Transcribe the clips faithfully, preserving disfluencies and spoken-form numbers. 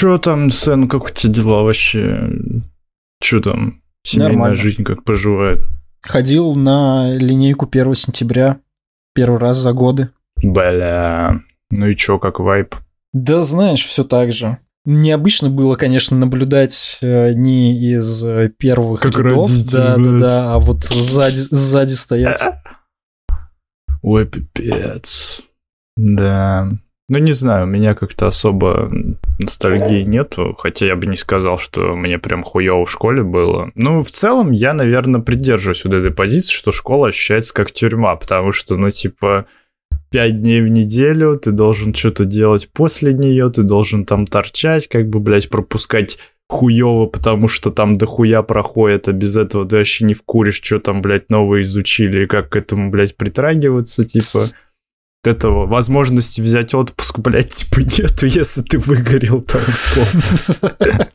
Чё там, Сэн, как у тебя дела вообще? Чё там? Семейная Нормально. Жизнь как поживает? Ходил на линейку первого сентября. Первый раз за годы. Бля. Ну и чё, как вайб? Да знаешь, все так же. Необычно было, конечно, наблюдать э, не из э, первых как рядов. Родители, да, блядь. да, да, а вот сзади, сзади стоять. Ой, пипец. Да. Ну, не знаю, у меня как-то особо ностальгии нету, хотя я бы не сказал, что мне прям хуёво в школе было. Ну, в целом, я, наверное, придерживаюсь вот этой позиции, что школа ощущается как тюрьма, потому что, ну, типа, пять дней в неделю ты должен что-то делать после нее, ты должен там торчать, как бы, блядь, пропускать хуёво, потому что там дохуя проходит, а без этого ты вообще не вкуришь, что там, блядь, новое изучили, и как к этому, блядь, притрагиваться, типа... этого возможности взять отпуск, блядь, типа нету, если ты выгорел там условно.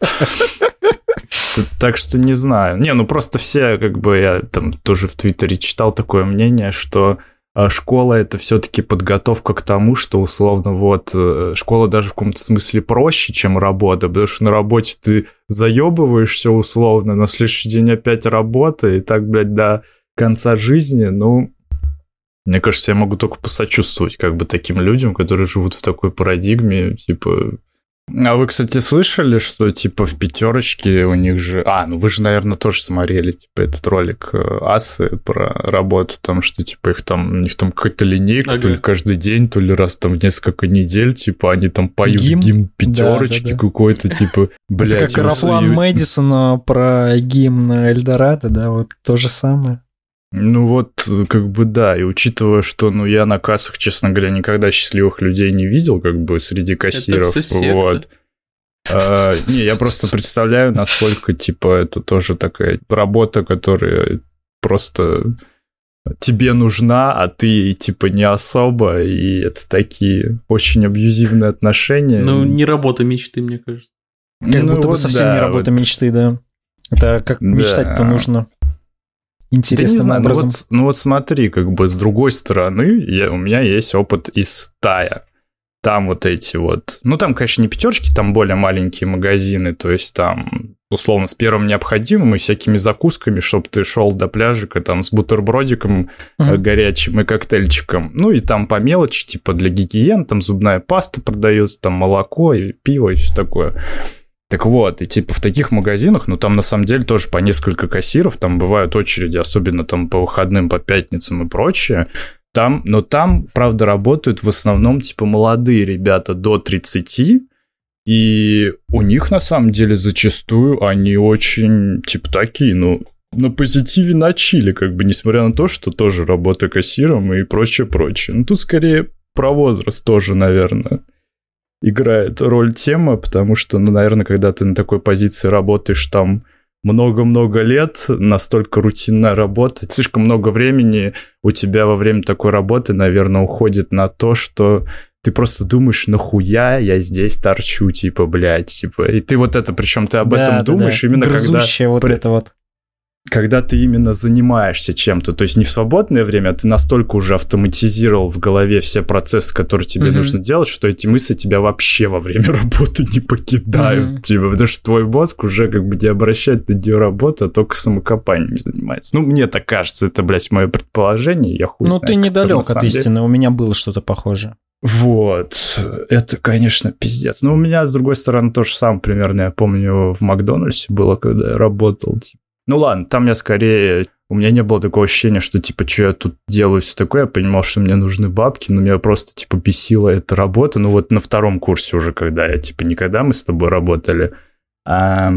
Так что не знаю. Не, ну просто все, как бы, я там тоже в Твиттере читал такое мнение, что школа — это все-таки подготовка к тому, что, условно, вот, школа даже в каком-то смысле проще, чем работа, потому что на работе ты заебываешься условно, на следующий день опять работа, и так, блядь, до конца жизни, ну... Мне кажется, я могу только посочувствовать как бы таким людям, которые живут в такой парадигме, типа... А вы, кстати, слышали, что, типа, в пятерочке у них же... А, ну вы же, наверное, тоже смотрели, типа, этот ролик Асы про работу, там, что, типа, их там, у них там какая-то линейка, ага. то ли каждый день, то ли раз там в несколько недель, типа, они там поют гимн, гимн пятерочки да, да, да. какой-то, типа, блядь... Это как Рафлан Мэдисона про гимн Эльдорадо, да, вот то же самое. Ну вот, как бы да, и учитывая, что, ну, я на кассах, честно говоря, никогда счастливых людей не видел, как бы, среди кассиров, вот. А, не, я просто представляю, насколько, типа, это тоже такая работа, которая просто тебе нужна, а ты, типа, не особо, и это такие очень абьюзивные отношения. Ну, не работа мечты, мне кажется. Как ну, будто вот бы совсем да, не работа вот. мечты, да. Это как да. мечтать-то нужно. Интересным да не знаю, образом. Ну вот, ну вот смотри, как бы с другой стороны, я, у меня есть опыт из Тая. Там вот эти вот... Ну, там, конечно, не пятерочки, там более маленькие магазины, то есть там, условно, с первым необходимым и всякими закусками, чтобы ты шел до пляжика там с бутербродиком uh-huh. горячим и коктейльчиком. Ну, и там по мелочи, типа для гигиен, там зубная паста продается, там молоко и пиво и все такое. Так вот, и типа в таких магазинах, ну там на самом деле тоже по несколько кассиров, там бывают очереди, особенно там по выходным, по пятницам и прочее. Там, но там, правда, работают в основном типа молодые ребята до тридцати, и у них на самом деле зачастую они очень типа такие, ну, на позитиве на чили, как бы, несмотря на то, что тоже работа кассиром и прочее, прочее. Ну тут скорее про возраст тоже, наверное. Играет роль тема, потому что, ну, наверное, когда ты на такой позиции работаешь там много-много лет, настолько рутинная работа, слишком много времени у тебя во время такой работы, наверное, уходит на то, что ты просто думаешь, нахуя я здесь торчу, типа, блядь, типа, и ты вот это, причем ты об да, этом да, думаешь да. именно Грызущая когда... вот это вот. Когда ты именно занимаешься чем-то, то есть не в свободное время, а ты настолько уже автоматизировал в голове все процессы, которые тебе mm-hmm. нужно делать, что эти мысли тебя вообще во время работы не покидают, mm-hmm. типа, потому что твой мозг уже как бы не обращает на нее работу, а только самокопанием занимается. Ну, мне так кажется, это, блядь, мое предположение, я хуй Ну, знаю, ты недалек от истины, деле. У меня было что-то похожее. Вот, это, конечно, пиздец. Но у меня, с другой стороны, то же самое примерно, я помню, в Макдональдсе было, когда я работал, типа. Ну ладно, там я скорее... У меня не было такого ощущения, что, типа, что я тут делаю, все такое. Я понимал, что мне нужны бабки, но меня просто, типа, бесила эта работа. Ну вот на втором курсе уже, когда я, типа, не когда мы с тобой работали, а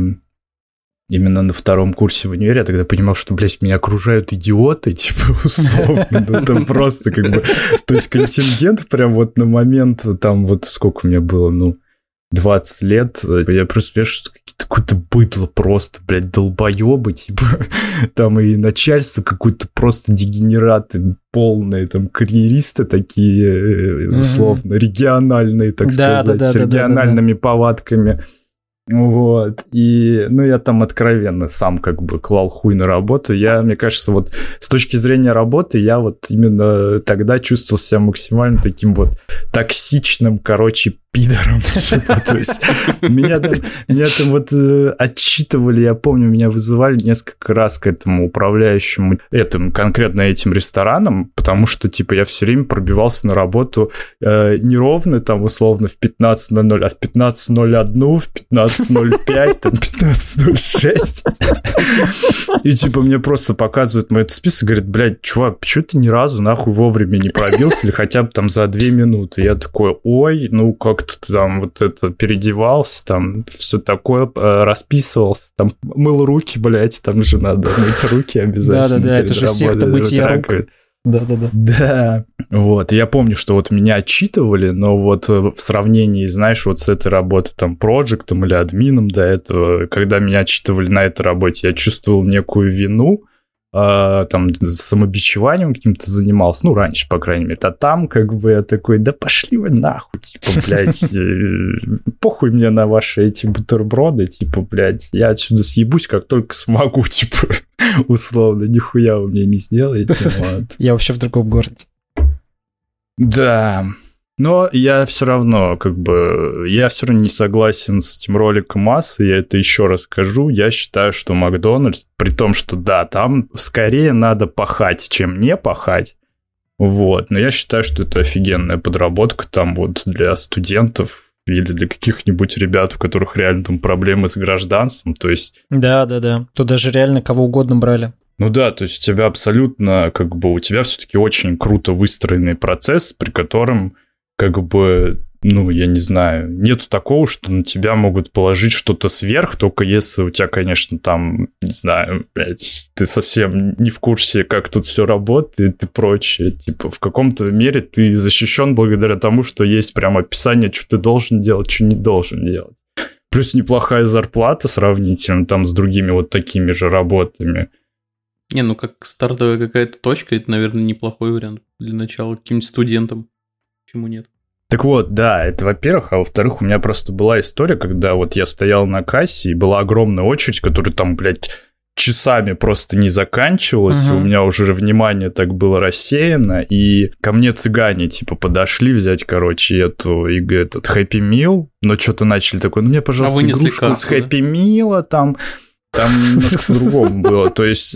именно на втором курсе в универе, я тогда понимал, что, блядь, меня окружают идиоты, типа, условно. Это просто как бы... То есть контингент прям вот на момент, там вот сколько у меня было, ну... двадцать лет, я просто понимаю, что какое-то быдло просто, блядь, долбоебы, типа, там и начальство какое-то просто дегенераты полные, там, карьеристы такие, условно, mm-hmm. региональные, так да, сказать, да, да, с региональными да, да, да. повадками, вот, и, ну, я там откровенно сам как бы клал хуй на работу, я, мне кажется, вот с точки зрения работы, я вот именно тогда чувствовал себя максимально таким вот токсичным, короче, пидором. То есть меня там, меня там вот э, отчитывали, я помню, меня вызывали несколько раз к этому управляющему, этим, конкретно этим рестораном, потому что, типа, я все время пробивался на работу э, не ровно, там, условно, в пятнадцать ноль ноль, а в пятнадцать ноль один, в пятнадцать ноль пять, там, пятнадцать ноль шесть. И, типа, мне просто показывают мой этот список, говорят, блядь, чувак, почему ты ни разу, нахуй, вовремя не пробился или хотя бы там за две минуты? Я такой, ой, ну, как как-то там вот это переодевался, там все такое, расписывался, там мыл руки, блядь, там же надо мыть руки обязательно. Да-да-да, это же секта мытья рук. Да-да-да. Да, вот, я помню, что вот меня отчитывали, но вот в сравнении, знаешь, вот с этой работой, там, проектом или админом до этого, когда меня отчитывали на этой работе, я чувствовал некую вину, Uh, там самобичеванием каким-то занимался, ну, раньше, по крайней мере, а там как бы я такой, да пошли вы нахуй, типа, блядь, похуй мне на ваши эти бутерброды, типа, блядь, я отсюда съебусь, как только смогу, типа, условно, нихуя вы мне не сделаете, вот. Я вообще в другом городе. Да, но я все равно, как бы, я все равно не согласен с этим роликом массы, я это еще раз скажу, я считаю, что Макдональдс, при том, что да, там скорее надо пахать, чем не пахать, вот, но я считаю, что это офигенная подработка там вот для студентов или для каких-нибудь ребят, у которых реально там проблемы с гражданством, то есть... Да-да-да, тут даже реально кого угодно брали. Ну да, то есть у тебя абсолютно, как бы, у тебя все-таки очень круто выстроенный процесс, при котором как бы, ну, я не знаю, нету такого, что на тебя могут положить что-то сверх, только если у тебя, конечно, там, не знаю, блядь, ты совсем не в курсе, как тут все работает и прочее. Типа, в каком-то мере ты защищен благодаря тому, что есть прям описание, что ты должен делать, что не должен делать. Плюс неплохая зарплата сравнительно там с другими вот такими же работами. Не, ну как стартовая какая-то точка, это, наверное, неплохой вариант для начала каким-нибудь студентам. Почему нет? Так вот, да, это во-первых, а во-вторых, у меня просто была история, когда вот я стоял на кассе, и была огромная очередь, которая там, блядь, часами просто не заканчивалась, uh-huh. и у меня уже внимание так было рассеяно, и ко мне цыгане, типа, подошли взять, короче, эту, и, этот Happy Meal, но что-то начали такое, ну, мне, пожалуйста, а игрушку кассу, с Happy да? Meal, там, там немножко по-другому было, то есть...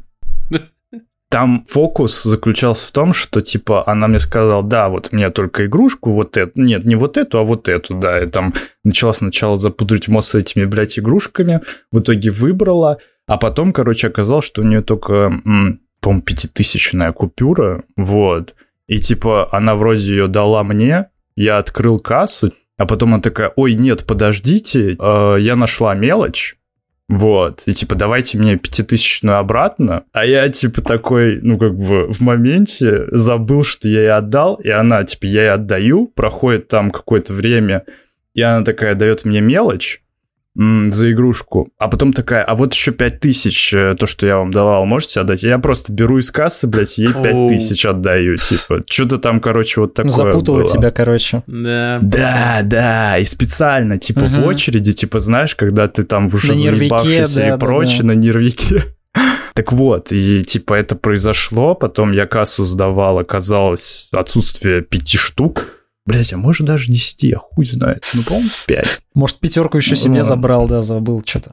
Там фокус заключался в том, что, типа, она мне сказала, да, вот мне только игрушку, вот эту, нет, не вот эту, а вот эту, да, и там начала сначала запудрить мозг с этими, блядь, игрушками, в итоге выбрала, а потом, короче, оказалось, что у нее только, м, по-моему, пятитысячная купюра, вот, и, типа, она вроде ее дала мне, я открыл кассу, а потом она такая, ой, нет, подождите, э, я нашла мелочь. Вот, и типа, давайте мне пятитысячную обратно, а я типа такой, ну как бы в моменте забыл, что я ей отдал, и она типа, я ей отдаю, проходит там какое-то время, и она такая дает мне мелочь м- за игрушку, а потом такая, а вот еще пять тысяч, то, что я вам давал, можете отдать? И я просто беру из кассы, блядь, ей пять тысяч отдаю, типа, что-то там, короче, вот такое запутала было. тебя, короче. Да, да, да, и специально, типа, угу. в очереди, типа, знаешь, когда ты там уже заебавшийся да, и да, прочее, да, да. на нервике. Так вот, и типа это произошло, потом я кассу сдавал, оказалось отсутствие пяти штук. Блять, а может даже десяти, я хуй знает. Ну, по-моему, пять. Может, пятерку еще себе забрал, да, забыл что-то.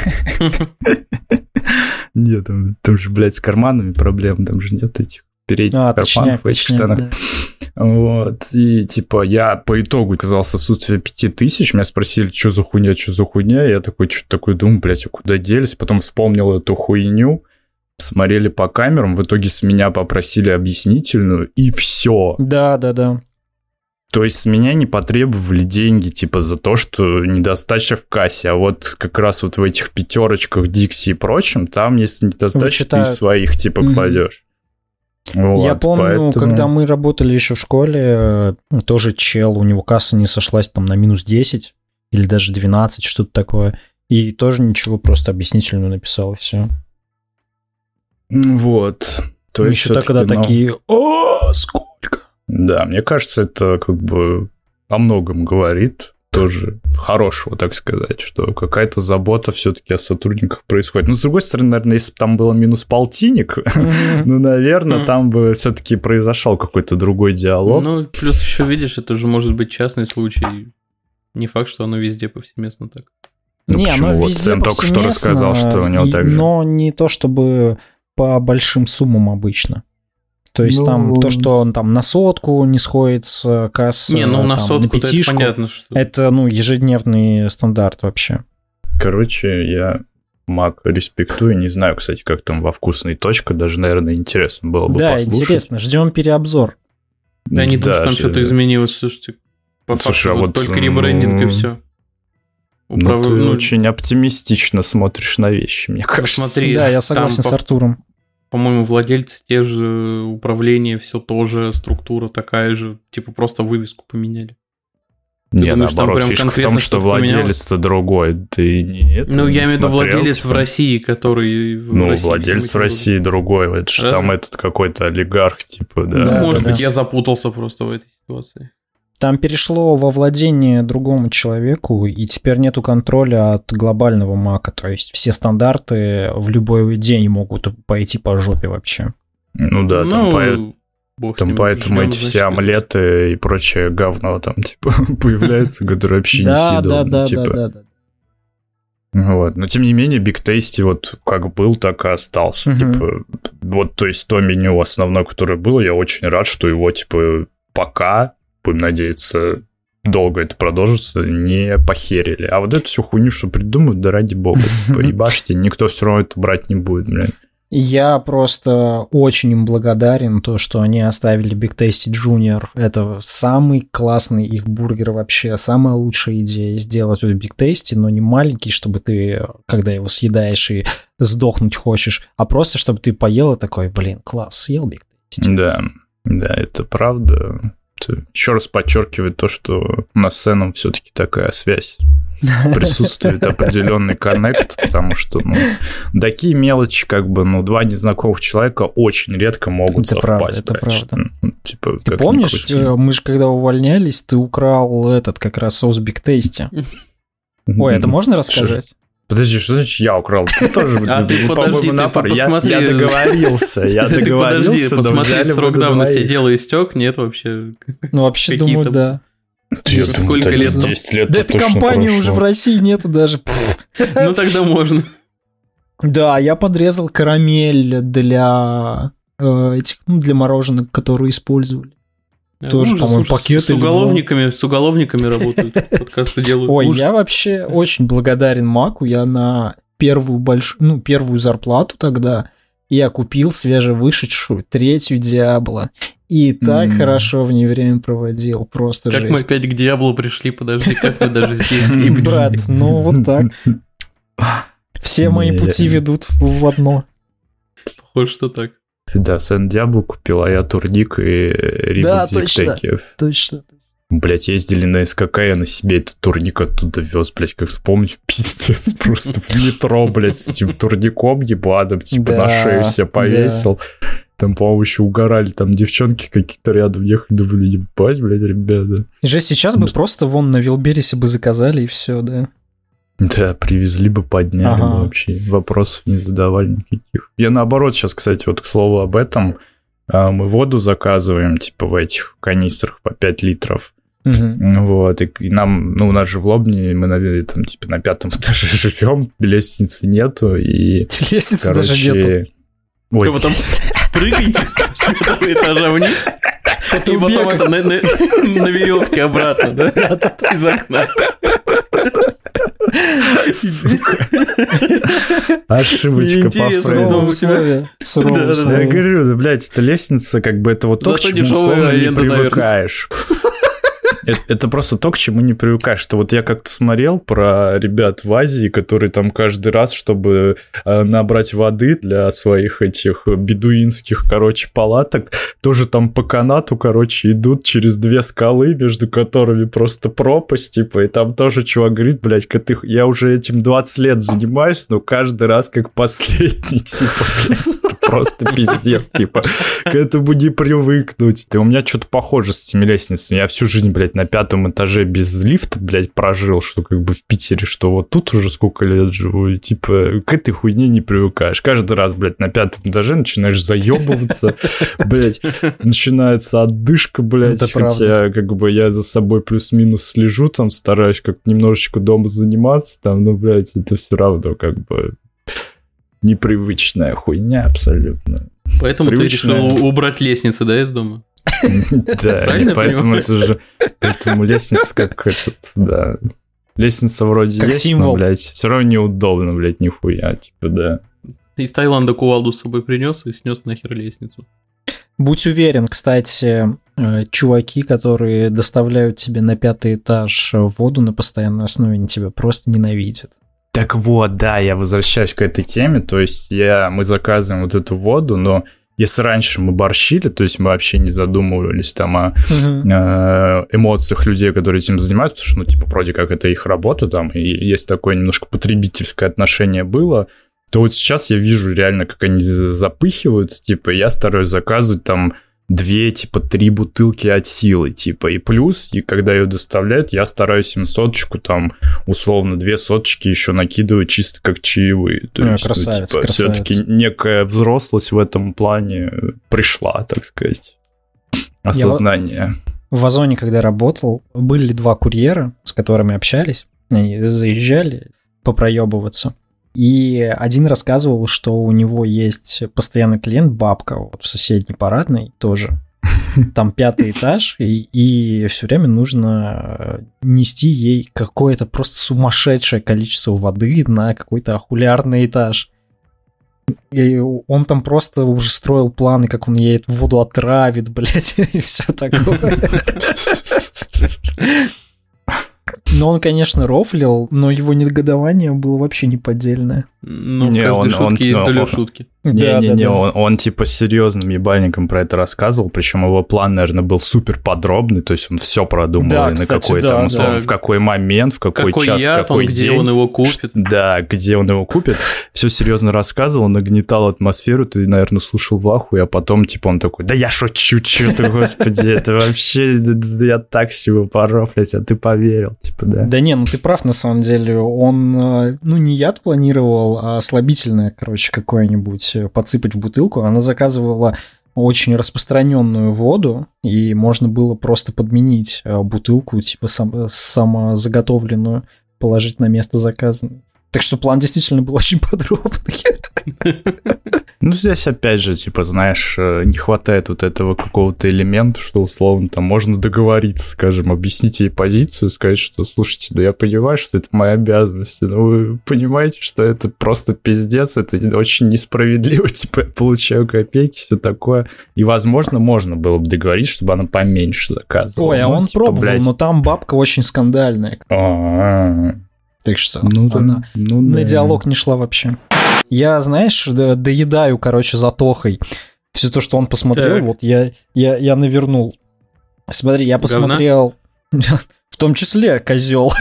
Нет, там, там же, блядь, с карманами проблем, там же нет этих передних а, карманов в этих штанах. Да. Вот, и типа я по итогу оказался отсутствие пяти тысяч, меня спросили, что за хуйня, что за хуйня, я такой, что-то такой думаю, блядь, а куда делись, потом вспомнил эту хуйню, смотрели по камерам, в итоге с меня попросили объяснительную, и все. Да, да, да. То есть с меня не потребовали деньги, типа, за то, что недостача в кассе, а вот как раз вот в этих пятерочках, Дикси и прочем, там, если недостача, Вычитают. ты своих, типа, mm-hmm. кладешь. Вот, я помню, поэтому... когда мы работали еще в школе, тоже чел, у него касса не сошлась там на минус десять или даже двенадцать, что-то такое, и тоже ничего, просто объяснительную написал, и все. Вот. То есть еще тогда ну... такие, о, сколько? Да, мне кажется, это как бы о многом говорит. тоже хорошего, так сказать, что какая-то забота все-таки о сотрудниках происходит. Но, с другой стороны, наверное, если бы там было минус полтинник, mm-hmm. ну, наверное, mm-hmm. там бы все-таки произошел какой-то другой диалог. Ну, плюс еще, видишь, это же может быть частный случай. Не факт, что оно везде повсеместно так. Ну, не, почему? Вот Сэн только что рассказал, что у него и, так же. Но не то, чтобы по большим суммам обычно. То есть ну, там то, что он там на сотку не сходится, касса не, ну, на, там, сотку на пятишку, это понятно, что... это ну, ежедневный стандарт вообще. Короче, я Mac респектую. Не знаю, кстати, как там во вкусной точке. Даже, наверное, интересно было бы да, послушать. Да, интересно. Ждем переобзор. Я не думаю, что там что-то изменилось. Слушайте, по Слушай, факту а вот, только ребрендинг ну... и все. Управ... Ну, ты ну... очень оптимистично смотришь на вещи, мне кажется. Смотри, да, я согласен с Артуром. По-моему, владельцы те же, управление, все тоже, структура такая же, типа просто вывеску поменяли. Ты не, думаешь, наоборот, фишка в том, что владелец-то другой. Ты не это Ну, не я имею в виду владелец типа... в России, который... В ну, России, владелец в России был. Другой. Это же там этот какой-то олигарх, типа, да. да Может да, быть, да. я запутался просто в этой ситуации. Там перешло во владение другому человеку, и теперь нету контроля от глобального мака. То есть все стандарты в любой день могут пойти по жопе вообще. Ну да, там, ну, по... там поэтому эти все омлеты и прочее говно там типа появляется, которое вообще не съедобно. Да, да, да, да. Вот. Но тем не менее, Big Tasty вот как был, так и остался. Типа, вот, то есть то меню основное, которое было, я очень рад, что его типа пока... будем надеяться, долго это продолжится, не похерили. А вот эту всю хуйню, что придумают, да ради бога, поебашьте, никто все равно это брать не будет, блин. Я просто очень им благодарен, то, что они оставили Big Tasty Junior. Это самый классный их бургер вообще, самая лучшая идея сделать вот Big Tasty, но не маленький, чтобы ты, когда его съедаешь и сдохнуть хочешь, а просто, чтобы ты поел и такой, блин, класс, съел Big Tasty. Да, да, это правда. Еще раз подчеркивает то, что у нас с Сэном все-таки такая связь. Присутствует определенный коннект, потому что, ну, такие мелочи, как бы, ну, два незнакомых человека очень редко могут это совпасть. Правда, это правда. Что, ну, типа, ты помнишь, мы же когда увольнялись, ты украл этот как раз соус Big Tasty. Ой, это можно рассказать? Подожди, что значит я украл? Ты тоже, а ты подожди, ты посмотри. Я договорился, я договорился, но посмотри, срок давности дела истек, нет вообще? Ну, вообще, думаю, да. Сколько лет? десять лет. Да этой компании уже в России нету даже. Ну, тогда можно. Да, я подрезал карамель для этих, ну, для мороженых, которые использовали. Тоже, ужас, по-моему, ужас. пакеты. С уголовниками, с уголовниками работают, подкасты делают. Ой, ужас. Я вообще очень благодарен Маку. Я на первую большую, ну, первую зарплату тогда я купил свежевышедшую третью Диабло. И так mm. хорошо в ней время проводил. Просто как жесть. Мы опять к Диабло пришли, подожди, как мы даже здесь... Брат, ну вот так. Все мои пути ведут в одно. Похоже, что так. Да, Сэн Диабло купил, а я Турник и Ригу да, Зиктеки. точно, точно. Блять, ездили на СКК, я на себе этот турник оттуда вез, блять, как вспомнить, пиздец, просто в метро, блять, с этим турником ебаным, типа на шею себя повесил. Там, по-моему, еще угорали, там девчонки какие-то рядом ехали, думали, ебать, блядь, ребята. И же сейчас бы просто вон на Вилберисе бы заказали, и все, да. Да, привезли бы, подняли ага. бы вообще, вопросов не задавали никаких. Я наоборот сейчас, кстати, вот к слову об этом, мы воду заказываем, типа, в этих канистрах по пять литров. Угу. Вот, и нам, ну, у нас же в Лобне, мы, наверное, там, типа, на пятом этаже живем, лестницы нету, и, лестницы короче... даже нету. Ой, вы потом прыгаете с этого этажа вниз, и потом это на, на, на веревке обратно, да? Из окна. Ошибочка по Фрейду. Я говорю, да, блядь, это лестница, как бы это вот то, к чему условно не привыкаешь. Это, это просто то, к чему не привыкаешь. Что вот я как-то смотрел про ребят в Азии, которые там каждый раз, чтобы э, набрать воды для своих этих бедуинских, короче, палаток, тоже там по канату, короче, идут через две скалы, между которыми просто пропасть, типа, и там тоже чувак говорит, блядь, я уже этим двадцать лет занимаюсь, но каждый раз как последний, типа, блядь, это просто пиздец, типа, к этому не привыкнуть. И у меня что-то похоже с этими лестницами. Я всю жизнь, блядь, на пятом этаже без лифта, блядь, прожил, что как бы в Питере, что вот тут уже сколько лет живу, и типа к этой хуйне не привыкаешь. Каждый раз, блядь, на пятом этаже начинаешь заебываться, блядь, начинается отдышка, блядь, хотя как бы я за собой плюс-минус слежу, там стараюсь как немножечко дома заниматься, там, ну, блядь, это все равно как бы непривычная хуйня абсолютно. Поэтому ты решил убрать лестницы, да, из дома? Да, поэтому это же, поэтому лестница как этот, да, лестница вроде есть, но, блядь, все равно неудобно, блядь, нихуя, типа, да. Из Таиланда кувалду с собой принес и снес нахер лестницу. Будь уверен, кстати, чуваки, которые доставляют тебе на пятый этаж воду на постоянной основе, они тебя просто ненавидят. Так вот, да, я возвращаюсь к этой теме, то есть я, мы заказываем вот эту воду, но если раньше мы борщили, то есть мы вообще не задумывались там о uh-huh. э, эмоциях людей, которые этим занимаются, потому что, ну, типа, вроде как это их работа там, и есть такое немножко потребительское отношение было, то вот сейчас я вижу реально, как они запыхиваются, типа, я стараюсь заказывать там две, типа, три бутылки от силы, типа, и плюс, и когда ее доставляют, я стараюсь им соточку, там, условно, две соточки еще накидывать чисто как чаевые. То ну, есть, красавец, ну, типа, красавец. все-таки некая взрослость в этом плане пришла, так сказать, осознание. Я в Озоне, когда работал, были два курьера, с которыми общались, они заезжали попроебываться. И один рассказывал, что у него есть постоянный клиент, бабка, вот в соседней парадной тоже. Там пятый этаж, и, и все время нужно нести ей какое-то просто сумасшедшее количество воды на какой-то ахулярный этаж. И он там просто уже строил планы, как он ей эту воду отравит, блядь, и все такое. Но он, конечно, рофлил, но его негодование было вообще неподдельное. Ну, в не, каждой он, шутке он, есть доля шутки. Не-не-не, да, да. он, он типа серьезным ебальником про это рассказывал, причем его план, наверное, был супер подробный, то есть он все продумал, да, и кстати, на какой да, там, да. условно, в какой момент, в какой, какой час, яд в какой он, день. Где он его купит. Да, где он его купит. Все серьезно рассказывал, нагнетал атмосферу, ты, наверное, слушал в ахуе, а потом, типа, он такой, да я шучу, что ты, господи, это вообще, я так всего порофлять, а ты поверил, типа, да. Да не, ну ты прав, на самом деле, он, ну, не яд планировал, а слабительное, короче, какое-нибудь подсыпать в бутылку. Она заказывала очень распространенную воду, и можно было просто подменить бутылку, типа сам, самозаготовленную, положить на место заказанной. Так что план действительно был очень подробный. Ну, здесь, опять же, типа, знаешь, не хватает вот этого какого-то элемента, что, условно, там можно договориться, скажем, объяснить ей позицию, сказать, что, слушайте, да я понимаю, что это моя обязанность, но вы понимаете, что это просто пиздец, это очень несправедливо, типа, я получаю копейки, все такое. И, возможно, можно было бы договориться, чтобы она поменьше заказывала. Ой, а ну, он типа, пробовал, блядь... но там бабка очень скандальная. А-а-а. Так что ну, она ну, на да. диалог не шла вообще. Я, знаешь, доедаю, короче, за Тохой. Все то, что он посмотрел, так. вот я, я, я навернул. Смотри, я посмотрел... В том числе козел.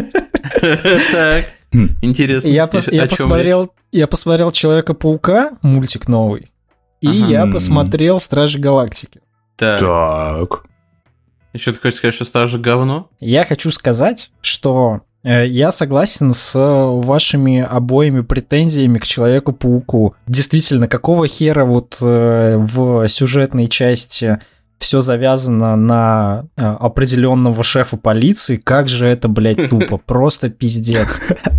Так, интересно. Я посмотрел я посмотрел Человека-паука, мультик новый, и я посмотрел Стражи Галактики. Так. Еще ты хочешь сказать, что Стражи говно? Я хочу сказать, что... Я согласен с вашими обоими претензиями к Человеку-пауку. Действительно, какого хера вот в сюжетной части все завязано на определенного шефа полиции? Как же это, блядь, тупо. Просто пиздец.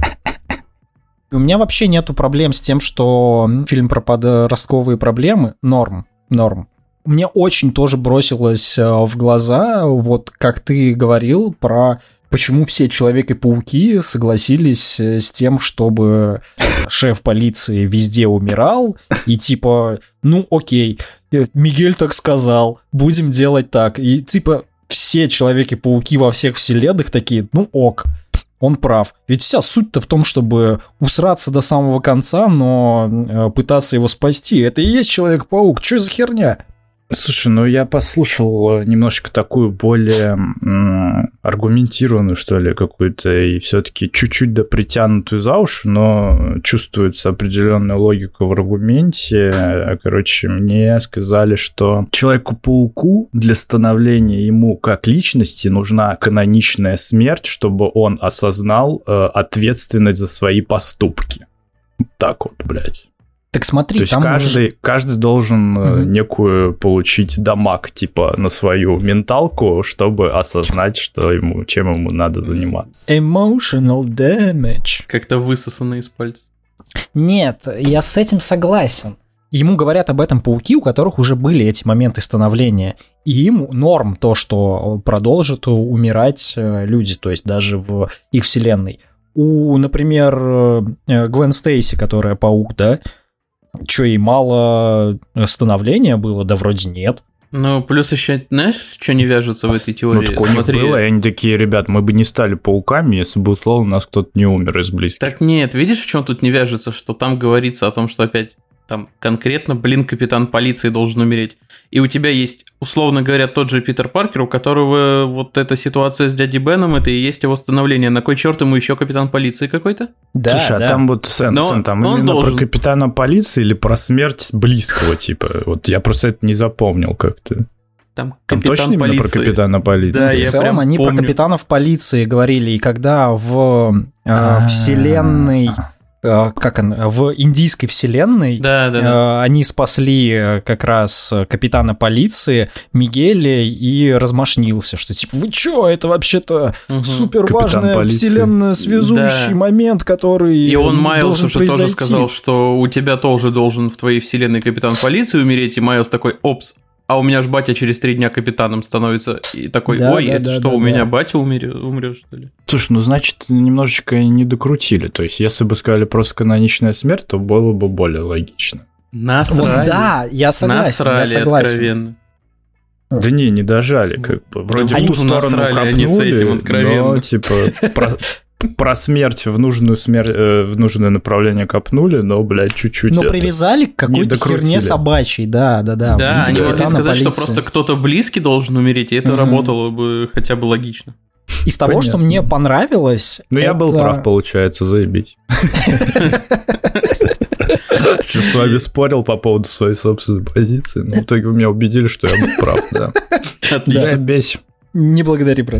У меня вообще нету проблем с тем, что фильм про подростковые проблемы. Норм, норм. Мне очень тоже бросилось в глаза, вот как ты говорил про... Почему все Человеки-пауки согласились с тем, чтобы шеф полиции везде умирал, и типа, ну окей, Мигель так сказал, будем делать так. И типа все Человеки-пауки во всех вселенных такие, ну ок, он прав. Ведь вся суть-то в том, чтобы усраться до самого конца, но пытаться его спасти. Это и есть Человек-паук, что за херня? Слушай, ну я послушал немножечко такую более м, аргументированную, что ли, какую-то, и все-таки чуть-чуть да притянутую за уши, но чувствуется определенная логика в аргументе. Короче, мне сказали, что Человеку-пауку для становления ему как личности нужна каноничная смерть, чтобы он осознал э, ответственность за свои поступки. Так вот, блядь. Так смотри, то есть там каждый, уже... каждый должен угу. некую получить дамаг типа на свою менталку, чтобы осознать, что ему, чем ему надо заниматься. Emotional damage. Как-то высосано из пальца. Нет, я с этим согласен. Ему говорят об этом пауки, у которых уже были эти моменты становления. И им норм то, что продолжат умирать люди, то есть даже в их вселенной. У, например, Гвен Стейси, которая паук, да, что, ей мало становления было? Да вроде нет. Ну, плюс еще, знаешь, что не вяжется в этой теории? Ну, так у них было, и они такие, ребят, мы бы не стали пауками, если бы, условно, у нас кто-то не умер из близких. Так нет, видишь, в чем тут не вяжется? Что там говорится о том, что опять там конкретно, блин, капитан полиции должен умереть. И у тебя есть, условно говоря, тот же Питер Паркер, у которого вот эта ситуация с дядей Беном, это и есть его становление. На кой черт ему еще капитан полиции какой-то? Да, Слушай, да. а там вот, Сэн, Сэн, там именно должен... про капитана полиции или про смерть близкого, типа? Вот я просто это не запомнил как-то. Там, там точно полиции. Именно про капитана полиции? Да, в я целом прям они помню. Про капитанов полиции говорили, и когда в э, вселенной... как он, в индийской вселенной да, да, да. они спасли как раз капитана полиции Мигеля и размашнился, что типа, вы чё, это вообще-то угу. супер важная вселенная связующий да. момент, который и он Майлз уже произойти. Тоже сказал, что у тебя тоже должен в твоей вселенной капитан полиции умереть, и Майлз такой, опс, а у меня ж батя через три дня капитаном становится. И такой, да, ой, да, это да, что, да, у да. меня батя умрет, умрет, что ли? Слушай, ну, значит, немножечко не докрутили. То есть, если бы сказали просто каноничная смерть, то было бы более логично. Насрали. Вот, да, я согласен, Насрали я согласен. Откровенно. Да не, не дожали, как бы. Вроде да в ту сторону копнули, они с этим откровенно. Но, типа, про, про смерть в нужную смерть, э, в нужное направление копнули, но, блядь, чуть-чуть. Но привязали к какой-то херне собачьей, да, да, да. Да, они могли сказать, полиции. Что просто кто-то близкий должен умереть, и это mm-hmm. работало бы хотя бы логично. Из того, Понятно. Что мне понравилось... Ну, это... я был прав, получается, заебись. Сейчас с вами спорил по поводу своей собственной позиции, но в итоге вы меня убедили, что я был прав, да. Заебись. Не благодари, брат.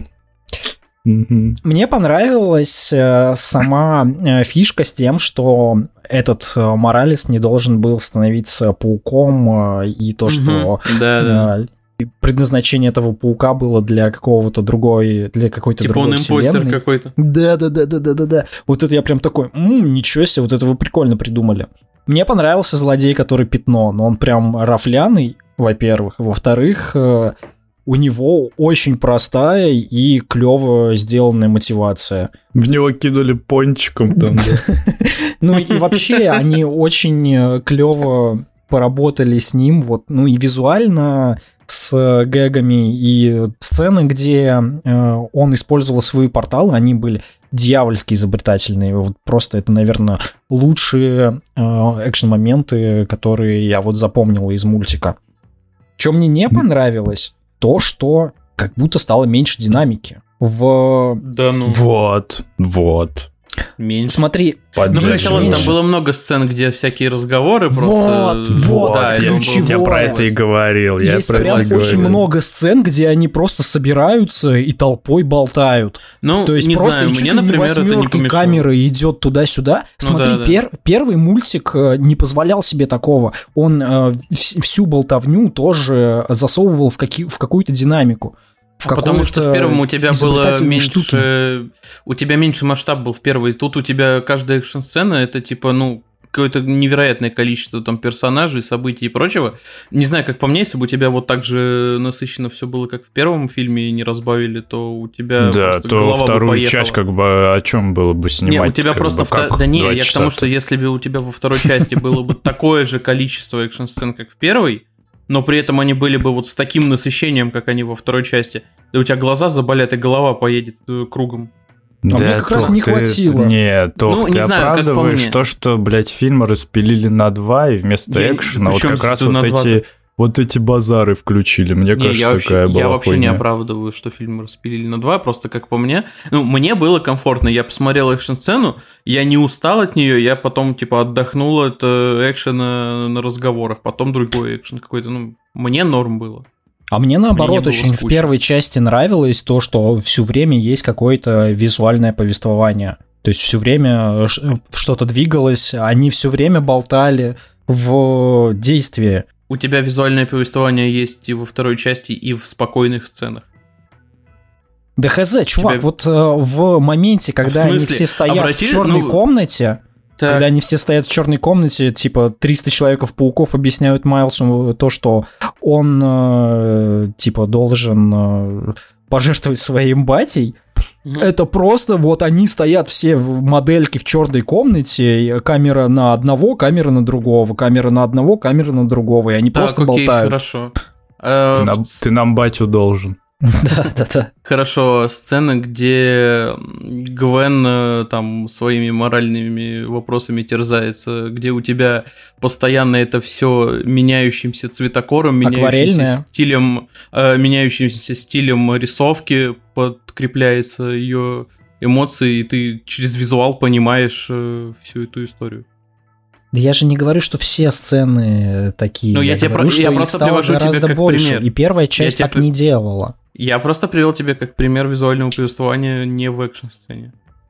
Mm-hmm. Мне понравилась э, сама э, фишка с тем, что этот э, Моралес не должен был становиться пауком, э, и то, что mm-hmm. да, э, да. предназначение этого паука было для какого-то другой, для какой-то типа другой вселенной. Типа он импостер какой-то. Да-да-да-да-да-да. Вот это я прям такой, м-м, ничего себе, вот это вы прикольно придумали. Мне понравился злодей, который Пятно, но он прям рафляный, во-первых. Во-вторых, э, у него очень простая и клево сделанная мотивация. В него кинули пончиком там. Ну и вообще они очень клево поработали с ним, вот, ну и визуально с гэгами, и сцены, где он использовал свои порталы, они были дьявольски изобретательные. Вот просто это, наверное, лучшие экшн-моменты, которые я вот запомнил из мультика. Что мне не понравилось, то, что как будто стало меньше динамики. В... Да ну. Вот, вот. Меньше. Смотри, ну сначала там было много сцен, где всякие разговоры просто. Вот, вот, да, я, я про это и говорил. Я Есть про прям это очень говорил. много сцен, где они просто собираются и толпой болтают. Ну, то есть не просто знаю, мне, например, это не помешало. Камера идет туда-сюда. Ну, Смотри, да, пер, да. первый мультик не позволял себе такого. Он э, всю болтовню тоже засовывал в, какие, в какую-то динамику. В Потому что в первом у тебя было меньше, штуки. У тебя меньше масштаб был в первой. Тут у тебя каждая экшн-сцена это типа, ну, какое-то невероятное количество там персонажей, событий и прочего. Не знаю, как по мне, если бы у тебя вот так же насыщенно все было, как в первом фильме, и не разбавили, то у тебя да, просто голова то вторую бы поехала. часть как бы о чем было бы снимать? Не, у тебя просто... Бы, втор... Да не, я к тому, что если бы у тебя во второй части было бы такое же количество экшн-сцен, как в первой, но при этом они были бы вот с таким насыщением, как они во второй части, и у тебя глаза заболят, и голова поедет кругом. А да, мне как раз не ты, хватило. Нет, Тох, ну, ты не знаю, оправдываешь то, что, блядь, фильм распилили на два, и вместо я, экшена вот как раз вот эти два-то? вот эти базары включили. Мне не, кажется, такая вообще, была Я вообще хуйня. не оправдываю, что фильм распилили на два, просто как по мне. Ну, мне было комфортно, я посмотрел экшн-сцену, я не устал от нее, я потом, типа, отдохнул от экшена на разговорах, потом другой экшен какой-то, ну, мне норм было. А мне наоборот, мне очень скучно. В первой части нравилось то, что все время есть какое-то визуальное повествование. То есть все время что-то двигалось, они все время болтали в действии. У тебя визуальное повествование есть и во второй части, и в спокойных сценах. Да хз, чувак, тебя... вот э, в моменте, когда они все стоят Обратили? в черной ну... комнате, так. когда они все стоят в черной комнате, типа триста Человеков-пауков объясняют Майлсу то, что он э, типа должен э, пожертвовать своим батей. Mm-hmm. Это просто вот они стоят все в модельке в черной комнате, камера на одного, камера на другого, камера на одного, камера на другого, и они так, просто окей, болтают. Хорошо. Ты, нам, ты нам батю должен. Да, да, да. Хорошо, сцена, где Гвен там своими моральными вопросами терзается, где у тебя постоянно это все меняющимся цветокором, меняющимся стилем, э, меняющимся стилем рисовки подкрепляется ее эмоции, и ты через визуал понимаешь э, всю эту историю. Да я же не говорю, что все сцены такие. Ну, я, я тебе говорю, про... что я их просто стало привожу гораздо тебе как больше, пример. И первая часть я так тебе... не делала. Я просто привел тебе как пример визуального повествования не в экшн-сцене.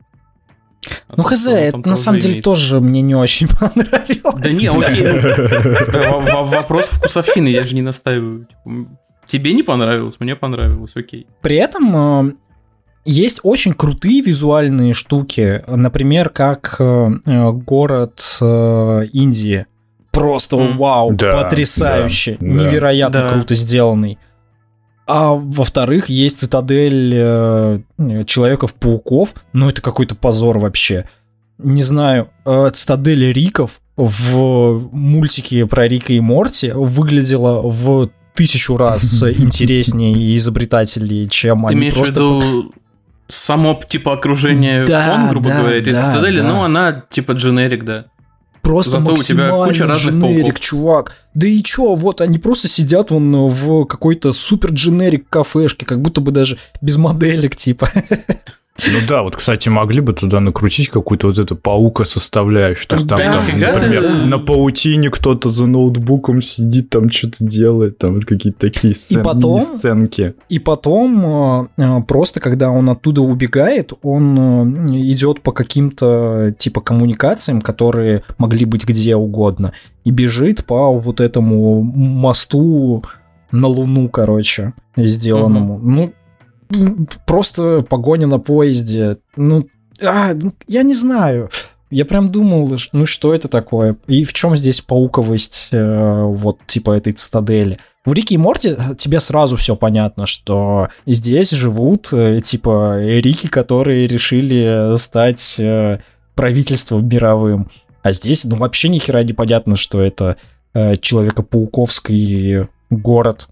А ну, хз, это на самом деле тоже мне не очень понравилось. Да не, окей. Вопрос вкусовщины, я же не настаиваю. Тебе не понравилось, мне понравилось, окей. При этом есть очень крутые визуальные штуки, например, как город Индии. Просто вау, потрясающе, невероятно круто сделанный. А во-вторых, есть цитадель э, Человеков-пауков. Ну, это какой-то позор вообще. Не знаю, э, цитадель Риков в мультике про Рика и Морти выглядела в тысячу раз интереснее и изобретательнее, чем они просто... Ты имеешь в виду само, типа, окружение фон, грубо говоря, этой цитадели? Ну, она, типа, дженерик, да. Просто зато максимально у тебя куча разных дженерик, пауков. Чувак. Да и чё, вот они просто сидят вон в какой-то супер дженерик кафешке, как будто бы даже без моделек, типа. Ну да, вот, кстати, могли бы туда накрутить какую-то вот эту паука-составляющую. То есть там, да, там да, например, да. на паутине кто-то за ноутбуком сидит, там что-то делает, там вот какие-то такие сцен... и потом, сценки. И потом просто, когда он оттуда убегает, он идет по каким-то типа коммуникациям, которые могли быть где угодно, и бежит по вот этому мосту на Луну, короче, сделанному. Угу. Ну, просто погоня на поезде. Ну, а, я не знаю. Я прям думал, ну что это такое? И в чем здесь пауковость э, вот типа этой цитадели? В Рике и Морти тебе сразу все понятно, что здесь живут э, типа Рики, которые решили стать э, правительством мировым. А здесь, ну, вообще ни хера не понятно, что это э, Человекопауковский город.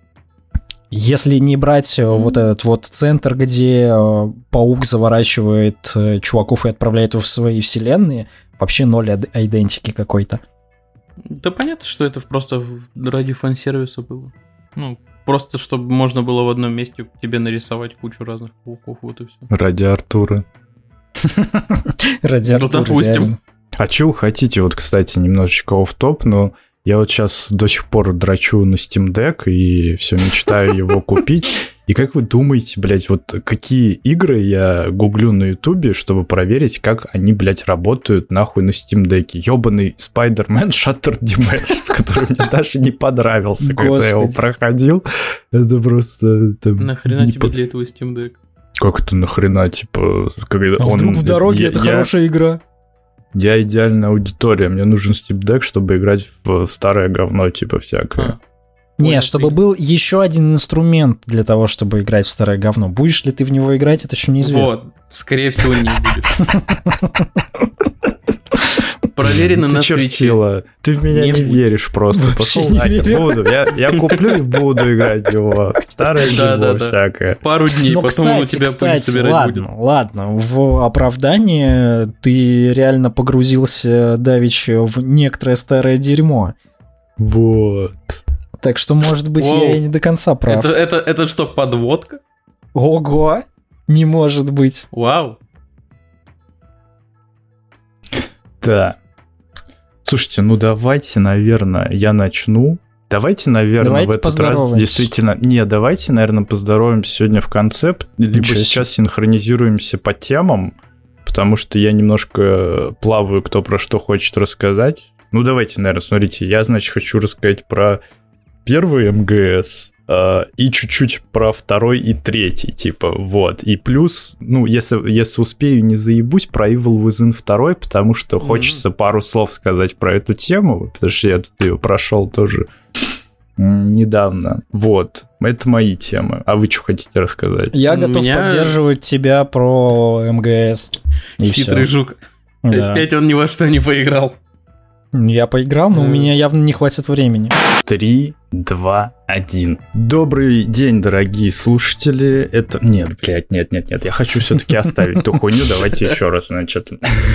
Если не брать mm-hmm. вот этот вот центр, где э, паук заворачивает э, чуваков и отправляет их в свои вселенные, вообще ноль айдентики какой-то. Да понятно, что это просто ради фан-сервиса было. Ну, просто чтобы можно было в одном месте тебе нарисовать кучу разных пауков, вот и все. Ради Артура. Ради Артура, допустим. А что вы хотите? Вот, кстати, немножечко офф-топ, но... Я вот сейчас до сих пор драчу на Steam Deck и все мечтаю его купить. И как вы думаете, блядь, вот какие игры я гуглю на Ютубе, чтобы проверить, как они, блядь, работают нахуй на Steam Deck? Ёбаный Spider-Man Shattered Dimensions, который мне даже не понравился, когда я его проходил. Это просто... Нахрена тебе для этого Steam Deck? Как это нахрена, типа... А вдруг в дороге это хорошая игра? Я идеальная аудитория, мне нужен Steam Deck, чтобы играть в старое говно, типа всякое. А. Не, чтобы был еще один инструмент для того, чтобы играть в старое говно. Будешь ли ты в него играть, это еще неизвестно. Вот, скорее всего, не будешь. Проверено на свече. Ты в меня не, не веришь просто. Пошел нахер, буду. Я, я куплю и буду играть в него. Старое да, говно да, всякое. Пару дней, но, потом кстати, у тебя кстати, собирать ладно, будет. Ладно, в оправдании ты реально погрузился, давеча, в некоторое старое дерьмо. Вот. Так что, может быть, Воу. я и не до конца прав. Это, это, это что, подводка? Ого! Не может быть. Вау. Да. Слушайте, ну давайте, наверное, я начну. Давайте, наверное, давайте в этот раз действительно... Не, давайте, наверное, поздороваемся сегодня в конце, либо Ничего сейчас себе. Синхронизируемся по темам, потому что я немножко плаваю, кто про что хочет рассказать. Ну, давайте, наверное, смотрите, я, значит, хочу рассказать про первый эм гэ эс э, и чуть-чуть про второй и третий, типа, вот. И плюс, ну, если, если успею, не заебусь, про Evil Within два, потому что mm-hmm. хочется пару слов сказать про эту тему, потому что я тут ее прошел тоже недавно. Вот. Это мои темы. А вы что хотите рассказать? Я готов Меня... поддерживать тебя про эм гэ эс. И Хитрый все. Жук. Да. Опять он ни во что не поиграл. Я поиграл, но у меня явно не хватит времени. Три, два, один. Добрый день, дорогие слушатели. Это... Нет, блядь, нет, нет, нет. Я хочу все-таки оставить ту хуйню. Давайте еще раз, значит.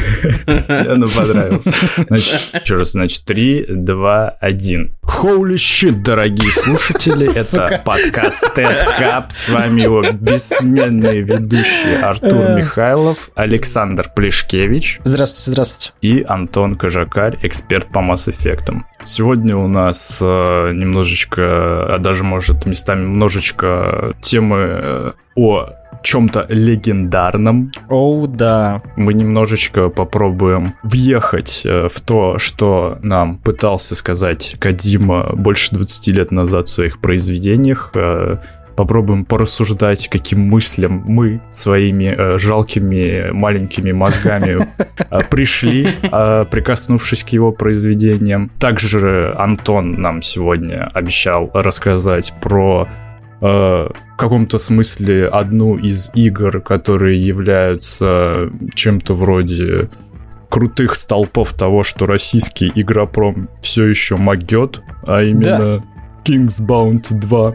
Мне понравилось. Значит, еще раз, значит, три, два, один. Holy shit, дорогие слушатели. Это подкаст TEDCAP. С вами его бессменные ведущие Артур Михайлов, Александр Плешкевич. Здравствуйте, здравствуйте. И Антон Кожакарь, эксперт по Mass Effect'ам. Сегодня у нас э, немножечко, а даже, может, местами немножечко темы э, о чем-то легендарном. Оу, oh, да. Мы немножечко попробуем въехать э, в то, что нам пытался сказать Кодзима больше двадцати лет назад в своих произведениях. Э, Попробуем порассуждать, каким мыслям мы своими э, жалкими маленькими мозгами э, пришли, э, прикоснувшись к его произведениям. Также Антон нам сегодня обещал рассказать про э, в каком-то смысле одну из игр, которые являются чем-то вроде крутых столпов того, что российский игропром все еще могет, а именно да. King's Bounty два.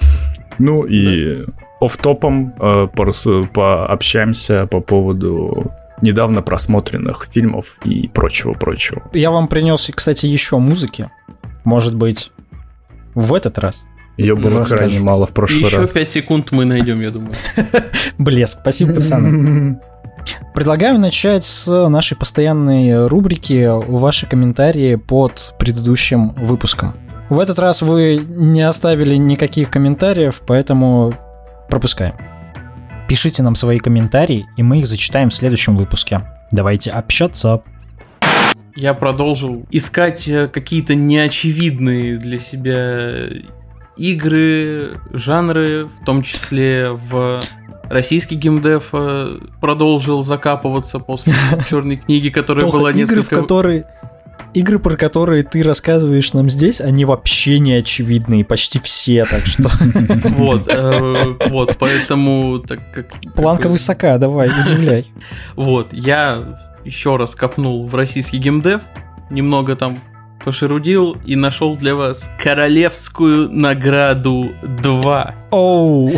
Ну и да. офф-топом э, пообщаемся по поводу недавно просмотренных фильмов и прочего-прочего. Я вам принес, кстати, еще музыки. Может быть, в этот раз. Ее было крайне мало в прошлый еще раз. Еще пять секунд мы найдем, я думаю. Блеск. Спасибо, пацаны. Предлагаю начать с нашей постоянной рубрики «Ваши комментарии под предыдущим выпуском». В этот раз вы не оставили никаких комментариев, поэтому пропускаем. Пишите нам свои комментарии, и мы их зачитаем в следующем выпуске. Давайте общаться. Я продолжил искать какие-то неочевидные для себя игры, жанры, в том числе в российский геймдев продолжил закапываться после черной книги, которая была несколько... игры, в которые... Игры, про которые ты рассказываешь нам здесь, они вообще не очевидные, почти все, так что... Вот, вот, поэтому... Планка высока, давай, удивляй. Вот, я еще раз копнул в российский геймдев, немного там пошерудил и нашел для вас Королевскую награду два. Оу!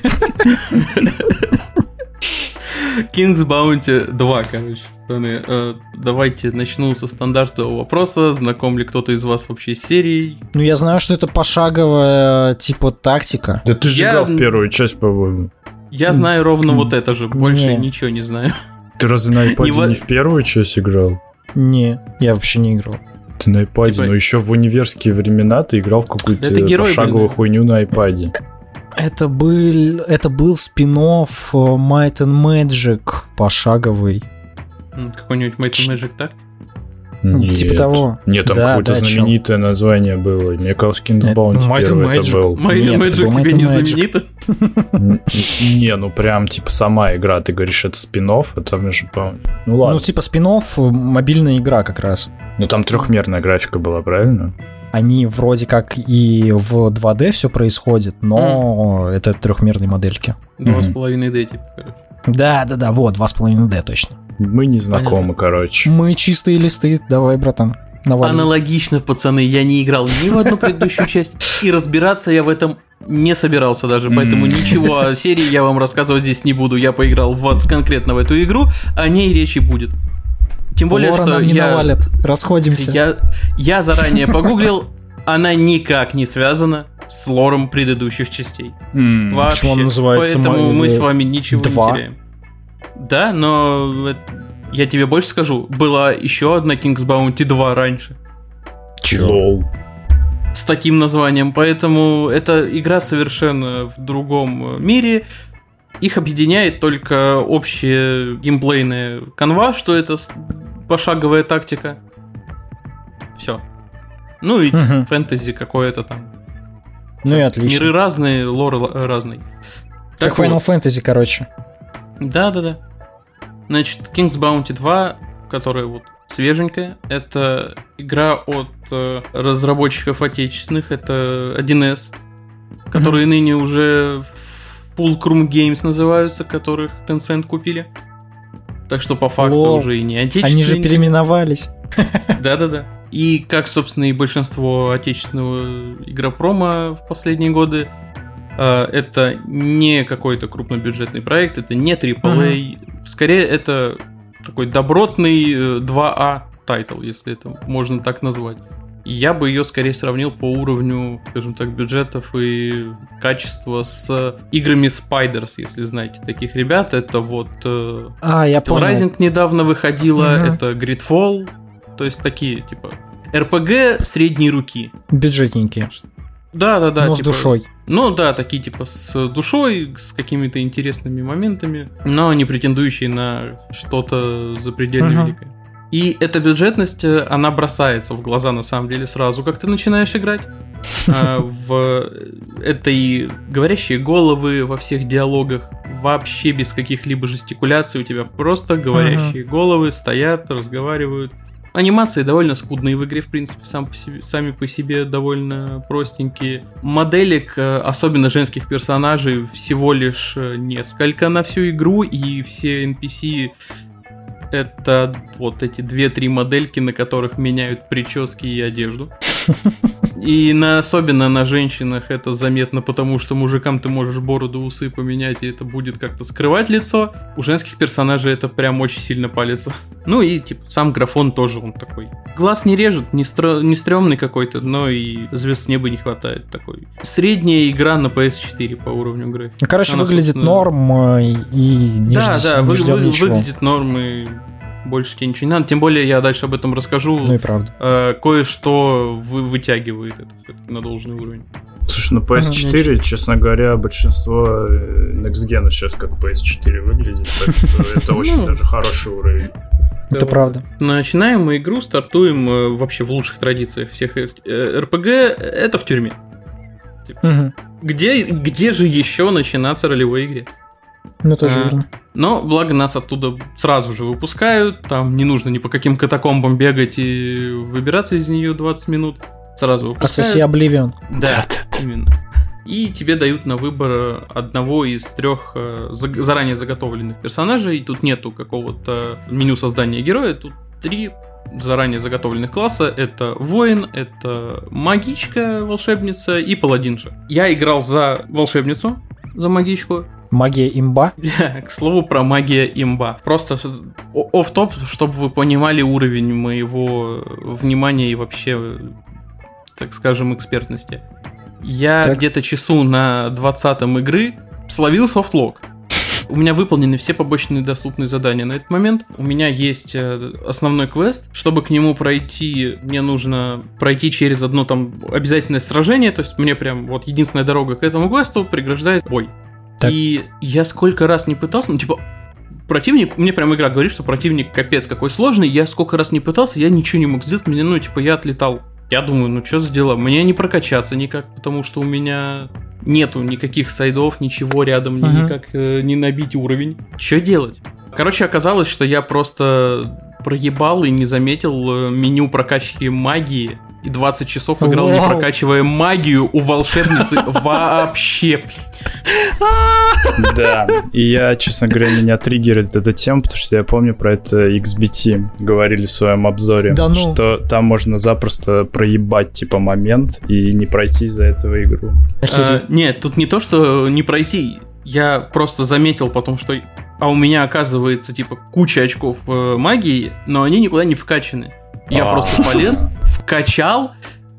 King's Bounty два, короче. Давайте начну со стандартного вопроса. Знаком ли кто-то из вас вообще с серией? Ну, я знаю, что это пошаговая, типа, тактика. Да ты же я... играл в первую часть, по-моему. Я знаю ровно вот это же, больше не. ничего не знаю. Ты разве на iPad не, не в первую часть играл? Не, я вообще не играл. Ты на iPad, типа... но еще в универские времена ты играл в какую-то пошаговую хуйню на iPad. Это был, это был спин-офф Might and Magic пошаговый. Какой-нибудь Might and Magic, так? Нет. Типа того. Нет, там да, какое-то да, знаменитое чё? название было. Мне казалось, King's Bounty Might первый это был. Might and Magic тебе не знаменито? Не, ну прям типа сама игра. Ты говоришь, это спин-офф, а там же, по-моему... Ну ладно. Ну типа спин-офф, мобильная игра как раз. Ну там трехмерная графика была, правильно? Они вроде как и в два дэ все происходит, но mm. это трехмерные модельки. два с половиной дэ, типа, короче. Да, да, да, вот, два с половиной дэ точно. Мы не знакомы, Понятно. короче. Мы чистые листы, давай, братан. Навали. Аналогично, пацаны, я не играл ни в одну предыдущую часть, и разбираться я в этом не собирался даже, поэтому mm. ничего о серии я вам рассказывать здесь не буду. Я поиграл в, конкретно в эту игру, о ней речи будет. Тем более, Лора что нам не я, навалят. Расходимся. Я, я заранее погуглил, она никак не связана с лором предыдущих частей. Mm, Вообще. Почему он называется Поэтому мы с вами ничего два? не теряем. Да, но я тебе больше скажу. Была еще одна King's Bounty два раньше. Чё? С таким названием. Поэтому эта игра совершенно в другом мире. Их объединяет только общая геймплейная канва, что это пошаговая тактика. Все. Ну и угу. фэнтези какое-то там. Ну и отлично. Миры разные, лор разный. Как так Final вот. Fantasy, короче. Да-да-да. Значит, King's Bounty два, которая вот свеженькая, это игра от э, разработчиков отечественных, это один эс, которые mm-hmm. ныне уже Fulcrum Games называются, которых Tencent купили. Так что по факту Лол. уже и не отечественные. Они же переименовались. Да-да-да. И как, собственно, и большинство отечественного игропрома в последние годы, это не какой-то крупнобюджетный проект, это не трипл эй. Uh-huh. Скорее, это такой добротный два А тайтл, если это можно так назвать. Я бы ее скорее сравнил по уровню, скажем так, бюджетов и качества с играми Spiders, если знаете таких ребят. Это вот а, я Rising недавно выходила, uh-huh. это Gridfall, то есть такие, типа, эр пи джи средней руки. Бюджетненькие. Да, да, да. Но типа, с душой. Ну да, такие типа с душой, с какими-то интересными моментами, но не претендующие на что-то запредельно uh-huh. великое. И эта бюджетность, она бросается в глаза на самом деле сразу, как ты начинаешь играть. В этой говорящие головы во всех диалогах, вообще без каких-либо жестикуляций, у тебя просто говорящие головы стоят, разговаривают. Анимации довольно скудные в игре, в принципе, сам по себе, сами по себе довольно простенькие. Моделек, особенно женских персонажей, всего лишь несколько на всю игру, и все эн пи си это вот эти две-три модельки, на которых меняют прически и одежду. И на, особенно на женщинах это заметно, потому что мужикам ты можешь бороду, усы поменять, и это будет как-то скрывать лицо. У женских персонажей это прям очень сильно палится. Ну и типа сам графон тоже он такой. Глаз не режет, не, стро... не стрёмный какой-то, но и звезд с неба не хватает такой. Средняя игра на пи эс четыре по уровню графики. Ну, короче, Она, выглядит собственно... норм и не Да, ждём, да, не вы, ждём вы, ничего. Выглядит норм и... Больше тебе ничего не надо, тем более я дальше об этом расскажу. Ну и правда. Э, кое-что вы, вытягивает это все-таки на должный уровень. Слушай, ну пи эс четыре, ага, честно говоря, большинство Next Gen сейчас как пи эс четыре выглядит, так что это очень даже хороший уровень. Это правда. Начинаем мы игру, стартуем вообще в лучших традициях всех эр пи джи, это в тюрьме. Где, где же еще начинаться ролевой игре? Ну, тоже а, верно. Но, благо, нас оттуда сразу же выпускают. Там не нужно ни по каким катакомбам бегать и выбираться из нее двадцать минут. Сразу выпускают. Отсоси Обливион. Да, именно. И тебе дают на выбор одного из трех заранее заготовленных персонажей. Тут нету какого-то меню создания героя. Тут три заранее заготовленных класса. Это воин, это магичка, волшебница и паладинша. Я играл за волшебницу, за магичку. Магия имба? К слову про магия имба. Просто офф-топ, чтобы вы понимали уровень моего внимания и вообще, так скажем, экспертности. Я так. где-то часу на двадцатом игры словил софтлог. У меня выполнены все побочные доступные задания на этот момент. У меня есть основной квест. Чтобы к нему пройти, мне нужно пройти через одно там обязательное сражение. То есть мне прям вот единственная дорога к этому квесту преграждает бой. Так. И я сколько раз не пытался, ну типа противник, мне прям игра говорит, что противник капец какой сложный. Я сколько раз не пытался, я ничего не мог сделать. Мне, ну типа я отлетал. Я думаю, ну что за дела? Мне не прокачаться никак, потому что у меня нету никаких сайдов, ничего рядом, uh-huh. никак э, не набить уровень. Что делать? Короче, оказалось, что я просто проебал и не заметил меню прокачки магии. И двадцать часов играл, не прокачивая магию у волшебницы вообще, блядь. Да, и я, честно говоря, меня триггерит эта тема, потому что я помню про это икс би ти говорили в своем обзоре, да ну. что там можно запросто проебать, типа, момент и не пройти из-за этого игру. А, нет, тут не то, что не пройти. Я просто заметил потом, что... А у меня, оказывается, типа, куча очков э, магии, но они никуда не вкачаны. Я А-а-а. просто полез, вкачал,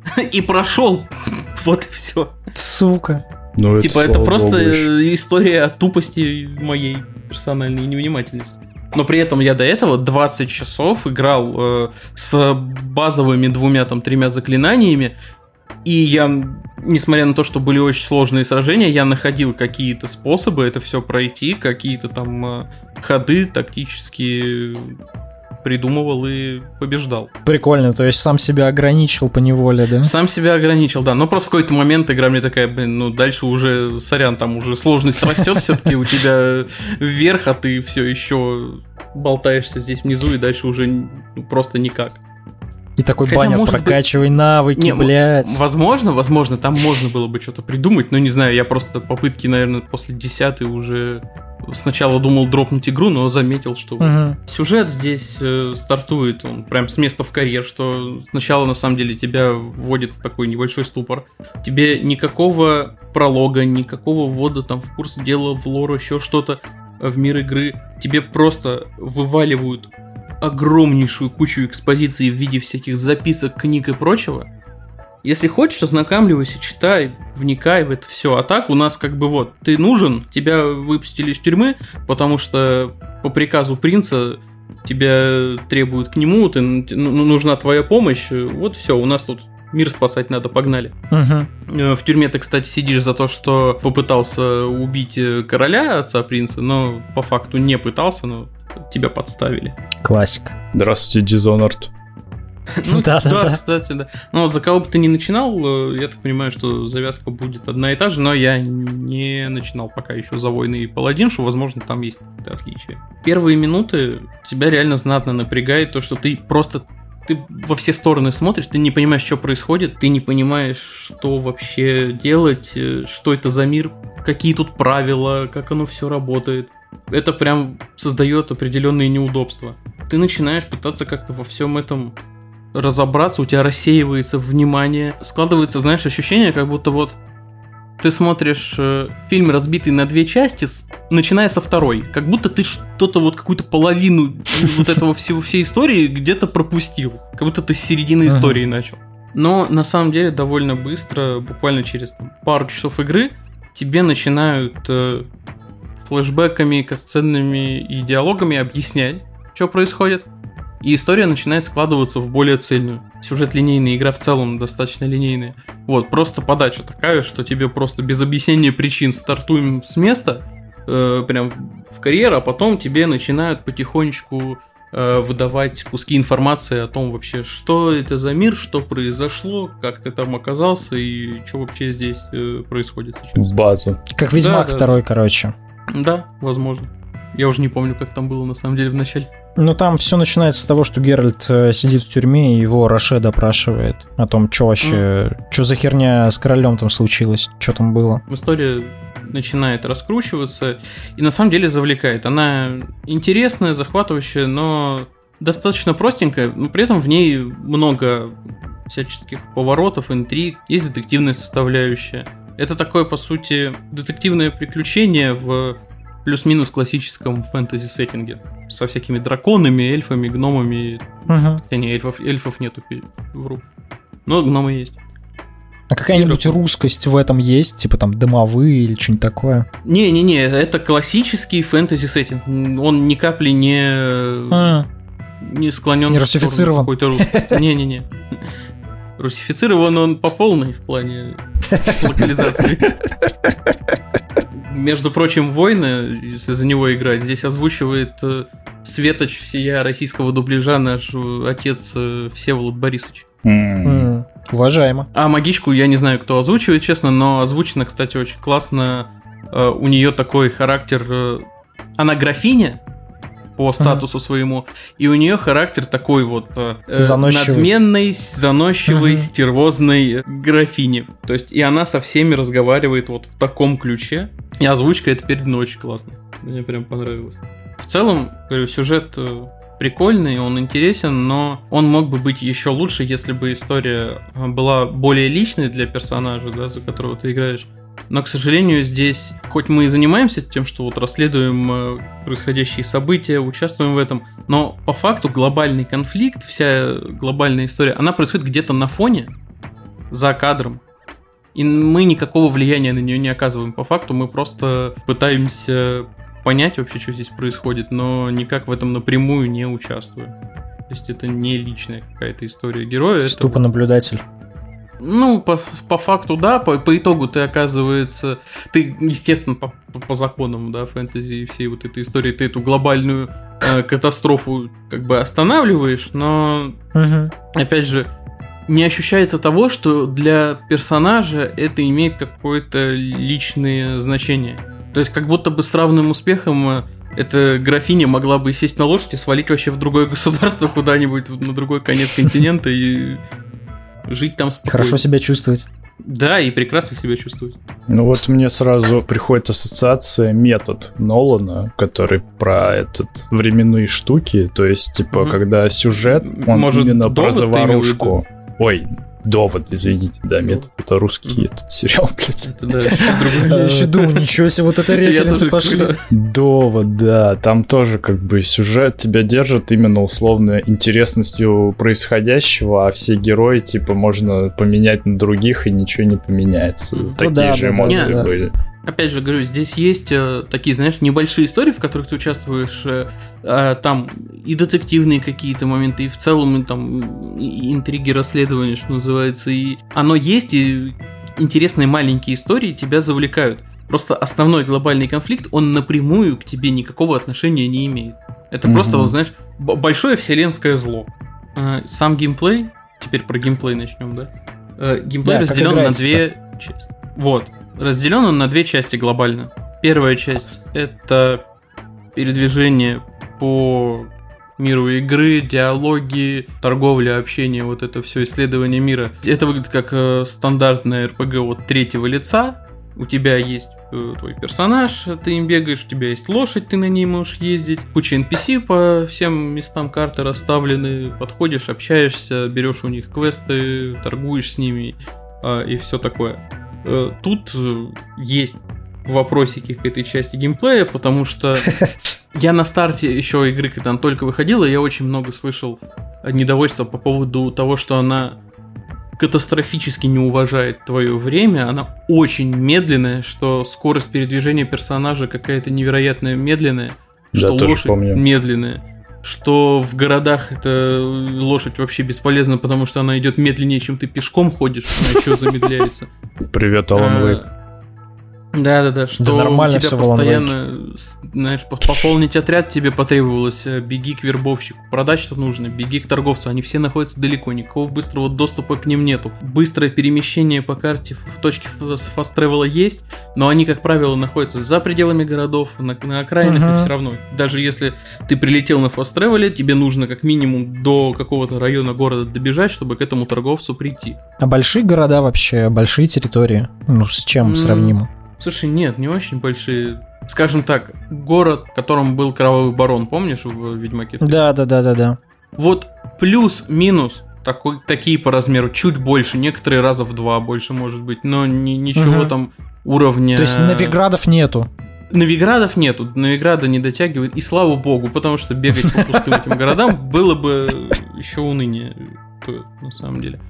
и прошел. Вот и все. Сука. Ну, типа, это, это просто Богу история о тупости моей персональной невнимательности. Но при этом я до этого двадцать часов играл э, с базовыми двумя, там, тремя заклинаниями. И я, несмотря на то, что были очень сложные сражения, я находил какие-то способы это все пройти, какие-то там э, ходы тактические придумывал и побеждал. Прикольно, то есть сам себя ограничил поневоле, да? Сам себя ограничил, да. Но просто в какой-то момент игра мне такая, блин, ну дальше уже, сорян, там уже сложность растет все-таки у тебя вверх, а ты все еще болтаешься здесь внизу, и дальше уже ну, просто никак. И такой, Хотя, баня, прокачивай быть... навыки, не, блядь. Возможно, возможно, там можно было бы что-то придумать, но не знаю, я просто попытки, наверное, после десятой уже сначала думал дропнуть игру, но заметил, что uh-huh. сюжет здесь э, стартует, он прям с места в карьер, что сначала на самом деле тебя вводит в такой небольшой ступор. Тебе никакого пролога, никакого ввода там в курс дела, в лор, еще что-то в мир игры. Тебе просто вываливают огромнейшую кучу экспозиций в виде всяких записок, книг и прочего. Если хочешь, ознакомливайся, читай, вникай в это все. А так у нас как бы вот, ты нужен, тебя выпустили из тюрьмы, потому что по приказу принца тебя требуют к нему, ты, нужна твоя помощь. Вот все, у нас тут мир спасать надо, погнали. Uh-huh. В тюрьме ты, кстати, сидишь за то, что попытался убить короля, отца принца, но по факту не пытался, но тебя подставили. Классика. Здравствуйте, Dishonored. Ну, да, да, да, кстати, да. Ну, вот за кого бы ты ни начинал, я так понимаю, что завязка будет одна и та же, но я не начинал пока еще за Войны и Паладин, что, возможно, там есть какие-то отличия. Первые минуты тебя реально знатно напрягает то, что ты просто ты во все стороны смотришь, ты не понимаешь, что происходит, ты не понимаешь, что вообще делать, что это за мир, какие тут правила, как оно все работает. Это прям создает определенные неудобства. Ты начинаешь пытаться как-то во всем этом разобраться, у тебя рассеивается внимание, складывается, знаешь, ощущение, как будто вот ты смотришь э, фильм, разбитый на две части, с, начиная со второй, как будто ты что-то вот какую-то половину вот этого всего всей истории где-то пропустил, как будто ты с середины истории начал. Но на самом деле довольно быстро, буквально через там, пару часов игры, тебе начинают э, флешбэками, катсценами и диалогами объяснять, что происходит. И история начинает складываться в более цельную. Сюжет линейный, игра в целом достаточно линейная. Вот, просто подача такая, что тебе просто без объяснения причин стартуем с места, э, прям в карьер, а потом тебе начинают потихонечку э, выдавать куски информации о том вообще, что это за мир, что произошло, как ты там оказался и что вообще здесь э, происходит сейчас. Базу. Как Ведьмак да, второй, да. короче. Да, возможно. Я уже не помню, как там было на самом деле в начале. Ну, там все начинается с того, что Геральт э, сидит в тюрьме, и его Роше допрашивает о том, что вообще, mm. что за херня с королем там случилось, что там было. История начинает раскручиваться, и на самом деле завлекает. Она интересная, захватывающая, но достаточно простенькая, но при этом в ней много всяческих поворотов, интриг, есть детективная составляющая. Это такое, по сути, детективное приключение в плюс-минус классическом фэнтези-сеттинге. Со всякими драконами, эльфами, гномами. Угу. Хотя не, эльфов, эльфов нету, вру. Но гномы есть. А какая-нибудь и русскость в этом есть? Типа там дымовые или что-нибудь такое? Не-не-не, это классический фэнтези-сеттинг. Он ни капли не... А. Не склонен... Не русифицирован. Какой-то русскости. Не-не-не. Русифицирован он по полной в плане локализации. Между прочим, «Войны», если за него играть, здесь озвучивает э, светоч всея российского дубляжа наш отец э, Всеволод Борисович. Mm. Mm. Уважаемо. А магичку я не знаю, кто озвучивает, честно, но озвучено, кстати, очень классно. Э, у нее такой характер... Э, она графиня по статусу mm-hmm. своему, и у нее характер такой вот э, надменной, заносчивой, mm-hmm. стервозной графини. То есть и она со всеми разговаривает вот в таком ключе. И озвучка это передано очень классно. Мне прям понравилось. В целом, говорю, сюжет прикольный, он интересен, но он мог бы быть еще лучше, если бы история была более личной для персонажа, да, за которого ты играешь. Но, к сожалению, здесь, хоть мы и занимаемся тем, что вот расследуем происходящие события, участвуем в этом, но по факту глобальный конфликт, вся глобальная история, она происходит где-то на фоне, за кадром. И мы никакого влияния на нее не оказываем. По факту мы просто пытаемся понять вообще, что здесь происходит, но никак в этом напрямую не участвуем. То есть это не личная какая-то история героя. Это тупо наблюдатель. Ну, по, по факту, да, по, по итогу ты, оказывается, ты, естественно, по, по законам, да, фэнтези и всей вот этой истории, ты эту глобальную э, катастрофу как бы останавливаешь, но, угу. опять же, не ощущается того, что для персонажа это имеет какое-то личное значение. То есть, как будто бы с равным успехом эта графиня могла бы сесть на лошадь и свалить вообще в другое государство куда-нибудь, на другой конец континента и жить там спокойно. Хорошо себя чувствовать. Да, и прекрасно себя чувствовать. Ну вот мне сразу приходит ассоциация метод Нолана, который про этот временные штуки, то есть, типа, угу. когда сюжет, он Может, именно про заварушку. Ой, довод, извините, да, метод, это русский этот сериал, блядь. Я еще думаю, ничего себе, вот это референсы пошли. Довод, да, там тоже как бы сюжет тебя держит именно условно интересностью происходящего, а все герои, типа, можно поменять на других, и ничего не поменяется. Такие же эмоции были. Опять же, говорю, здесь есть э, такие, знаешь, небольшие истории, в которых ты участвуешь, э, э, там и детективные какие-то моменты, и в целом и, там и интриги, расследования, что называется, и оно есть, и интересные маленькие истории тебя завлекают. Просто основной глобальный конфликт, он напрямую к тебе никакого отношения не имеет. Это mm-hmm. просто, вот, знаешь, б- большое вселенское зло. Э, сам геймплей, теперь про геймплей начнем, да? Э, геймплей да, разделен на две части. Вот. Разделен он на две части глобально. Первая часть — это передвижение по миру игры, диалоги, торговля, общение, вот это все, исследование мира. Это выглядит как э, стандартная эр пи джи от третьего лица. У тебя есть э, твой персонаж, ты им бегаешь, у тебя есть лошадь, ты на ней можешь ездить. Куча эн пи си по всем местам карты расставлены. Подходишь, общаешься, берешь у них квесты, торгуешь с ними э, и все такое. Тут есть вопросики к этой части геймплея, потому что я на старте еще игры, когда она только выходила, я очень много слышал недовольства по поводу того, что она катастрофически не уважает твое время, она очень медленная, что скорость передвижения персонажа какая-то невероятно медленная, да, что лошадь помню. медленная. Что в городах эта лошадь вообще бесполезна, потому что она идет медленнее, чем ты пешком ходишь, она еще замедляется. Привет, Алан Вейк. Да-да-да, что да нормально тебя постоянно, знаешь, пополнить отряд тебе потребовалось, беги к вербовщику, продать что нужно, беги к торговцу, они все находятся далеко, никакого быстрого доступа к ним нету. Быстрое перемещение по карте в точке фаст-тревела есть, но они, как правило, находятся за пределами городов, на, на окраинах, uh-huh. и все равно. Даже если ты прилетел на фаст-тревеле, тебе нужно как минимум до какого-то района города добежать, чтобы к этому торговцу прийти. А большие города вообще, большие территории, ну с чем mm. сравнимо? Слушай, нет, не очень большие. Скажем так, город, в котором был Кровавый Барон, помнишь, в Ведьмаке? Да, да, да, да, да. Вот плюс-минус такой, такие по размеру, чуть больше, некоторые раза в два больше, может быть, но ни, ничего угу. там уровня... То есть Новиградов нету? Новиградов нету, Новиграда не дотягивает, и слава богу, потому что бегать по пустым этим городам было бы еще уныние, на самом деле.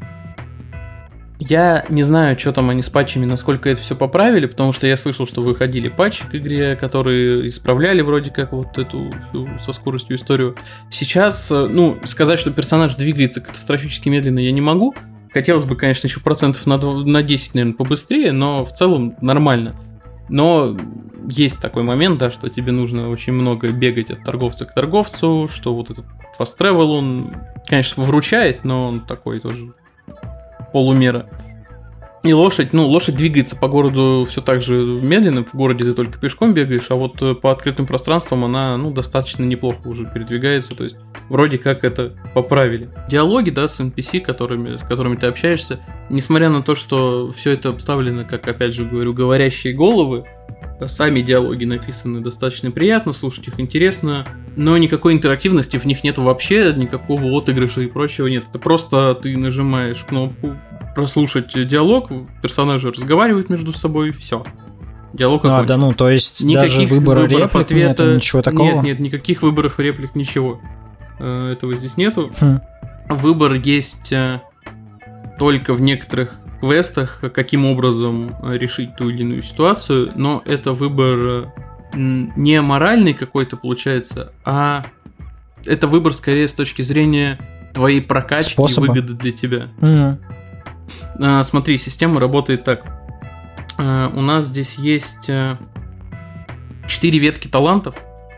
Я не знаю, что там они с патчами, насколько это все поправили, потому что я слышал, что выходили патчи к игре, которые исправляли вроде как вот эту всю со скоростью историю. Сейчас, ну, сказать, что персонаж двигается катастрофически медленно, я не могу. Хотелось бы, конечно, еще процентов на, на десять, наверное, побыстрее, но в целом нормально. Но есть такой момент, да, что тебе нужно очень много бегать от торговца к торговцу, что вот этот fast travel, он, конечно, выручает, но он такой тоже... полумера. И лошадь, ну, лошадь двигается по городу все так же медленно, в городе ты только пешком бегаешь, а вот по открытым пространствам она, ну, достаточно неплохо уже передвигается, то есть вроде как это поправили. Диалоги, да, с эн пи си, которыми, с которыми ты общаешься, несмотря на то, что все это обставлено, как, опять же говорю, говорящие головы, сами диалоги написаны достаточно приятно, слушать их интересно, но никакой интерактивности в них нет вообще, никакого отыгрыша и прочего нет. Это просто ты нажимаешь кнопку прослушать диалог, персонажи разговаривают между собой, все. Диалог окончен. А, да ну, то есть никаких даже выбора реплик ответа, нету, ничего такого? Нет, нет, никаких выборов реплик, ничего. Этого здесь нету. Хм. Выбор есть только в некоторых квестах, каким образом решить ту или иную ситуацию, но это выбор не моральный какой-то получается, а это выбор скорее с точки зрения твоей прокачки Способа. и выгоды для тебя. Mm-hmm. Смотри, система работает так. У нас здесь есть четыре ветки талантов.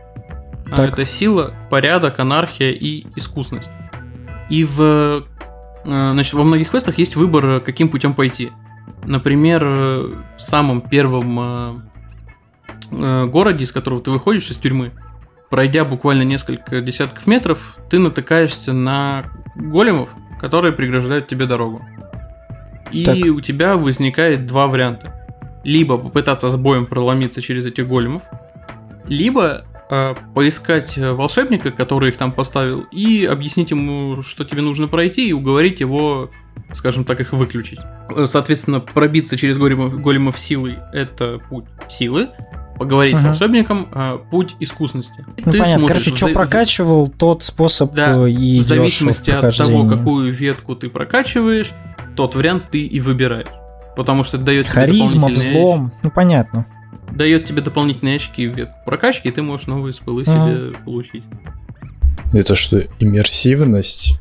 Так. Это сила, порядок, анархия и искусность. И в, значит, во многих квестах есть выбор, каким путем пойти. Например, в самом первом городе, из которого ты выходишь из тюрьмы, пройдя буквально несколько десятков метров, ты натыкаешься на големов, которые преграждают тебе дорогу. И так. у тебя возникает два варианта. Либо попытаться с боем проломиться через этих големов, либо э, поискать волшебника, который их там поставил, и объяснить ему, что тебе нужно пройти, и уговорить его, скажем так, их выключить. Соответственно, пробиться через големов, големов силой – это путь силы. Поговорить uh-huh. с волшебником, а, путь искусности. Ну, ты понятно, короче, что за... прокачивал, тот способ да, и в зависимости от того, какую ветку ты прокачиваешь, тот вариант ты и выбираешь. Потому что это дает тебе харизма, взлом, очки. Ну понятно. Дает тебе дополнительные очки в ветку прокачки, и ты можешь новые спылы uh-huh. себе получить. Это что, иммерсивность?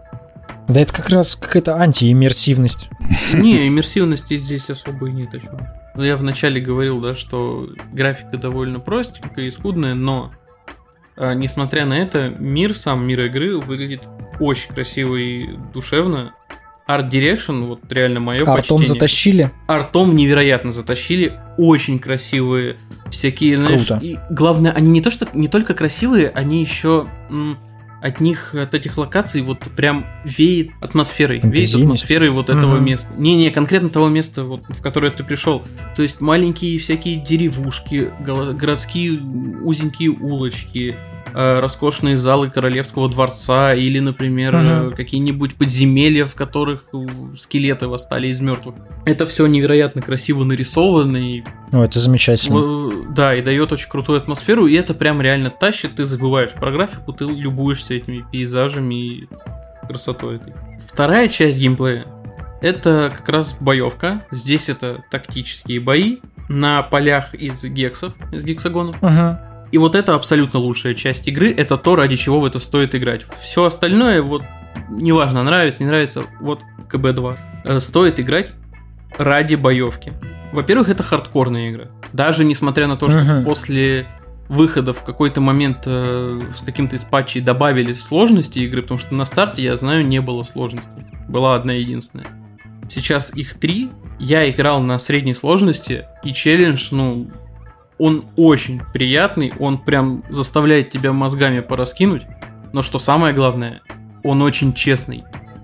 Да это как раз какая-то антииммерсивность. Не, иммерсивности здесь особо и нет о чем. Я вначале говорил, да, что графика довольно простенькая и скудная, но а, несмотря на это, мир, сам мир игры выглядит очень красиво и душевно. Art Direction, вот реально мое почтение. Артом затащили? Артом невероятно затащили, очень красивые всякие, знаешь, Круто. И главное, они не то что не только красивые, они еще м, от них, от этих локаций вот прям веет атмосферой, веет атмосферой вот этого угу. места. Не-не, конкретно того места, вот, в которое ты пришел. То есть маленькие всякие деревушки, городские узенькие улочки, э, роскошные залы королевского дворца или, например, угу. какие-нибудь подземелья, в которых скелеты восстали из мертвых. Это все невероятно красиво нарисовано. И, О, это замечательно. Да, и дает очень крутую атмосферу, и это прям реально тащит, ты забываешь про графику, ты любуешься этими пейзажами и красотой этой. Вторая часть геймплея — это как раз боевка. Здесь это тактические бои на полях из гексов, из гексагонов. Uh-huh. И вот это абсолютно лучшая часть игры, это то, ради чего в это стоит играть. Все остальное, вот, неважно, нравится, не нравится, вот ка бэ два. Стоит играть ради боевки. Во-первых, это хардкорная игра. Даже несмотря на то, что uh-huh. после выхода в какой-то момент э, с каким-то из патчей добавили сложности игры, потому что на старте, я знаю, не было сложностей. Была одна единственная. Сейчас их три. Я играл на средней сложности, и челлендж, ну, он очень приятный, он прям заставляет тебя мозгами пораскинуть, но что самое главное, он очень честный.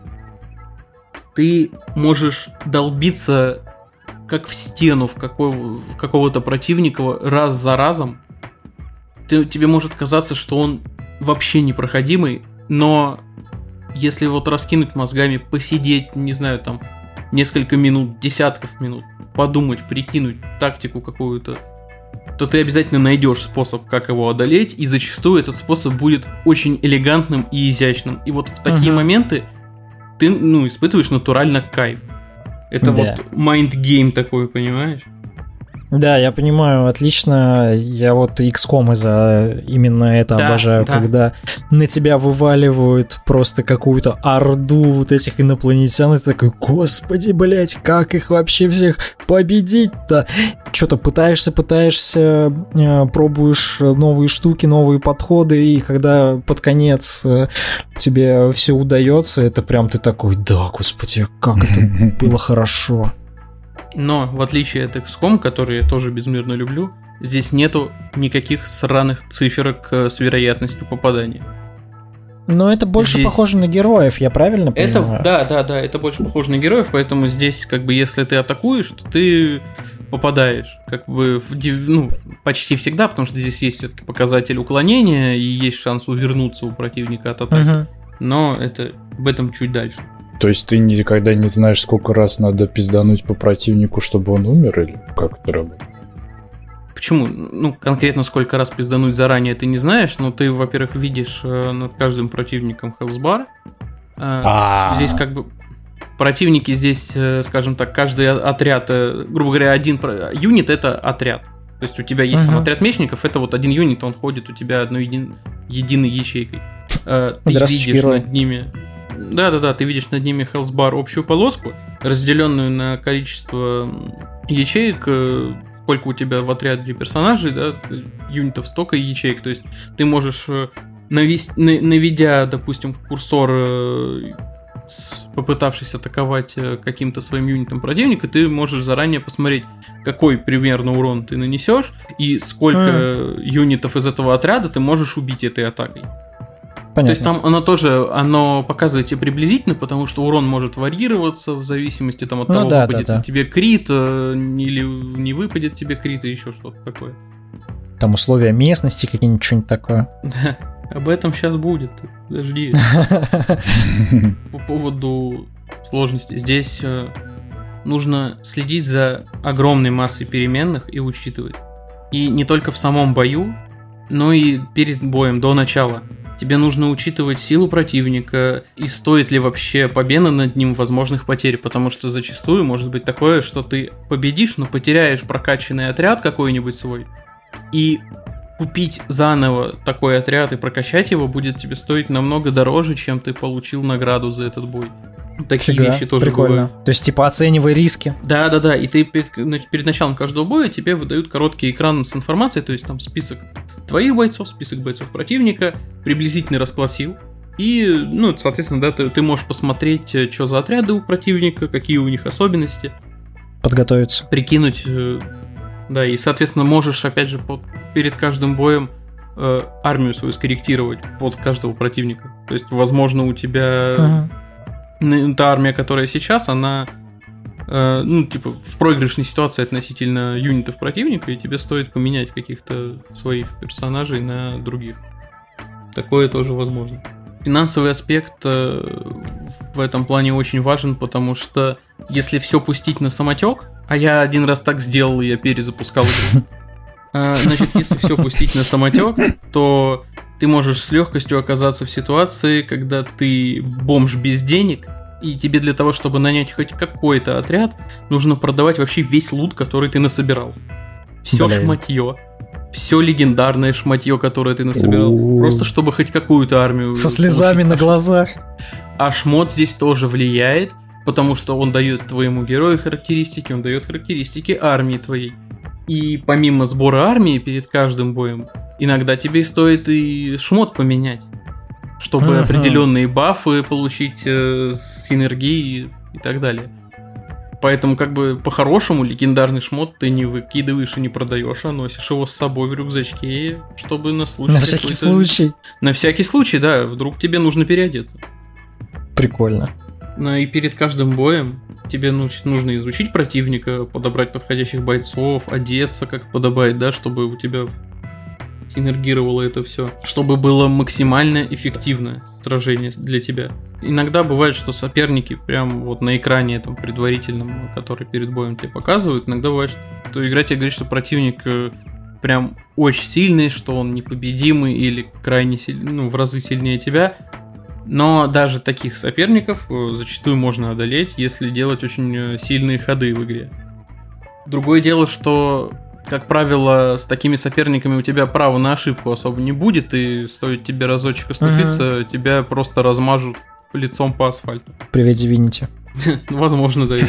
Ты можешь долбиться как в стену в, какого, в какого-то противника раз за разом. Ты, тебе может казаться, что он вообще непроходимый, но если вот раскинуть мозгами, посидеть, не знаю, там, несколько минут, десятков минут, подумать, прикинуть тактику какую-то, то ты обязательно найдешь способ, как его одолеть, и зачастую этот способ будет очень элегантным и изящным. И вот в такие uh-huh. моменты ты, ну, испытываешь натурально кайф. Это да. вот майнд-гейм такой, понимаешь? Да, я понимаю, отлично. Я вот икс ком из-за именно это да, обожаю, да. когда на тебя вываливают просто какую-то орду вот этих инопланетян, и ты такой, господи, блять, как их вообще всех победить-то? Что-то пытаешься, пытаешься, пробуешь новые штуки, новые подходы, и когда под конец тебе все удается, это прям ты такой, да, господи, как это было хорошо. Но, в отличие от икс ком, который я тоже безмерно люблю, здесь нету никаких сраных циферок с вероятностью попадания. Но это больше здесь... похоже на героев, я правильно это, понимаю? Да, да, да, это больше похоже на героев, поэтому здесь, как бы, если ты атакуешь, то ты попадаешь, как бы, в, ну, почти всегда, потому что здесь есть все-таки показатель уклонения, и есть шанс увернуться у противника от атаки. Угу. Но это об этом чуть дальше. То есть ты никогда не знаешь, сколько раз надо пиздануть по противнику, чтобы он умер, или как это работает? Почему? Ну, конкретно сколько раз пиздануть заранее ты не знаешь, но ты, во-первых, видишь э, над каждым противником хелсбар. Э, здесь как бы... противники здесь, скажем так, каждый отряд, грубо говоря, один юнит — это отряд. То есть у тебя есть uh-huh. там отряд мечников, это вот один юнит, он ходит у тебя одной един... единой ячейкой. Ты видишь над ними... Да-да-да, ты видишь над ними хелсбар, общую полоску, разделенную на количество ячеек, сколько у тебя в отряде персонажей, да, юнитов, столько ячеек. То есть ты можешь, навести, наведя, допустим, в курсор, попытавшись атаковать каким-то своим юнитом противника, ты можешь заранее посмотреть, какой примерно урон ты нанесешь и сколько mm. юнитов из этого отряда ты можешь убить этой атакой. Понятно. То есть там оно тоже, оно показывает тебе приблизительно, потому что урон может варьироваться в зависимости там, от ну, того, да, выпадет да, да. тебе крит, или не выпадет тебе крит, и еще что-то такое. Там условия местности какие-нибудь, что-нибудь такое. Да, об этом сейчас будет, подожди. По поводу сложности. Здесь нужно следить за огромной массой переменных и учитывать. И не только в самом бою, но и перед боем, до начала. Тебе нужно учитывать силу противника и стоит ли вообще победа над ним возможных потерь, потому что зачастую может быть такое, что ты победишь, но потеряешь прокачанный отряд какой-нибудь свой, и купить заново такой отряд и прокачать его будет тебе стоить намного дороже, чем ты получил награду за этот бой. Такие Фига, вещи тоже прикольно. Бывают. То есть, типа, оценивай риски. Да-да-да, и ты перед, перед началом каждого боя тебе выдают короткий экран с информацией, то есть там список твоих бойцов, список бойцов противника, приблизительный расклад сил. И, ну, соответственно, да, ты, ты можешь посмотреть, что за отряды у противника, какие у них особенности. Подготовиться. Прикинуть, да, и, соответственно, можешь, опять же, под, перед каждым боем э, армию свою скорректировать под каждого противника. То есть, возможно, у тебя... Ага. Та армия, которая сейчас, она, э, ну, типа, в проигрышной ситуации относительно юнитов противника, и тебе стоит поменять каких-то своих персонажей на других. Такое тоже возможно. Финансовый аспект э, в этом плане очень важен, потому что если все пустить на самотек, а я один раз так сделал, и я перезапускал игру, э, значит, если все пустить на самотек, то... ты можешь с легкостью оказаться в ситуации, когда ты бомж без денег, и тебе для того, чтобы нанять хоть какой-то отряд, нужно продавать вообще весь лут, который ты насобирал. Все Блин. шматье, все легендарное шматье, которое ты насобирал, У-у-у. просто чтобы хоть какую-то армию... Со слезами на глазах. А шмот здесь тоже влияет, потому что он дает твоему герою характеристики, он дает характеристики армии твоей. И помимо сбора армии перед каждым боем, иногда тебе стоит и шмот поменять, чтобы uh-huh. определенные бафы получить, э, синергии и так далее. Поэтому, как бы, по-хорошему, легендарный шмот ты не выкидываешь и не продаешь, а носишь его с собой в рюкзачке, чтобы на случай... На всякий случай. На всякий случай, да, вдруг тебе нужно переодеться. Прикольно. Ну и перед каждым боем тебе нужно изучить противника, подобрать подходящих бойцов, одеться как подобает, да, чтобы у тебя... синергировало это все, чтобы было максимально эффективное сражение для тебя. Иногда бывает, что соперники прям вот на экране там предварительном, который перед боем тебе показывают, иногда бывает, что игра тебе говорит, что противник прям очень сильный, что он непобедимый или крайне сильный, ну, в разы сильнее тебя. Но даже таких соперников зачастую можно одолеть, если делать очень сильные ходы в игре. Другое дело, что, как правило, с такими соперниками у тебя права на ошибку особо не будет, и стоит тебе разочек оступиться, uh-huh. тебя просто размажут лицом по асфальту. Привет, Divinity. Возможно, да.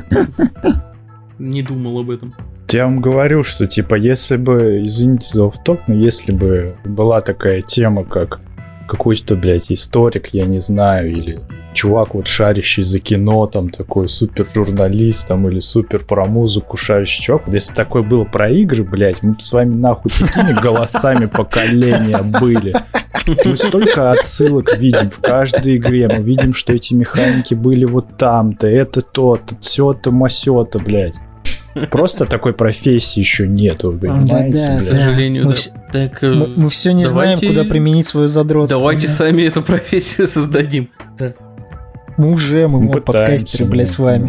Не думал об этом. Я вам говорю, что, типа, если бы, извините за офф-топ, но если бы была такая тема, как какой-то, блядь, историк, я не знаю, или чувак вот шарящий за кино, там такой супер журналист, там, или супер про музыку шарящий чувак, вот если бы такое было про игры, блядь, мы бы с вами нахуй такими голосами поколения были. Мы столько отсылок видим в каждой игре, мы видим, что эти механики были вот там-то, это то-то, сё-то, масё-то, блядь. Просто такой профессии еще нету, понимаете? Да, да, к сожалению, мы да. Вс... Так, мы, мы все не давайте... знаем, куда применить свое задротство. Давайте да. сами эту профессию создадим. Да. Мы уже, мы, мы подкастеры, блядь, с вами.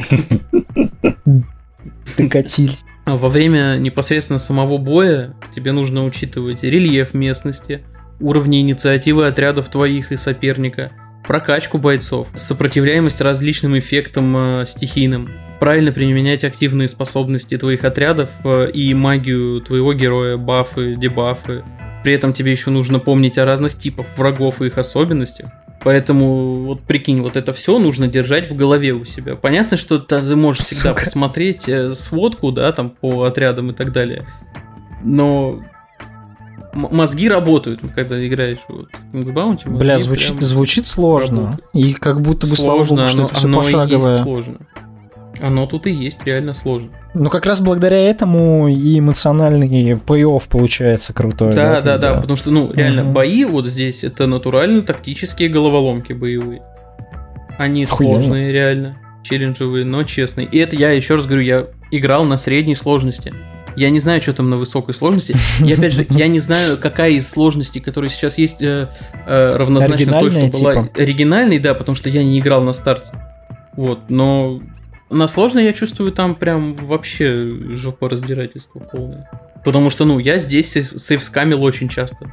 Докатились. Во время непосредственно самого боя тебе нужно учитывать рельеф местности, уровни инициативы отрядов твоих и соперника, прокачку бойцов, сопротивляемость различным эффектам э, стихийным, правильно применять активные способности твоих отрядов э, и магию твоего героя, бафы, дебафы. При этом тебе еще нужно помнить о разных типах врагов и их особенностях. Поэтому, вот прикинь, вот это все нужно держать в голове у себя. Понятно, что ты можешь Сука. всегда посмотреть э, сводку, да, там, по отрядам и так далее. Но м- мозги работают, когда играешь вот, в Bounty. Бля, звучит, звучит сложно. Работают. И как будто бы, слава богу, что оно, это все пошаговое. Есть сложно. Оно тут и есть, реально сложно. Ну, как раз благодаря этому и эмоциональный пей-офф получается крутой. Да, да, да, да, потому что, ну, реально, угу. бои вот здесь, это натурально тактические головоломки боевые. Они Охуенно. сложные, реально, челленджевые, но честные. И это я, еще раз говорю, я играл на средней сложности. Я не знаю, что там на высокой сложности. И опять же, я не знаю, какая из сложностей, которые сейчас есть, э, э, равнозначно той, что типа. была оригинальной, да, потому что я не играл на старте. Вот, но... На сложно я чувствую там прям вообще жопораздирательство полное. Потому что, ну, я здесь сейвскамил очень часто.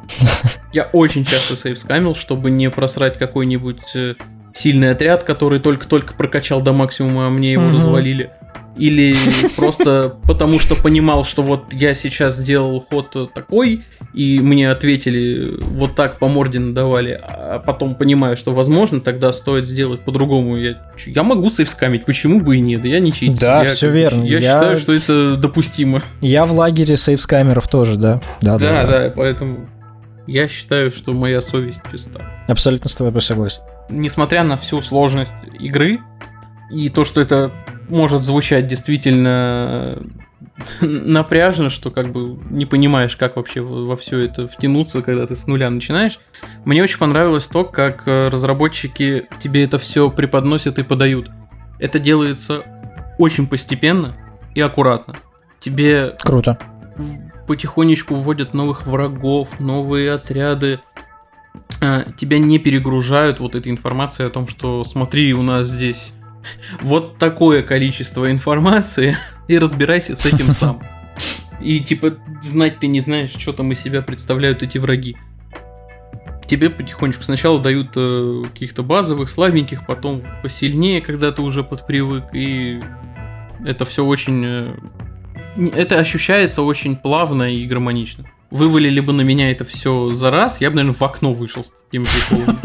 Я очень часто сейвскамил, чтобы не просрать какой-нибудь сильный отряд, который только-только прокачал до максимума, а мне его развалили. Или просто потому что понимал, что вот я сейчас сделал ход такой, и мне ответили вот так по морде надавали, а потом понимаю, что возможно, тогда стоит сделать по-другому. Я, я могу сейвскамить, почему бы и нет? Я не читер. Да, я, все верно. Я, я считаю, что это допустимо. Я в лагере сейвскамеров тоже, да. Да, да, да, да, поэтому я считаю, что моя совесть чиста. Абсолютно с тобой согласен. Несмотря на всю сложность игры и то, что это может звучать действительно напряжно, что как бы не понимаешь, как вообще во все это втянуться, когда ты с нуля начинаешь. Мне очень понравилось то, как разработчики тебе это все преподносят и подают. Это делается очень постепенно и аккуратно. Тебе круто. Потихонечку вводят новых врагов, новые отряды. Тебя не перегружают вот этой информацией о том, что смотри, у нас здесь вот такое количество информации, и разбирайся с этим сам. И типа знать ты не знаешь, что там из себя представляют эти враги. Тебе потихонечку сначала дают э, каких-то базовых, слабеньких, потом посильнее, когда ты уже подпривык, и это все очень... Э, это ощущается очень плавно и гармонично. Вывалили бы на меня это все за раз, я бы, наверное, в окно вышел с таким приколом.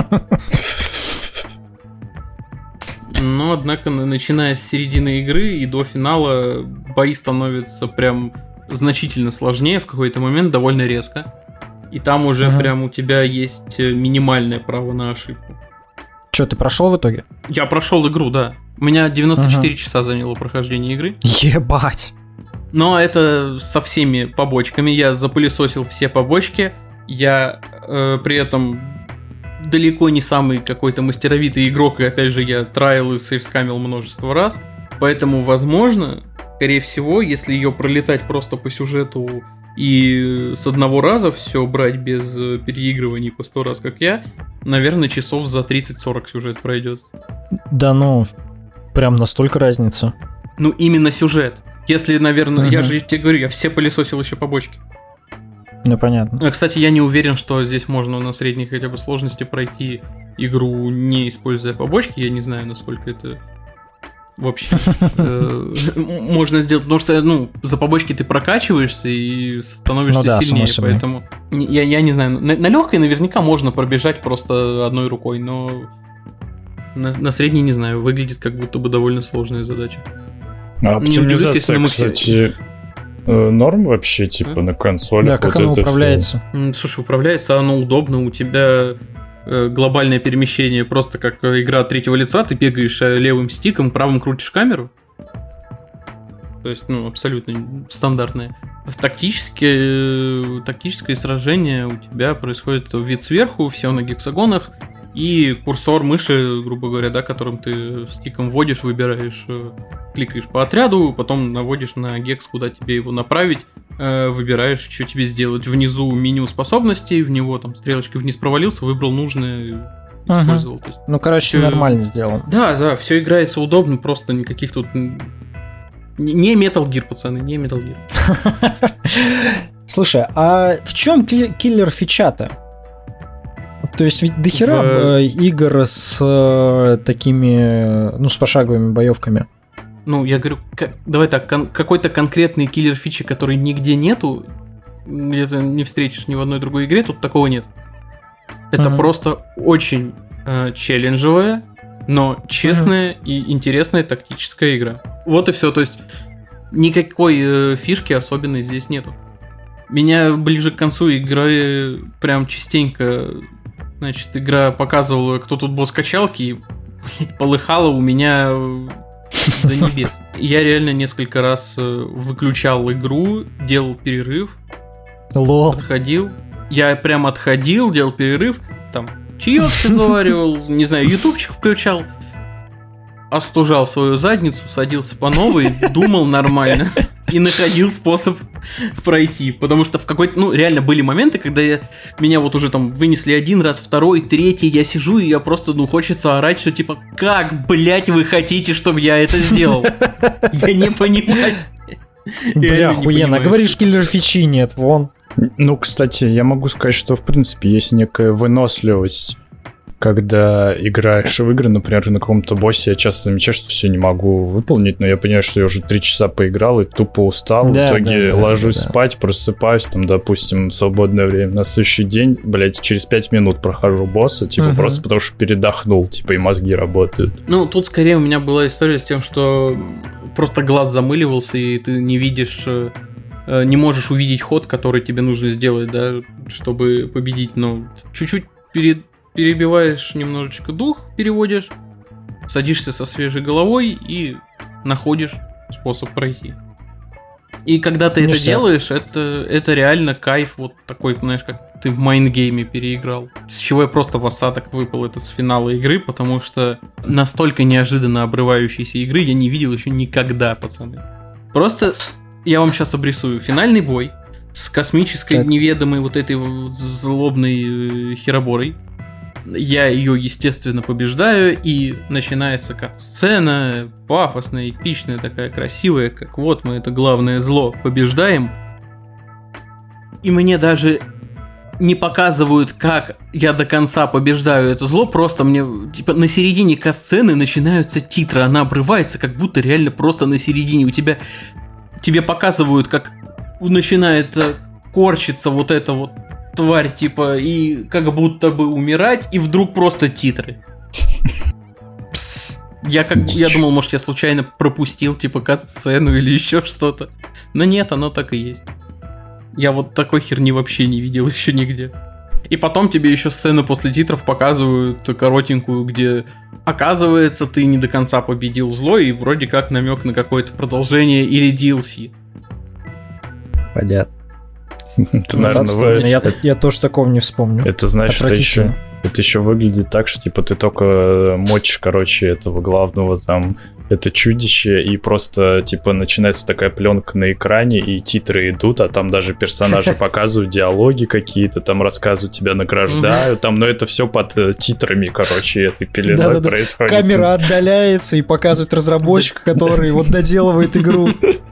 Но, однако, начиная с середины игры и до финала бои становятся прям значительно сложнее в какой-то момент, довольно резко. И там уже ага. прям у тебя есть минимальное право на ошибку. Че, ты прошел в итоге? Я прошел игру, да. У меня девяносто четыре ага. часа заняло прохождение игры. Ебать! Но это со всеми побочками. Я запылесосил все побочки. Я э, при этом... далеко не самый какой-то мастеровитый игрок, и опять же я траил и сейвскамил множество раз, поэтому возможно, скорее всего, если ее пролетать просто по сюжету и с одного раза все брать без переигрываний по сто раз, как я, наверное, часов за тридцать-сорок сюжет пройдет. Да ну, прям настолько разница. Ну именно сюжет. Если, наверное, угу. я же тебе говорю, я все пылесосил еще побочки. Ну, понятно. Кстати, я не уверен, что здесь можно на средней хотя бы сложности пройти игру, не используя побочки. Я не знаю, насколько это вообще можно сделать. Потому что, ну, за побочки ты прокачиваешься и становишься сильнее. Поэтому я не знаю. На легкой наверняка можно пробежать просто одной рукой, но на средней, не знаю, выглядит как будто бы довольно сложная задача. А оптимизация, кстати... Норм вообще, типа, на консоли. Да, как вот оно управляется? Все. Слушай, управляется оно удобно, у тебя э, глобальное перемещение, просто как игра от третьего лица, ты бегаешь левым стиком, правым крутишь камеру. То есть, ну, абсолютно стандартное. Тактические, тактическое сражение у тебя происходит вид сверху, все на гексагонах, и курсор мыши, грубо говоря, да, которым ты стиком вводишь, выбираешь, кликаешь по отряду, потом наводишь на гекс, куда тебе его направить, выбираешь, что тебе сделать. Внизу меню способностей, в него там стрелочкой вниз провалился, выбрал нужное, использовал. Ага. То есть, ну, короче, все... нормально сделано. Да, да, все играется удобно, просто никаких тут... Не Metal Gear, пацаны, не Metal Gear. Слушай, а в чем киллер фича-то? То есть ведь дохера в... игр с э, такими, ну, с пошаговыми боевками. Ну, я говорю, к- давай так, кон- какой-то конкретный киллер-фичи, который нигде нету, где-то не встретишь ни в одной другой игре, тут такого нет. Это uh-huh. просто очень э, челленджевая, но честная uh-huh. и интересная тактическая игра. Вот и все, то есть никакой э, фишки особенной здесь нету. Меня ближе к концу игры прям частенько, значит, игра показывала, кто тут босс качалки, и, блядь, полыхало у меня до небес. Я реально несколько раз выключал игру, делал перерыв, Лол. отходил. Я прям отходил, делал перерыв, там чаек заваривал, не знаю, ютубчик включал, остужал свою задницу, садился по новой, думал нормально и находил способ пройти. Потому что в какой-то, ну, реально были моменты, когда я, меня вот уже там вынесли один раз, второй, третий, я сижу, и я просто, ну, хочется орать, что типа, как, блять, вы хотите, чтобы я это сделал? Я не понимаю. Бля, охуенно. Говоришь, киллер-фичи нет, вон. Ну, кстати, я могу сказать, что, в принципе, есть некая выносливость, когда играешь в игры, например, на каком-то боссе, я часто замечаю, что все не могу выполнить, но я понимаю, что я уже три часа поиграл и тупо устал, да, в итоге да, да, ложусь да, да. спать, просыпаюсь, там, допустим, в свободное время, на следующий день, блять, через пять минут прохожу босса, типа, угу. просто потому что передохнул, типа, и мозги работают. Ну, тут скорее у меня была история с тем, что просто глаз замыливался, и ты не видишь... не можешь увидеть ход, который тебе нужно сделать, да, чтобы победить, но чуть-чуть перед перебиваешь немножечко дух, переводишь, садишься со свежей головой и находишь способ пройти. И когда ты Ништяк. это делаешь, это, это реально кайф, вот такой, знаешь, как ты в майндгейме переиграл. С чего я просто в осадок выпал, это с финала игры, потому что настолько неожиданно обрывающейся игры я не видел еще никогда, пацаны. Просто я вам сейчас обрисую финальный бой с космической так. неведомой вот этой злобной хероборой. Я ее, естественно, побеждаю, и начинается кат-сцена, пафосная, эпичная, такая красивая, как вот мы это главное зло побеждаем. И мне даже не показывают, как я до конца побеждаю это зло, просто мне, типа, на середине кат-сцены начинаются титры, она обрывается, как будто реально просто на середине. У тебя, тебе показывают, как начинает корчиться вот это вот тварь, типа, и как будто бы умирать, и вдруг просто титры. Я как я думал, может, я случайно пропустил, типа, кат-сцену или еще что-то. Но нет, оно так и есть. Я вот такой херни вообще не видел еще нигде. И потом тебе еще сцену после титров показывают коротенькую, где, оказывается, ты не до конца победил зло, и вроде как намек на какое-то продолжение или ди эл си. Понятно. Это, наверное, вы... я, я тоже такого не вспомню. Это значит, это еще, это еще выглядит так, что типа ты только мочишь, короче, этого главного там, это чудище, и просто типа начинается такая пленка на экране, и титры идут, а там даже персонажи показывают диалоги какие-то, там рассказывают, тебя награждают, там, но это все под титрами, короче, этой пеленой происходит. Камера отдаляется и показывает разработчика, который вот доделывает игру.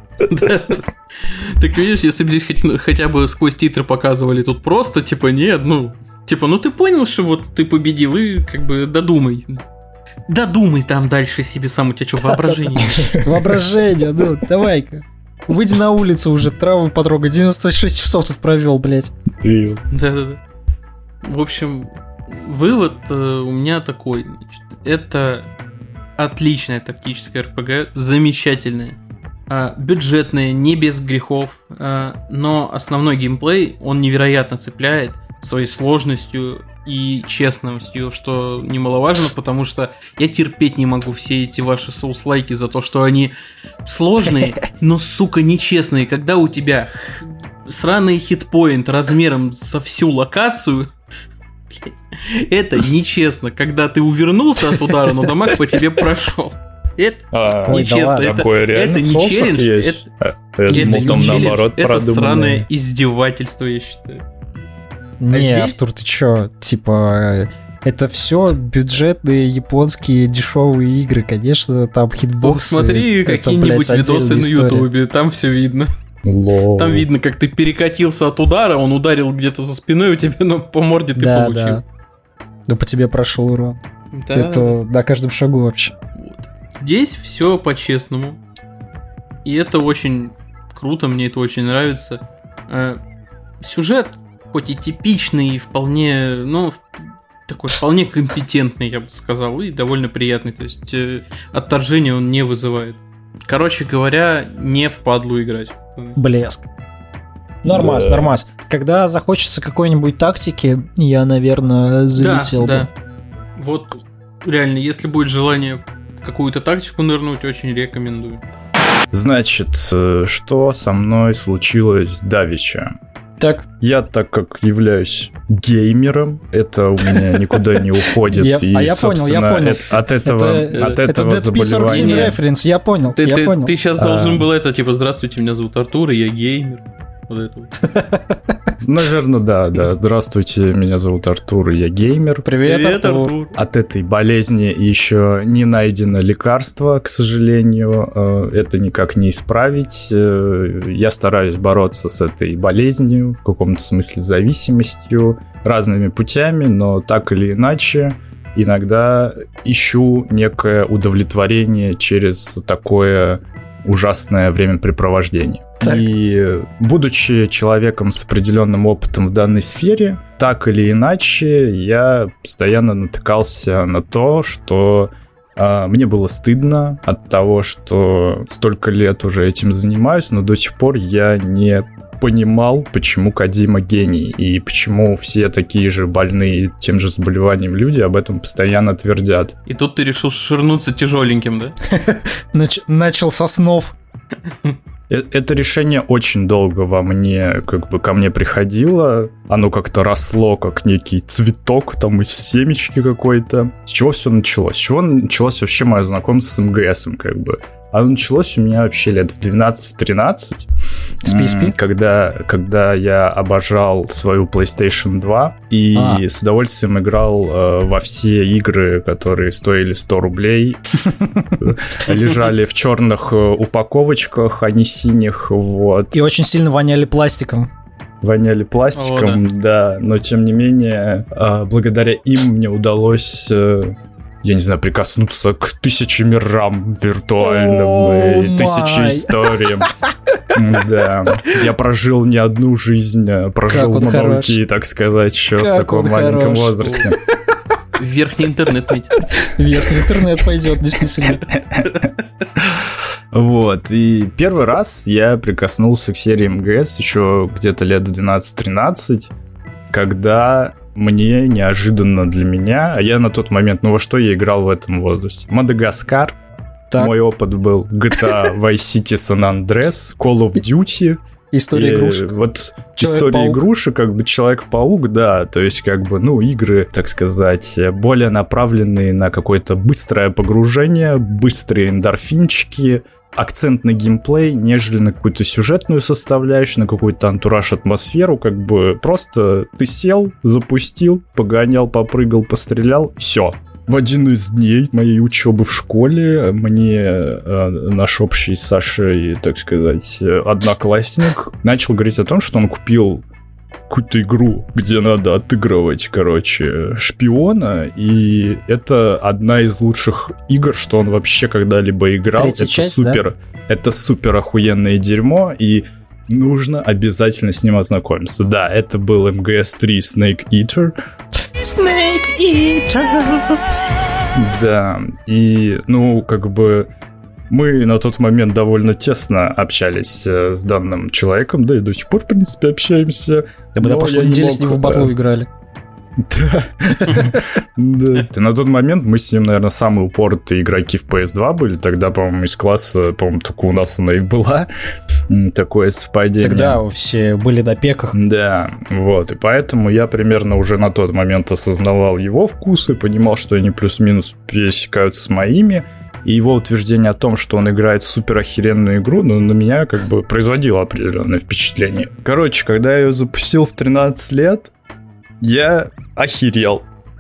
Так видишь, если бы здесь хотя бы сквозь титры показывали, тут просто, типа, нет, ну, типа, ну ты понял, что вот ты победил, и как бы додумай. Додумай там дальше себе сам, у тебя что, воображение? Воображение, ну, давай-ка. Выйди на улицу уже, траву потрогай, девяносто шесть часов тут провел, блядь. Да-да-да. В общем, вывод у меня такой, это отличная тактическая эр пи джи, замечательная. Бюджетные, не без грехов, но основной геймплей, он невероятно цепляет своей сложностью и честностью, что немаловажно, потому что я терпеть не могу все эти ваши соус-лайки за то, что они сложные, но, сука, нечестные. Когда у тебя сраный хитпоинт размером со всю локацию, это нечестно. Когда ты увернулся от удара, но дамаг по тебе прошел. Это а, нечестно, да это, это не челлендж, есть. это, а, это думал, не там челлендж, наоборот это сраное издевательство, я считаю. Не, а здесь... Артур, ты чё, типа, это все бюджетные японские дешевые игры, конечно, там хитбоксы. Ох, смотри, какие-нибудь видосы на ютубе, там все видно. Лол. Там видно, как ты перекатился от удара, он ударил где-то за спиной у тебя, но по морде ты да, получил. Да. Да по тебе прошел урон. Да, это да. На каждом шагу вообще. Вот. Здесь все по-честному. И это очень круто, мне это очень нравится. Сюжет, хоть и типичный, вполне, ну, такой вполне компетентный, я бы сказал, и довольно приятный. То есть отторжения он не вызывает. Короче говоря, не впадлу играть. Блеск. Нормас, да. нормас. Когда захочется какой-нибудь тактики, я, наверное, залетел да, бы. Да. Вот, реально, если будет желание какую-то тактику нырнуть, очень рекомендую. Значит, что со мной случилось давеча? Так. Я, так как являюсь геймером, это у меня никуда не уходит. Я, и, а я понял, я понял. От этого, это, от этого это заболевания... референс, я понял, ты, я ты, понял. Ты сейчас а... должен был это, типа, здравствуйте, меня зовут Артур, и я геймер. Вот это вот. Наверное, да, да. Здравствуйте, меня зовут Артур, и я геймер. Привет, Привет Артур. Артур. От этой болезни еще не найдено лекарство, к сожалению. Это никак не исправить. Я стараюсь бороться с этой болезнью, в каком-то смысле зависимостью, разными путями, но так или иначе иногда ищу некое удовлетворение через такое ужасное времяпрепровождение. Так. И будучи человеком с определенным опытом в данной сфере, так или иначе, я постоянно натыкался на то, что э, мне было стыдно от того, что столько лет уже этим занимаюсь, но до сих пор я не понимал, почему Кодзима гений, и почему все такие же больные тем же заболеванием люди об этом постоянно твердят. И тут ты решил ширнуться тяжеленьким, да? Начал со снов. Это решение очень долго во мне, как бы, ко мне приходило. Оно как-то росло, как некий цветок, там, из семечки какой-то. С чего все началось? С чего началось вообще мое знакомство с МГСом, как бы? Оно началось у меня вообще лет в двенадцать-тринадцать. С пи эс пи? Когда, когда я обожал свою PlayStation два и а. с удовольствием играл э, во все игры, которые стоили сто рублей. Лежали в черных упаковочках, а не синих. Вот. И очень сильно воняли пластиком. Воняли пластиком, О, да. да. Но тем не менее, э, благодаря им мне удалось... Э, я не знаю, прикоснуться к тысяче мирам виртуальным oh и тысяче историям. Да. Я прожил не одну жизнь, прожил много руки, так сказать, еще в таком маленьком возрасте. Верхний интернет, видите? Верхний интернет пойдет, действительно. Вот, и первый раз я прикоснулся к серии МГС еще где-то лет двенадцать-тринадцать, когда... Мне неожиданно для меня, а я на тот момент, ну во что я играл в этом возрасте? Мадагаскар, так. Мой опыт был джи ти эй, Vice City, San Andreas, Call of Duty. История игрушек. Вот история игрушек, как бы Человек-паук, да, то есть как бы, ну, игры, так сказать, более направленные на какое-то быстрое погружение, быстрые эндорфинчики, акцент на геймплей, нежели на какую-то сюжетную составляющую, на какую-то антураж, атмосферу, как бы просто ты сел, запустил, погонял, попрыгал, пострелял, все. В один из дней моей учебы в школе мне э, наш общий с Сашей, так сказать, одноклассник начал говорить о том, что он купил какую-то игру, где надо отыгрывать, короче, шпиона, и это одна из лучших игр, что он вообще когда-либо играл. Третья это часть, супер, да? Это супер охуенное дерьмо, и нужно обязательно с ним ознакомиться. Да, это был эм джи эс три Snake Eater. Snake Eater. Да, и, ну, как бы... Мы на тот момент довольно тесно общались э, с данным человеком, да и до сих пор, в принципе, общаемся. Да мы на прошлой неделе с ним в батлу играли. Да. Да. На тот момент мы с ним, наверное, самые упоротые игроки в пи эс два были. Тогда, по-моему, из класса, по-моему, только у нас она и была. Такое совпадение. Тогда все были на пеках. Да, вот. И поэтому я примерно уже на тот момент осознавал его вкусы, понимал, что они плюс-минус пересекаются с моими. И его утверждение о том, что он играет в супер охеренную игру, ну, на меня как бы производило определенное впечатление. Короче, когда я ее запустил в тринадцать лет, я охерел.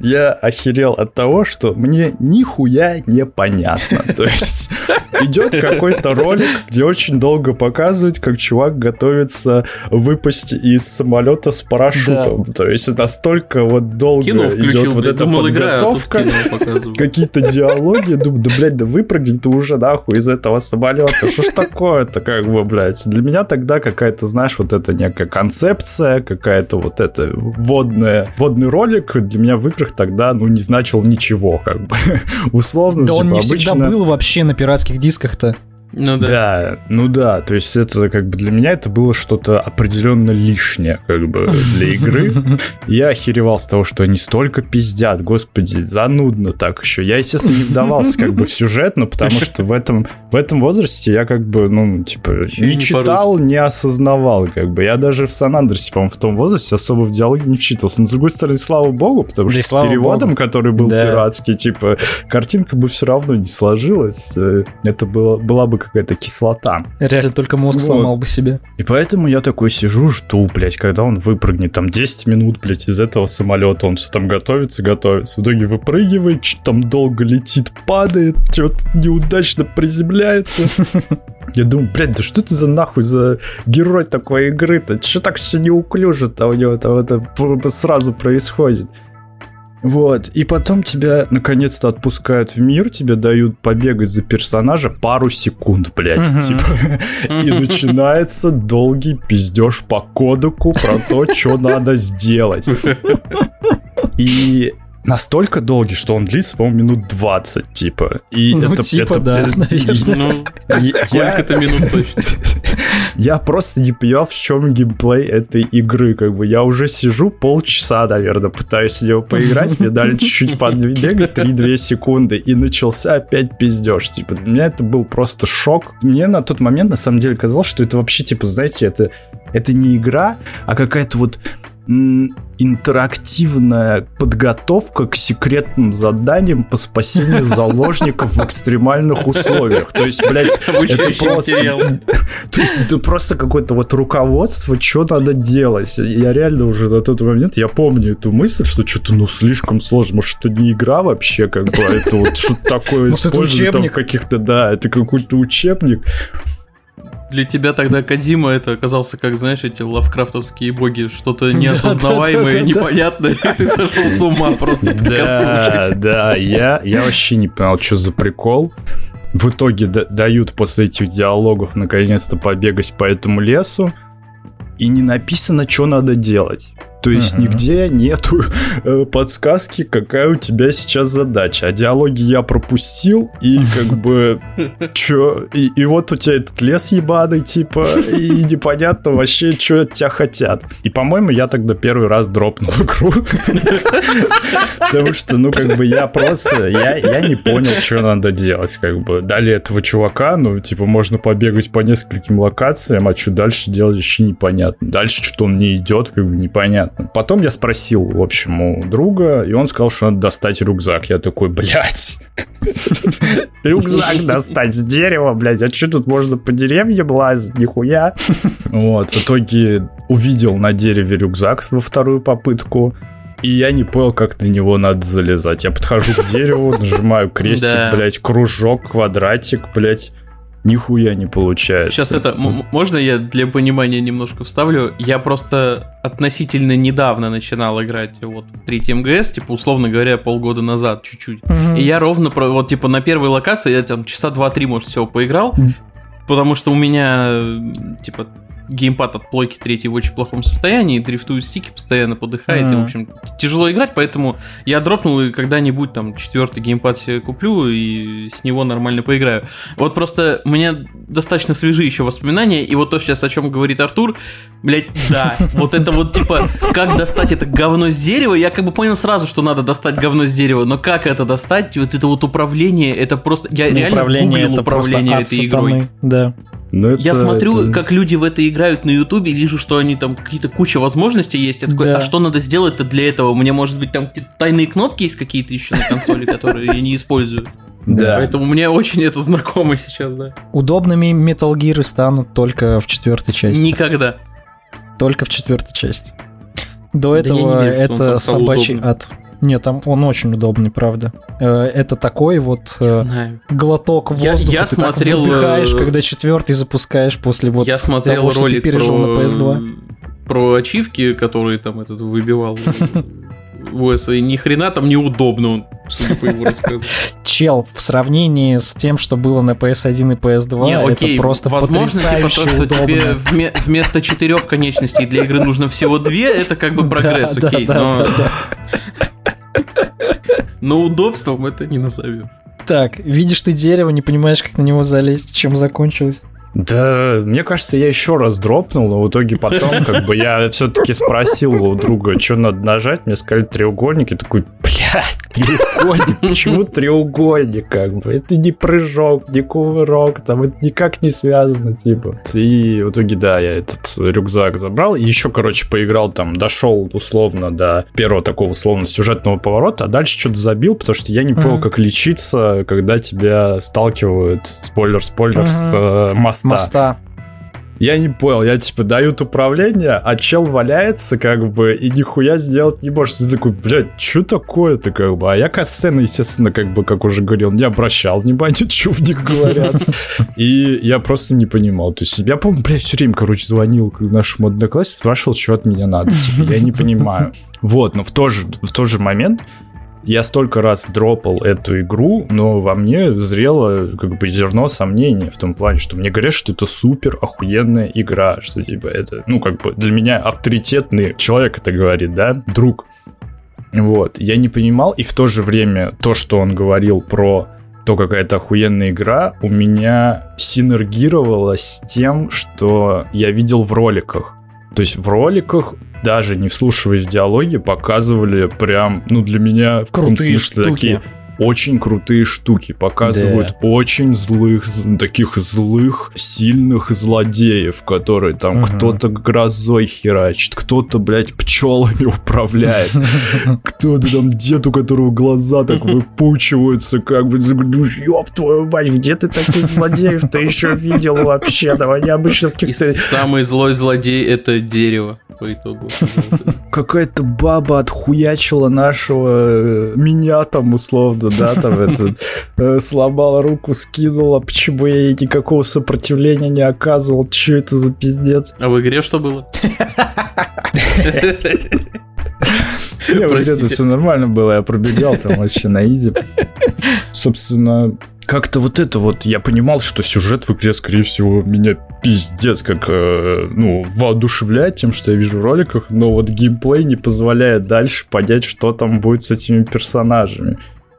я охерел от того, что мне нихуя не понятно. То есть идет какой-то ролик, где очень долго показывают, как чувак готовится выпасть из самолета с парашютом. Да. То есть настолько вот долго кино идет включил, вот эта думал, подготовка, игра, какие-то диалоги. Думаю, да, блядь, да выпрыгни ты уже нахуй из этого самолета. Что ж такое-то, как бы, блядь. Для меня тогда какая-то, знаешь, вот эта некая концепция, какая-то вот эта водная, водный ролик для меня в играх тогда, ну, не значил ничего, как бы. Условно, да, типа, он не обычно... всегда был вообще на пиратских дисках-то. Ну да. Да, ну да, то есть это как бы для меня это было что-то определенно лишнее, как бы, для игры. Я охеревал с того, что они столько пиздят, господи, занудно так еще. Я, естественно, не вдавался как бы в сюжет, но потому что в этом, в этом возрасте я как бы, ну, типа, не читал, не осознавал, как бы. Я даже в Сан-Андресе, по-моему, в том возрасте особо в диалоге не вчитывался. Но, с другой стороны, слава богу, потому что с переводом, который был пиратский, типа, картинка бы все равно не сложилась. Это было, была бы какая-то кислота. Реально только мозг вот. Сломал бы себе. И поэтому я такой сижу, жду, блядь, когда он выпрыгнет. Там десять минут, блядь, из этого самолета. Он все там готовится, готовится. В итоге выпрыгивает, что-то там долго летит, падает, что-то неудачно приземляется. Я думаю, блядь, да что это за нахуй за герой такой игры-то? Что так все неуклюже-то у него там это сразу происходит? Вот, и потом тебя наконец-то отпускают в мир, тебе дают побегать за персонажа пару секунд, блядь, uh-huh. типа, uh-huh. и начинается долгий пиздеж по кодеку про то, что надо сделать. И настолько долгий, что он длится, по-моему, минут двадцать, типа. И ну, это, типа, это, да, это, наверное. Ну, сколько-то минут точно. Я просто не понял, в чем геймплей этой игры, как бы. Я уже сижу полчаса, наверное, пытаюсь в него поиграть, мне дали чуть-чуть подбегать, три-две секунды, и начался опять пиздеж. Типа, для меня это был просто шок. Мне на тот момент, на самом деле, казалось, что это вообще, типа, знаете, это, это не игра, а какая-то вот интерактивная подготовка к секретным заданиям по спасению заложников в экстремальных условиях. То есть, блядь, это просто... То есть, это просто какое-то вот руководство, что надо делать. Я реально уже на тот момент, я помню эту мысль, что что-то, ну, слишком сложно. Может, это не игра вообще, как бы, это вот что-то такое используют там каких-то, да, это какой-то учебник. Для тебя тогда Кодзима это оказался, как, знаешь, эти лавкрафтовские боги, что-то неосознаваемое, непонятное, и ты сошел с ума просто. Да, да, я вообще не понял, что за прикол. В итоге дают после этих диалогов наконец-то побегать по этому лесу, и не написано, что надо делать. То есть uh-huh. нигде нету э, подсказки, какая у тебя сейчас задача. А диалоги я пропустил, и как бы чё, и, и вот у тебя этот лес ебаный, типа, и непонятно вообще, что от тебя хотят. И, по-моему, я тогда первый раз дропнул игру. Потому что, ну, как бы я просто, я, я не понял, что надо делать, как бы. Дали этого чувака, ну, типа, можно побегать по нескольким локациям, а что дальше делать, еще непонятно. Дальше что-то он не идет, как бы непонятно. Потом я спросил, в общем, у друга, и он сказал, что надо достать рюкзак. Я такой, блядь, рюкзак достать с дерева, блядь, а что тут можно по деревьям лазить, нихуя. Вот, в итоге увидел на дереве рюкзак во вторую попытку, и я не понял, как на него надо залезать. Я подхожу к дереву, нажимаю крестик, блядь, кружок, квадратик, блядь. Нихуя не получается. Сейчас это, м- можно я для понимания немножко вставлю? Я просто относительно недавно начинал играть вот в третий эм гэ эс, типа, условно говоря, полгода назад чуть-чуть. Mm-hmm. И я ровно, про, вот, типа, на первой локации я там часа два-три, может, всего поиграл, mm-hmm. потому что у меня, типа, геймпад от плойки третьей в очень плохом состоянии, дрифтуют стики, постоянно подыхает, mm-hmm. и, в общем, тяжело играть, поэтому я дропнул, и когда-нибудь там четвертый геймпад себе куплю, и с него нормально поиграю. Вот просто у меня достаточно свежие еще воспоминания, и вот то сейчас, о чем говорит Артур, блять, да, вот это вот, типа, как достать это говно с дерева, я как бы понял сразу, что надо достать говно с дерева, но как это достать, вот это вот управление, это просто, я ну, реально управление гуглил управление этой игрой. Да. Это, я смотрю, это... как люди в это играют на Ютубе, вижу, что они там какие-то куча возможностей есть. Я такой, да. А что надо сделать-то для этого? У меня, может быть, там тайные кнопки есть какие-то еще на консоли, которые я не использую. Да. Поэтому мне очень это знакомо сейчас, да. Удобными Metal Gear станут только в четвертой части. Никогда. Только в четвертой части. До этого да это собачий ад. Нет, там он очень удобный, правда. Это такой вот глоток воздуха, я, я ты смотрел, так выдыхаешь, когда четвертый запускаешь после вот я смотрел того, что ролик ты пережил про, на пи эс два. Про ачивки, которые там этот выбивал ОС, и ни хрена там неудобно, он, судя по его рассказу. Чел, в сравнении с тем, что было на пи эс один и пи эс два, не, окей, это просто возможно, потрясающе типа, то, что удобно. тебе вме- вместо четырех конечностей для игры нужно всего две, это как бы прогресс, да, окей, да, но... да, да. Но удобством это не назовем. Так, видишь ты дерево, не понимаешь, как на него залезть, чем закончилось. Да, мне кажется, я еще раз дропнул, но в итоге потом, как бы, я все-таки спросил у друга, что надо нажать, мне сказали треугольник, и такой, блядь, треугольник, почему треугольник, как бы, это не прыжок, не кувырок, там, это никак не связано, типа. И в итоге, да, я этот рюкзак забрал, и еще, короче, поиграл там, дошел, условно, до первого такого, условно, сюжетного поворота, а дальше что-то забил, потому что я не понял, как лечиться, когда тебя сталкивают, спойлер-спойлер, с э, моста. Моста. Я не понял, я типа дают управление, а чел валяется как бы и нихуя сделать не может. Ты такой, блядь, что такое-то как бы? А я катсцены, естественно, как бы, как уже говорил, не обращал внимания, что в них говорят. И я просто не понимал. То есть я, помню, блядь, все время, короче, звонил нашему однокласснику, спрашивал, что от меня надо. Типа, я не понимаю. Вот, но в тот же, в тот же момент я столько раз дропал эту игру, но во мне зрело как бы зерно сомнения в том плане, что мне говорят, что это супер охуенная игра, что типа это, ну как бы для меня авторитетный человек это говорит, да, друг. Вот, я не понимал, и в то же время то, что он говорил про то, какая это охуенная игра, у меня синергировало с тем, что я видел в роликах. То есть в роликах, даже не вслушиваясь в диалоги, показывали прям, ну, для меня в крутые штуки. Такие очень крутые штуки. Показывают да. очень злых, таких злых, сильных злодеев, которые там угу. кто-то грозой херачит, кто-то, блядь, пчелами управляет, кто-то там дед, у которого глаза так выпучиваются, как бы, ну, ёб твою мать, где ты таких злодеев-то еще видел вообще? Давай необычно в каких-то... Самый злой злодей — это дерево. По итогу. Какая-то баба отхуячила нашего меня там условно, да, там это э, сломала руку, скинула, почему я ей никакого сопротивления не оказывал, что это за пиздец? А в игре что было? Не, в игре все нормально было, я пробегал там вообще на изи. Собственно, как-то вот это вот, я понимал, что сюжет в игре, скорее всего, меня пиздец как, э, ну, воодушевляет тем, что я вижу в роликах, но вот геймплей не позволяет дальше понять, что там будет с этими персонажами.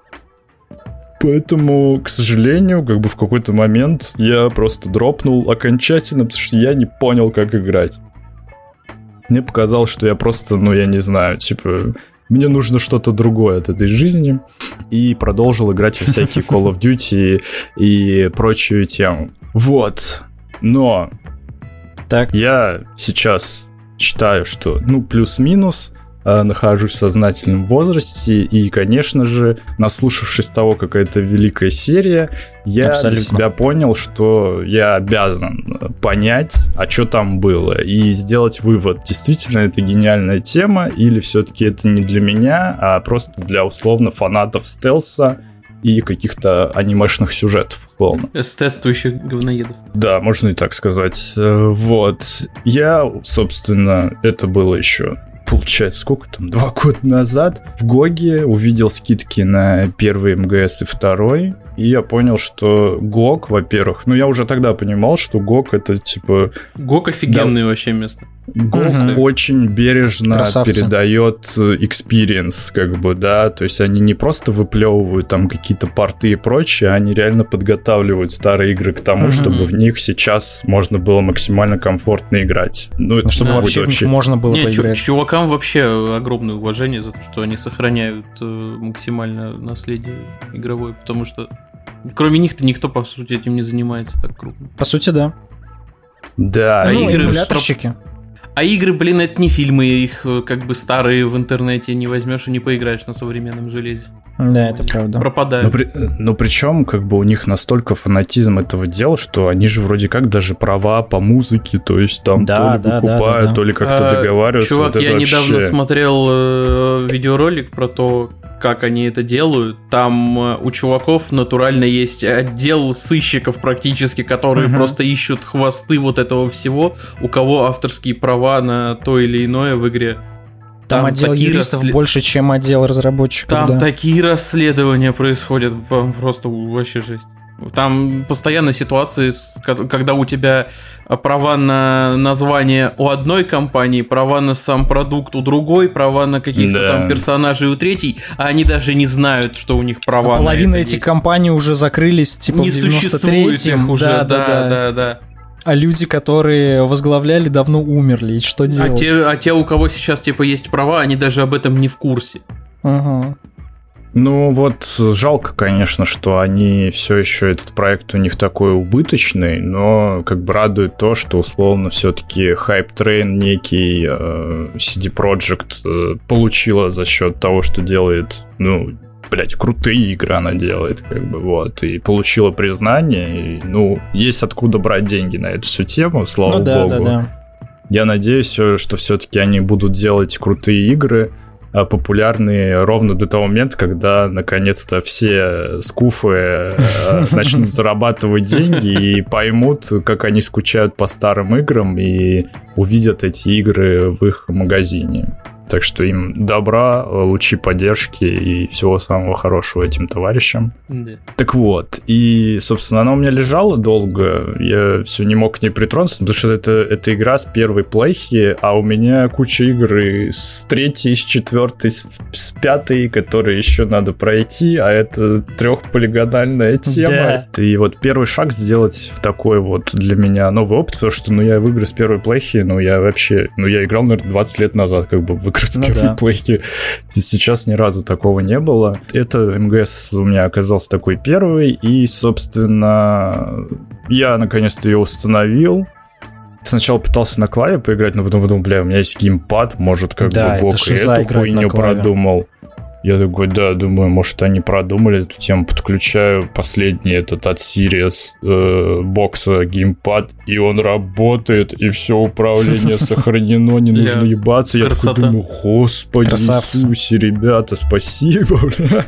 Поэтому, к сожалению, как бы в какой-то момент я просто дропнул окончательно, потому что я не понял, как играть. Мне показалось, что я просто, ну, я не знаю, типа... Мне нужно что-то другое от этой жизни. И продолжил играть во всякие Call of Duty и прочую тему. Вот. Но так. Я сейчас считаю, что, ну, плюс-минус э, нахожусь в сознательном возрасте. И, конечно же, наслушавшись того, какая это великая серия, я Абсолютно. Для себя понял, что я обязан понять, а что там было, и сделать вывод, действительно это гениальная тема, или все-таки это не для меня, а просто для условно фанатов стелса и каких-то анимешных сюжетов, условно. Эстетствующих говноедов. Да, можно и так сказать. Вот. Я, собственно, это было еще... Получается, сколько там, два года назад в Гоге увидел скидки на первый эм гэ эс и второй, и я понял, что Гог, во-первых, ну я уже тогда понимал, что Гог это типа... Гог офигенное да, вообще место. Гог угу. очень бережно Красавцы. передает experience, как бы, да, то есть они не просто выплевывают там какие-то порты и прочее, они реально подготавливают старые игры к тому, угу. чтобы в них сейчас можно было максимально комфортно играть. Ну, это чтобы да, вообще очень... можно было не, поиграть. Ч- чувакам вообще огромное уважение за то, что они сохраняют э, максимально наследие игровое, потому что кроме них-то никто, по сути, этим не занимается так крупно. По сути, да. Да. А ну, игры эмуляторщики. А игры, блин, это не фильмы, их как бы старые в интернете не возьмешь и не поиграешь на современном железе. Да, это правда. Пропадают. Но, при, но причем, как бы у них настолько фанатизм этого дела, что они же вроде как даже права по музыке, то есть там да, то ли да, выкупают, да, да, да. то ли как-то а, договариваются. Чувак, вот я вообще... недавно смотрел э, видеоролик про то, как они это делают. Там э, у чуваков натурально есть отдел сыщиков практически, которые uh-huh. просто ищут хвосты вот этого всего, у кого авторские права на то или иное в игре. Там, там отдел юристов расслед... больше, чем отдел разработчиков. Там да. такие расследования происходят, просто вообще жесть. Там постоянно ситуации, когда у тебя права на название у одной компании, права на сам продукт у другой, права на каких-то да. там персонажей у третьей, а они даже не знают, что у них права. А половина этих есть. компаний уже закрылись, типа не в девяносто третьем. Уже, да, да, да, да, да. А люди, которые возглавляли, давно умерли. И что делать? А те, а те, у кого сейчас типа есть права, они даже об этом не в курсе. Ага. Ну вот жалко, конечно, что они все еще, этот проект у них такой убыточный, но как бы радует то, что условно все-таки хайп-трейн некий э, си ди Projekt э, получила за счет того, что делает, ну, блять, крутые игры она делает, как бы, вот, и получила признание, и, ну, есть откуда брать деньги на эту всю тему, слава ну, да, богу. Да, да. Я надеюсь, что все-таки они будут делать крутые игры, популярные ровно до того момента, когда наконец-то все скуфы начнут зарабатывать деньги и поймут, как они скучают по старым играм и увидят эти игры в их магазине. Так что им добра, лучи поддержки и всего самого хорошего этим товарищам. Да. Так вот, и, собственно, она у меня лежала долго, я все не мог к ней притронуться, потому что это, это игра с первой плейхи, а у меня куча игр и с третьей, с четвертой, с, с пятой, которые еще надо пройти, а это трехполигональная тема. Да. И вот первый шаг сделать в такой вот для меня новый опыт, потому что, ну, я в игры с первой плейхи, ну, я вообще, ну, я играл, наверное, двадцать лет назад, как бы, в игры с ну, первой да. плейки. Сейчас ни разу такого не было. Это эм гэ эс у меня оказался такой первый, и, собственно, я наконец-то ее установил. Сначала пытался на клаве поиграть, но потом подумал, бля, у меня есть геймпад, может, как да, бы Бог и эту хуйню продумал. Я такой, да, думаю, может, они продумали эту тему. Подключаю последний этот от Sirius э, бокса геймпад, и он работает, и все управление сохранено, не нужно ебаться. Я такой думаю, господи Иисусе, ребята, спасибо, бля.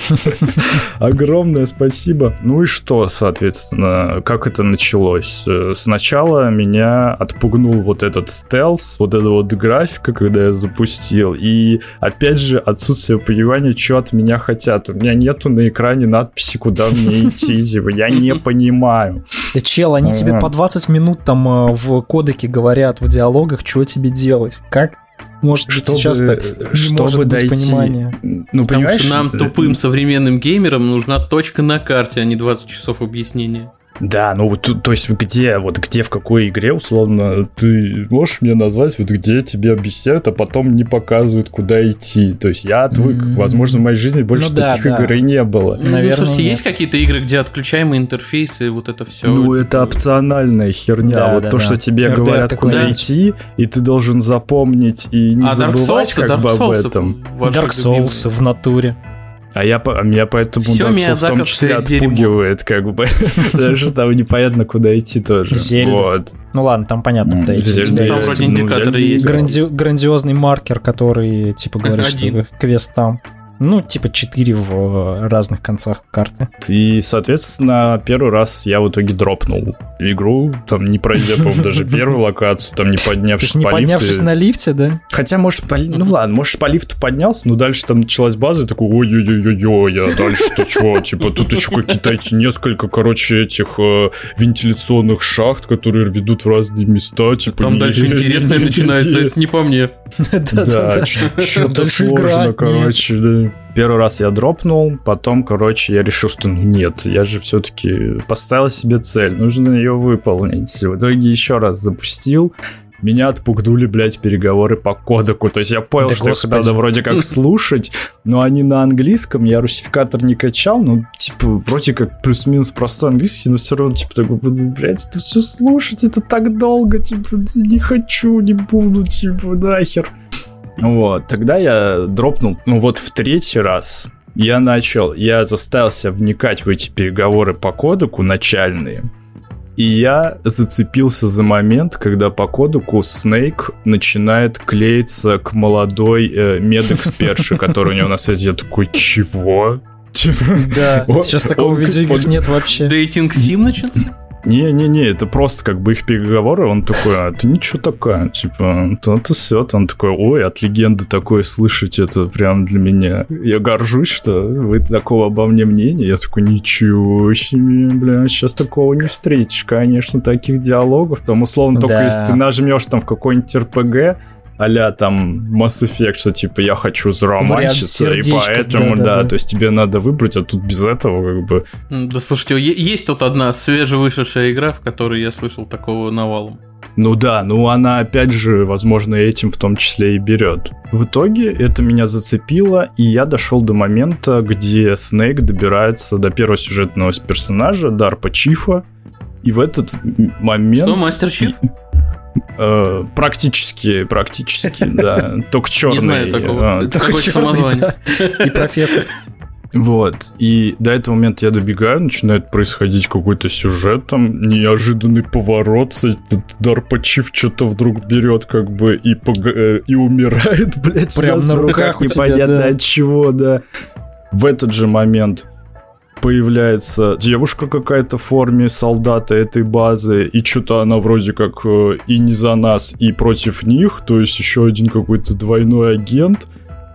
Огромное спасибо. Ну и что, соответственно, как это началось? Сначала меня отпугнул вот этот стелс, вот эта вот графика, когда я запустил, и опять же отсутствие понимания, что от меня хотят. У меня нету на экране надписи, куда мне идти. Я не понимаю. Да, чел, они тебе по двадцать минут там в кодеке говорят, в диалогах, что тебе делать. Как? Может быть, сейчас так не может быть понимания. Ну, понимаешь, нам, тупым современным геймерам, нужна точка на карте, а не двадцать часов объяснения. Да, ну вот, то есть где, вот где, в какой игре, условно, ты можешь мне назвать, вот где тебе объясняют, а потом не показывают, куда идти. То есть я отвык, mm-hmm. возможно, в моей жизни больше ну, таких да, игр да. и не было. Наверное, ну, слушайте, нет. Есть какие-то игры, где отключаемый интерфейс и вот это все? Ну, это опциональная херня. Да, вот да, то, да. что тебе эр ди ар говорят, куда да. идти, и ты должен запомнить и не а забывать Dark Souls, как Dark бы об этом. Dark Souls в натуре. А я, меня поэтому Всё Dark Souls в том числе отпугивает, как бы. Потому что там непонятно, куда идти тоже. Зельда. Вот. Ну ладно, там понятно, куда идти. Там вроде индикаторы есть. Грандиозный маркер, который, типа, говорит, что квест там. Ну, типа четыре в разных концах карты. И, соответственно, первый раз я в итоге дропнул игру, там не пройдя, по-моему, даже первую локацию, там не поднявшись по лифту. Не поднявшись на лифте, да? Хотя, может, по... ну ладно, может, по лифту поднялся, но дальше там началась база, и такой, ой-ой-ой-ой, а дальше-то что? Типа, тут еще какие-то эти несколько, короче, этих э, вентиляционных шахт, которые ведут в разные места, типа... Там дальше интересное начинается, это не по мне. Да, что-то сложно, короче, да. Первый раз я дропнул, потом, короче, я решил, что ну нет, я же все-таки поставил себе цель, нужно ее выполнить. В итоге еще раз запустил, меня отпугнули, блядь, переговоры по кодеку. То есть я понял, да что их надо вроде как слушать, но они на английском, я русификатор не качал, ну, типа, вроде как плюс-минус простой английский, но все равно, типа, такой, блядь, это все слушать, это так долго, типа, не хочу, не буду, типа, нахер. Вот, тогда я дропнул, ну вот в третий раз, я начал, я заставил себя вникать в эти переговоры по кодеку начальные, и я зацепился за момент, когда по кодеку Снейк начинает клеиться к молодой э, медэкспертше, которая у него на связи. Я такой, чего? Да, сейчас такого в видеоиграх нет вообще. Дейтинг сим начался? Не-не-не, это просто как бы их переговоры, он такой, а ты ничего такая, типа, то-то все, он такой, ой, от легенды такое слышать, это прям для меня, я горжусь, что вы такого обо мне мнения, я такой, ничего себе, бля, сейчас такого не встретишь, конечно, таких диалогов, там, условно, только да. если ты нажмешь там в какой-нибудь эр пи гэ, а-ля там Mass Effect, что типа я хочу заромантиться, и поэтому, да, да, да, да, то есть тебе надо выбрать, а тут без этого как бы... Да слушайте, есть тут одна свежевышедшая игра, в которой я слышал такого навалом. Ну да, ну она опять же, возможно, этим в том числе и берет. В итоге это меня зацепило, и я дошел до момента, где Снейк добирается до первого сюжетного персонажа, Дарпа Чифа, и в этот момент... Что, Мастер Чиф? Uh, практически, практически, да. Только черный. Не знаю такого. Такой самозванец. И профессор. Вот. И до этого момента я добегаю, начинает происходить какой-то сюжет, там неожиданный поворот, Дарпа Чиф что-то вдруг берет, как бы, и, пог... и умирает, блядь. Прям на руках у тебя, непонятно да. от чего, да. В этот же момент появляется девушка какая-то в форме солдата этой базы, и что-то она вроде как и не за нас, и против них, то есть еще один какой-то двойной агент.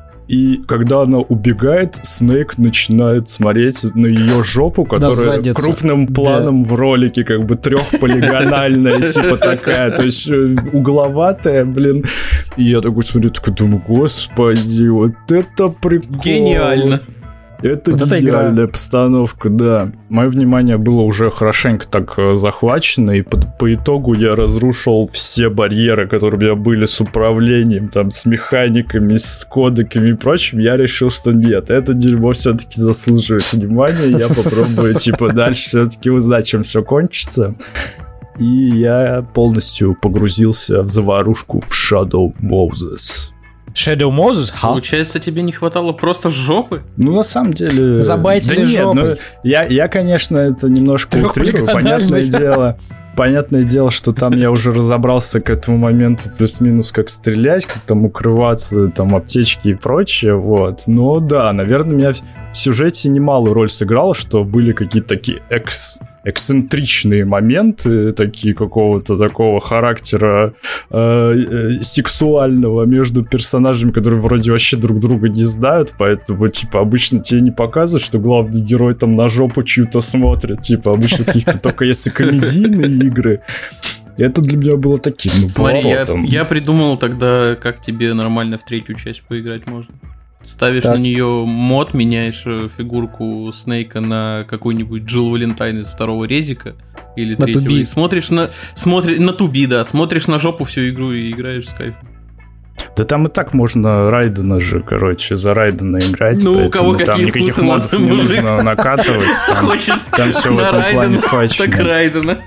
И когда она убегает, Снейк начинает смотреть на ее жопу, которая да, крупным планом да. в ролике, как бы трехполигональная, типа такая, то есть угловатая, блин. И я такой смотрю, такой думаю, господи, вот это прикол. Гениально. Это вот гениальная постановка, да. Мое внимание было уже хорошенько так захвачено, и по, по итогу я разрушил все барьеры, которые у меня были с управлением, там, с механиками, с кодеками и прочим. Я решил, что нет, это дерьмо все-таки заслуживает внимания, я попробую, типа, дальше все-таки узнать, чем все кончится. И я полностью погрузился в заварушку в Shadow Moses. Shadow Moses? Ха? Получается, тебе не хватало просто жопы? Ну, на самом деле... Забайтили да жопы. Ну, я, я, конечно, это немножко утрирую. Понятное дело, понятное дело, что там я уже разобрался к этому моменту плюс-минус, как стрелять, как там укрываться, там аптечки и прочее, вот. Но да, наверное, меня в сюжете немалую роль сыграло, что были какие-то такие экс... эксцентричные моменты, такие какого-то такого характера э, э, сексуального между персонажами, которые вроде вообще друг друга не знают, поэтому, типа, обычно тебе не показывают, что главный герой там на жопу чью-то смотрит, типа, обычно каких-то только если комедийные игры. Это для меня было таким, ну, Смотри, поворотом. Я, я придумал тогда, как тебе нормально в третью часть поиграть можно. Ставишь так. на нее мод, меняешь фигурку Снейка на какой-нибудь Джилл Валентайн из второго резика или на третьего. И смотришь на, смотри, на туби, да, смотришь на жопу всю игру и играешь с кайфом. Да там и так можно Райдена же, короче, за Райдена играть. Ну, у кого там какие никаких вкусы модов не мужик. нужно накатывать. Там, Хочешь там все в этом Райдена, плане схвачено. Так Райдена.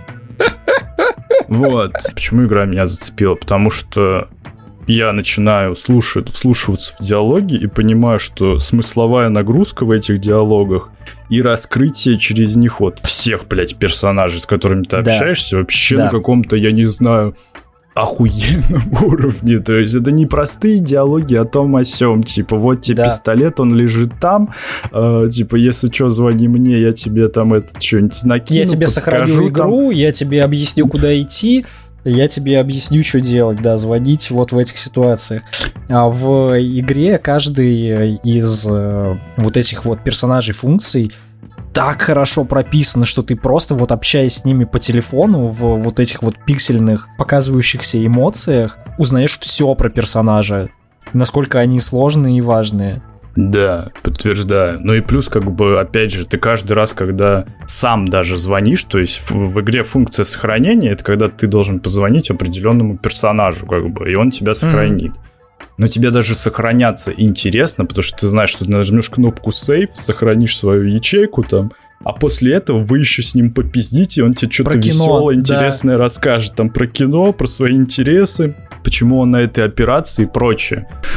Вот. Почему игра меня зацепила? Потому что я начинаю слушать, вслушиваться в диалоги и понимаю, что смысловая нагрузка в этих диалогах и раскрытие через них вот всех, блядь, персонажей, с которыми ты да. общаешься, вообще да. на каком-то, я не знаю, охуенном уровне. То есть это не простые диалоги о том о сём. Типа, вот тебе да. пистолет, он лежит там. Э, типа, если что, звони мне, я тебе там это что-нибудь накину, я тебе подскажу, сохраню игру, там. Я тебе объясню, куда идти. Я тебе объясню, что делать, да, звонить вот в этих ситуациях. А в игре каждый из э, вот этих вот персонажей функций так хорошо прописано, что ты просто вот общаясь с ними по телефону в вот этих вот пиксельных показывающихся эмоциях узнаешь все про персонажа, насколько они сложные и важные. Да, подтверждаю. Ну и плюс, как бы, опять же, ты каждый раз, когда сам даже звонишь, то есть в, в игре функция сохранения, это когда ты должен позвонить определенному персонажу, как бы, и он тебя сохранит. Mm-hmm. Но тебе даже сохраняться интересно, потому что ты знаешь, что ты нажмешь кнопку сейв, сохранишь свою ячейку там, а после этого вы еще с ним попиздите, и он тебе что-то веселое, интересное да. расскажет там про кино, про свои интересы, почему он на этой операции и прочее.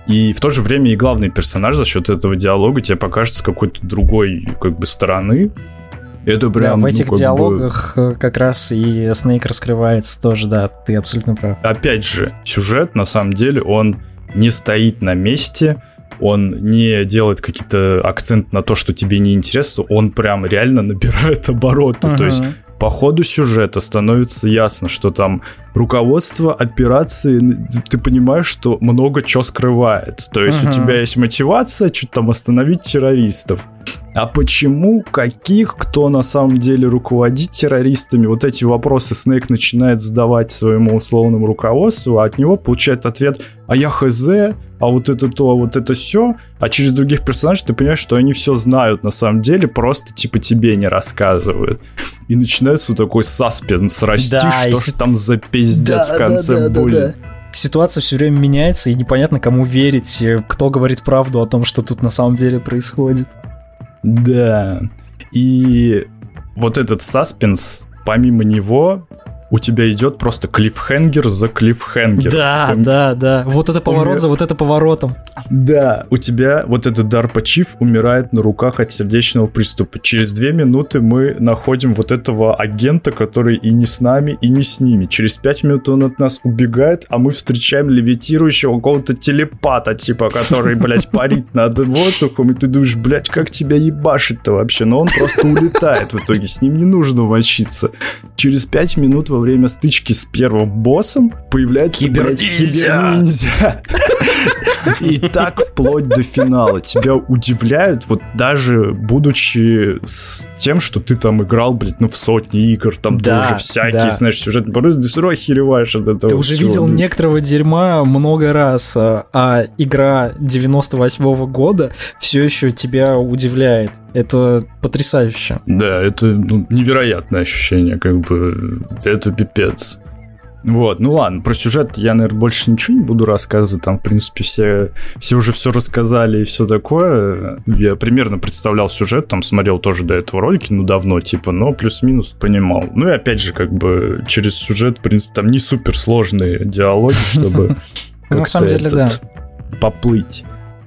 И в то же время и главный персонаж за счет этого диалога тебе покажется с какой-то другой как бы стороны. Это прям, да, в этих ну, диалогах бы... как раз и Снейк раскрывается тоже, да, ты абсолютно прав. Опять же, сюжет, на самом деле, он не стоит на месте, он не делает какие-то акценты на то, что тебе не интересно, он прям реально набирает обороты. Uh-huh. То есть по ходу сюжета становится ясно, что там руководство операции, ты понимаешь, что много чего скрывает. То есть uh-huh. у тебя есть мотивация что-то там остановить террористов. А почему, каких, кто на самом деле руководит террористами, вот эти вопросы Снейк начинает задавать своему условному руководству, а от него получает ответ: а я хз, а вот это то, а вот это все. А через других персонажей ты понимаешь, что они все знают на самом деле, просто типа тебе не рассказывают. И начинается вот такой саспенс расти, да, что ж там за пиздец да, в конце да, да, будет. Да, да. Ситуация все время меняется, и непонятно, кому верить, кто говорит правду о том, что тут на самом деле происходит. Да, и вот этот саспенс, помимо него, у тебя идет просто клиффхенгер за клиффхенгер. Да, Пом... да, да, вот это поворот Умер... за вот это поворотом. Да, у тебя вот этот Дарпа Чиф умирает на руках от сердечного приступа. Через две минуты мы находим вот этого агента, который и не с нами, и не с ними. Через пять минут он от нас убегает, а мы встречаем левитирующего какого-то телепата, типа, который, блядь, парит над воздухом, и ты думаешь, блядь, как тебя ебашить-то вообще? Но он просто улетает в итоге, с ним не нужно мочиться. Через пять минут во время стычки с первым боссом появляется, блядь, киберниндзя. И так вплоть до финала. Тебя удивляют, вот даже будучи с тем, что ты там играл, блядь, ну в сотни игр, там да, тоже всякие, да. знаешь, сюжетные породы, ты все равно охереваешь от этого. Ты уже всего. Видел некоторого дерьма много раз, а игра девяносто восьмого года все еще тебя удивляет. Это потрясающе. Да, это ну, невероятное ощущение, как бы, это пипец. Вот, ну ладно, про сюжет я, наверное, больше ничего не буду рассказывать, там, в принципе, все, все уже все рассказали и все такое. Я примерно представлял сюжет, там, смотрел тоже до этого ролики, ну, давно, типа, но плюс-минус понимал. Ну и опять же, как бы, через сюжет, в принципе, там не суперсложные диалоги, чтобы как-то поплыть.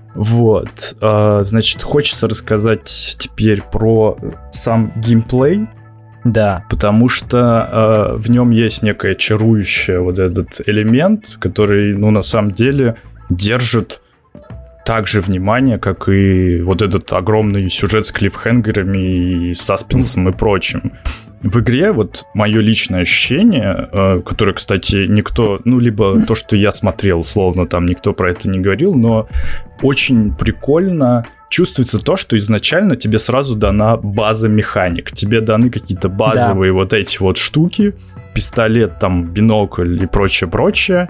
Вот, значит, хочется рассказать теперь про сам геймплей. Да. Потому что э, в нем есть некое чарующее вот этот элемент, который, ну, на самом деле держит так же внимание, как и вот этот огромный сюжет с клиффхенгерами и саспенсом и прочим. В игре вот мое личное ощущение, э, которое, кстати, никто, ну, либо то, что я смотрел, условно, там никто про это не говорил, но очень прикольно чувствуется то, что изначально тебе сразу дана база механик. Тебе даны какие-то базовые да. вот эти вот штуки, пистолет, там, бинокль и прочее-прочее.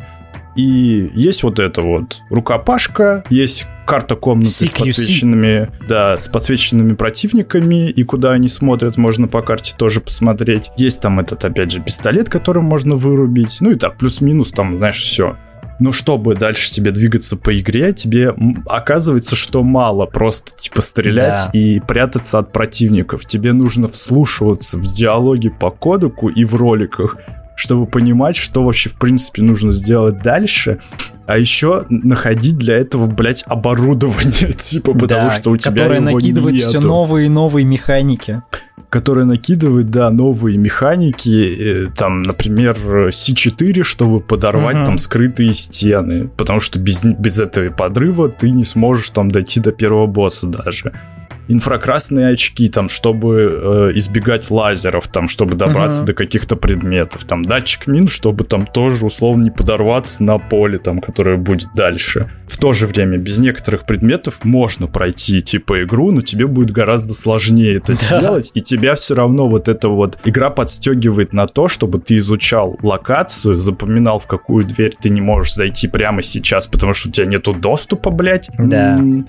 И есть вот это вот рукопашка, есть карта комнаты си кью си. с подсвеченными, да, с подсвеченными противниками, и куда они смотрят, можно по карте тоже посмотреть. Есть там этот, опять же, пистолет, которым можно вырубить. Ну и так, плюс-минус, там, знаешь, все. Но чтобы дальше тебе двигаться по игре, тебе оказывается, что мало просто типа стрелять да. и прятаться от противников. Тебе нужно вслушиваться в диалоги по кодеку и в роликах, чтобы понимать, что вообще в принципе нужно сделать дальше. А еще находить для этого, блядь, оборудование, типа, потому да, что у тебя которое его накидывает нету. все новые и новые механики. Которая накидывает, да, новые механики, там, например, си четыре, чтобы подорвать uh-huh. там скрытые стены, потому что без, без этого подрыва ты не сможешь там дойти до первого босса даже. Инфракрасные очки, там, чтобы э, избегать лазеров, там, чтобы добраться uh-huh. до каких-то предметов, там, датчик мин, чтобы там тоже, условно, не подорваться на поле, там, которое будет дальше. В то же время без некоторых предметов можно пройти, типа, игру, но тебе будет гораздо сложнее это да. сделать, и тебя все равно вот эта вот игра подстегивает на то, чтобы ты изучал локацию, запоминал, в какую дверь ты не можешь зайти прямо сейчас, потому что у тебя нету доступа, блядь. Да. М-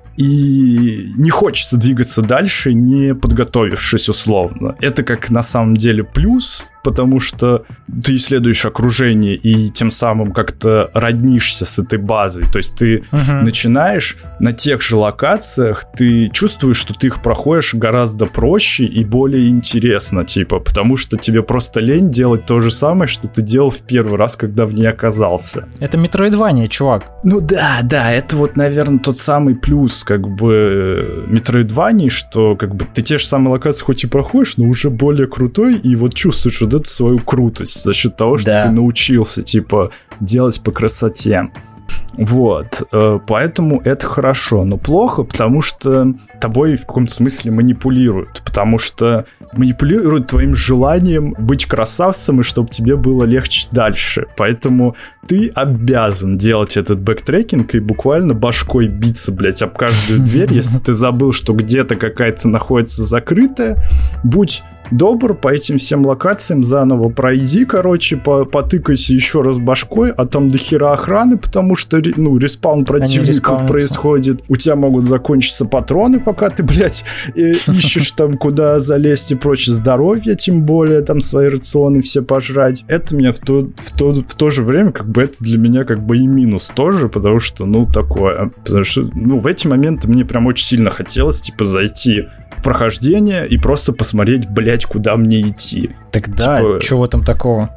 И не хочется двигаться дальше, не подготовившись условно. Это как на самом деле плюс, потому что ты исследуешь окружение и тем самым как-то роднишься с этой базой. То есть ты uh-huh. начинаешь на тех же локациях, ты чувствуешь, что ты их проходишь гораздо проще и более интересно, типа, потому что тебе просто лень делать то же самое, что ты делал в первый раз, когда в ней оказался. Это Metroidvania, чувак. Ну да, да, это вот, наверное, тот самый плюс, как бы, Metroidvania, что, как бы, ты те же самые локации хоть и проходишь, но уже более крутой, и вот чувствуешь вот эту свою крутость за счет того, что да. ты научился, типа, делать по красоте. Вот, поэтому это хорошо, но плохо, потому что тобой в каком-то смысле манипулируют, потому что манипулируют твоим желанием быть красавцем и чтобы тебе было легче дальше, поэтому ты обязан делать этот бэктрекинг и буквально башкой биться, блять, об каждую дверь, если ты забыл, что где-то какая-то находится закрытая, будь добр, по этим всем локациям заново пройди, короче, по потыкайся еще раз башкой, а там дохера охраны, потому что, ну, респаун противников происходит. У тебя могут закончиться патроны, пока ты, блядь, ищешь там, куда залезть и прочее. Здоровье, тем более, там свои рационы все пожрать. Это меня в то, в то, в то же время, как бы, это для меня как бы и минус тоже, потому что, ну, такое. Потому что, ну, в эти моменты мне прям очень сильно хотелось, типа, зайти в прохождение и просто посмотреть, блядь, куда мне идти. Тогда, типа... чего там такого?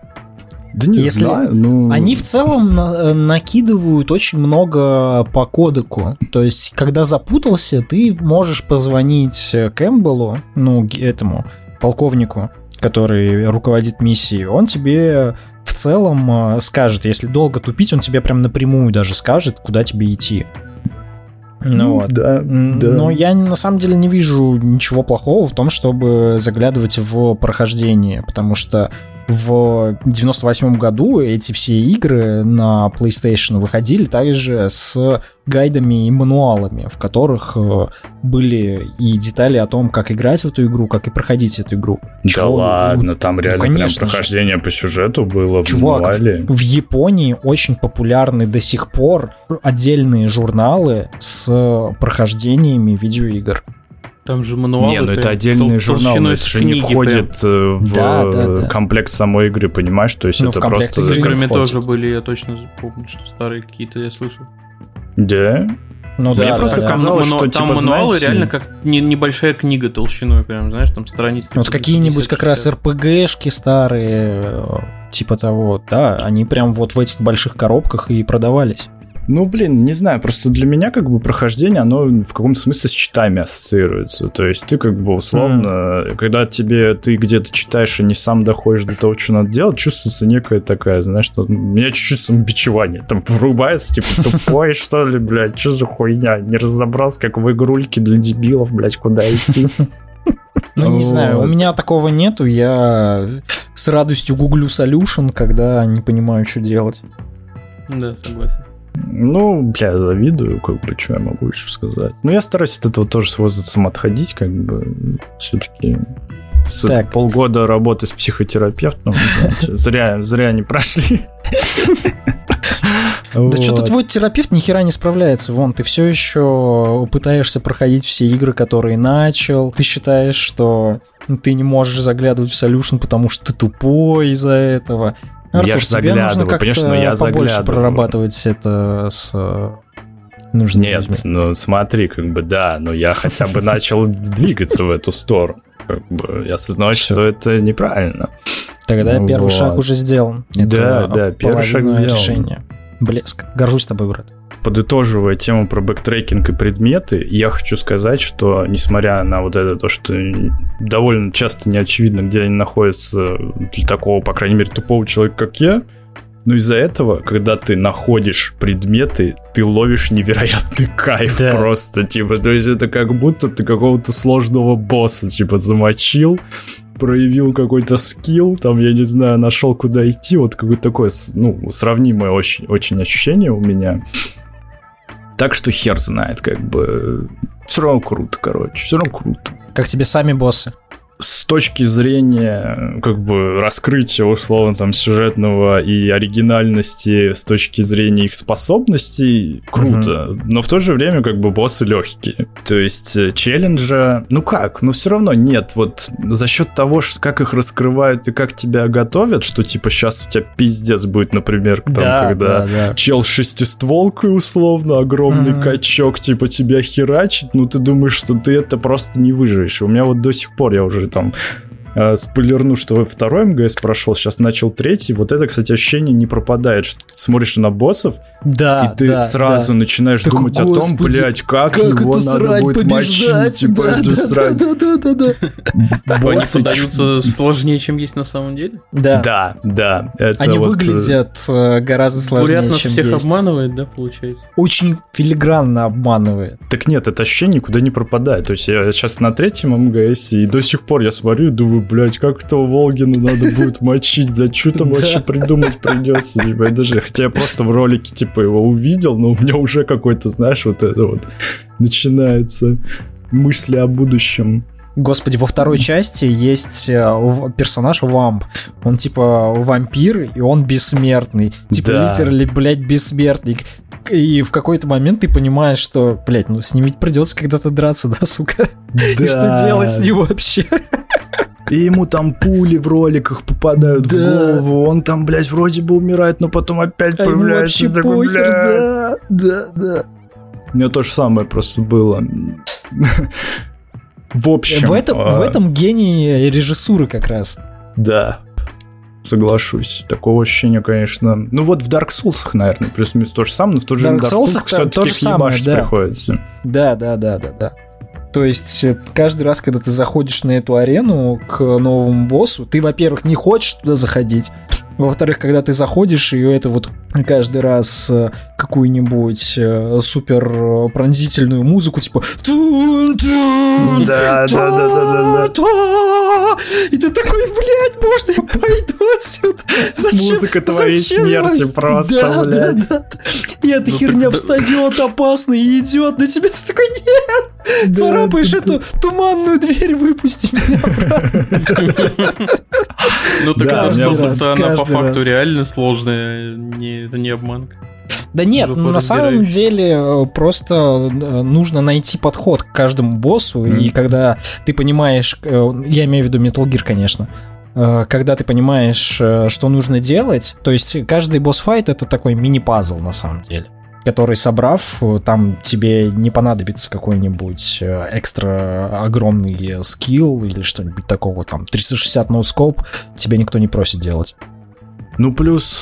Да не Если знаю, ну... Они в целом на- накидывают очень много по кодеку. То есть, когда запутался, ты можешь позвонить Кэмпбеллу, ну, этому полковнику, который руководит миссией. Он тебе в целом скажет, если долго тупить, он тебе прям напрямую даже скажет, куда тебе идти. Ну, вот. да, да. Но я на самом деле не вижу ничего плохого в том, чтобы заглядывать в прохождение, потому что в девяносто восьмом году эти все игры на PlayStation выходили также с гайдами и мануалами, в которых были и детали о том, как играть в эту игру, как и проходить эту игру. Да Чего? ладно, там реально ну, прям прохождение же. По сюжету было Чувак, в мануале. В, в Японии очень популярны до сих пор отдельные журналы с прохождениями видеоигр. Там же мануалы. Не, ну это отдельный журнал, но это же не входит прям. в да, да, да. комплект самой игры, понимаешь? То есть ну, это просто... С играми тоже были, я точно помню, что старые какие-то я слышал. Да? Ну Мне да, просто да, казалось, да. что там, типа, там мануалы знаете... реально как не, небольшая книга толщиной, прям, знаешь, там страницы. Вот какие-нибудь как раз эр пи джи-шки старые, типа того, да, они прям вот в этих больших коробках и продавались. Ну, блин, не знаю, просто для меня как бы прохождение, оно в каком-то смысле с читами ассоциируется. То есть ты как бы условно, mm. когда тебе ты где-то читаешь и не сам доходишь до того, что надо делать, чувствуется некая такая, знаешь, что у меня чуть-чуть самобичевание там врубается, типа, тупой, что ли, блядь, что за хуйня? Не разобрался, как в игрульке для дебилов, блядь, куда идти. Ну, не знаю, у меня такого нету, я с радостью гуглю solution, когда не понимаю, что делать. Да, согласен. Ну, бля, завидую, как бы, что я могу еще сказать. Ну, я стараюсь от этого тоже с возрастом отходить, как бы, все-таки с полгода работы с психотерапевтом, зря, зря не прошли. Да что-то твой терапевт ни хера не справляется, вон, ты все еще пытаешься проходить все игры, которые начал, ты считаешь, что ты не можешь заглядывать в solution, потому что ты тупой из-за этого. Артур, я же заглядываю, конечно, но я побольше заглядываю. Прорабатывать это с нужными Нет, людьми. Ну смотри, как бы да, но я хотя бы начал двигаться в эту сторону. Как бы я осознаю, что это неправильно. Тогда первый вот. шаг уже сделан. Да, да, первый шаг сделан. Решение. Блеск. Горжусь тобой, брат. Подытоживая тему про бэктрекинг и предметы, я хочу сказать, что несмотря на вот это то, что довольно часто не очевидно, где они находятся для такого, по крайней мере, тупого человека, как я, но из-за этого, когда ты находишь предметы, ты ловишь невероятный кайф да. просто, типа, то есть это как будто ты какого-то сложного босса, типа, замочил, проявил какой-то скилл, там, я не знаю, нашел, куда идти, вот какое-то такое, ну, сравнимое очень, очень ощущение у меня. Так что хер знает, как бы, все равно круто, короче, все равно круто. Как тебе сами боссы? с точки зрения как бы раскрытия условно там сюжетного и оригинальности, с точки зрения их способностей, круто. Mm-hmm. Но в то же время как бы боссы легкие. То есть челленджа, ну как, но все равно нет. Вот за счет того, что, как их раскрывают и как тебя готовят, что типа сейчас у тебя пиздец будет, например, там, да, когда да, да. чел с шестистволкой условно, огромный mm-hmm. качок типа тебя херачит, ну ты думаешь, что ты это просто не выживешь. У меня вот до сих пор я уже там э, спойлерну, что второй МГС прошел, сейчас начал третий. Вот это, кстати, ощущение не пропадает, что ты смотришь на боссов, да, и ты да, сразу да. начинаешь так, думать господи, о том, блядь, как, как его надо будет побеждать, мочить, типа да, эту да, срать. Да, да, да, да, да. Они подаются сложнее, чем есть на самом деле? Да. Да, да. Это Они вот... выглядят гораздо сложнее, Бурят нас чем всех есть. обманывает, да, получается? Очень филигранно обманывает. Так нет, это ощущение никуда не пропадает. То есть я сейчас на третьем МГС, и до сих пор я смотрю и думаю, блядь, как этого Волгина надо будет мочить, блядь, что там вообще придумать придется, типа, даже, хотя я просто в ролике, типа, его увидел, но у меня уже какой-то, знаешь, вот это вот начинается мысли о будущем. Господи, во второй части есть персонаж Вамп. Он типа вампир, и он бессмертный. Типа да. литерали, блядь, бессмертник. И в какой-то момент ты понимаешь, что, блядь, ну с ним ведь придется когда-то драться, да, сука? Да. И что делать с ним вообще? И ему там пули в роликах попадают да. в голову. Он там, блядь, вроде бы умирает, но потом опять а появляется. Ему вообще такой, похер, да, да, да. У меня то же самое просто было. В общем... В этом, а... в этом гений режиссуры как раз. Да, соглашусь. Такого ощущения, конечно... Ну вот в Dark Souls, наверное, плюс-минус то же самое, но в тот же Dark Souls все-таки ебашить да. приходится. Да, да, да, да, да. То есть каждый раз, когда ты заходишь на эту арену к новому боссу, ты, во-первых, не хочешь туда заходить, во-вторых, когда ты заходишь, и это вот каждый раз какую-нибудь супер пронзительную музыку, типа... Да, да, да, да, да. И ты такой, блядь, может, я пойду отсюда? Зачем? Музыка твоей Зачем? смерти просто, да, блядь. Да, да, да. И эта ну, херня встает опасно и идет на тебя. Ты такой, нет! Да, царапаешь да, эту да. туманную дверь, выпусти меня обратно. Ну так это что, она по факту реально сложная, это не обманка. Да нет, на самом деле просто нужно найти подход к каждому боссу, mm. и когда ты понимаешь, я имею в виду Metal Gear, конечно, когда ты понимаешь, что нужно делать, то есть каждый босс-файт — это такой мини-пазл на самом деле, который, собрав, там тебе не понадобится какой-нибудь экстра огромный скилл или что-нибудь такого, там, триста шестьдесят ноускоп тебе никто не просит делать. Ну, плюс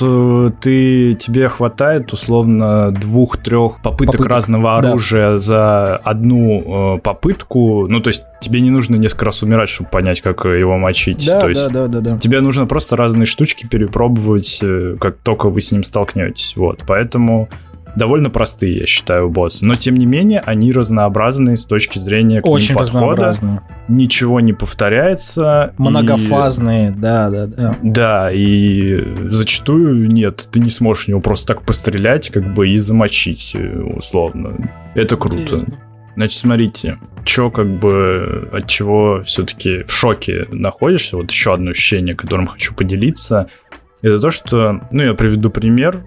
ты, тебе хватает, условно, двух-трех попыток, попыток разного да. оружия за одну э, попытку. Ну, то есть тебе не нужно несколько раз умирать, чтобы понять, как его мочить. Да, то да, есть да, да, да. тебе нужно просто разные штучки перепробовать, как только вы с ним столкнетесь. Вот, поэтому... довольно простые, я считаю, боссы. Но, тем не менее, они разнообразные с точки зрения к Очень ним подхода. Ничего не повторяется. Многофазные, и... да, да, да. Да, и зачастую нет, ты не сможешь в него просто так пострелять, как бы, и замочить, условно. Это круто. Интересно. Значит, смотрите, чё, как бы, от чего все-таки в шоке находишься. Вот еще одно ощущение, которым хочу поделиться. Это то, что, ну, я приведу пример.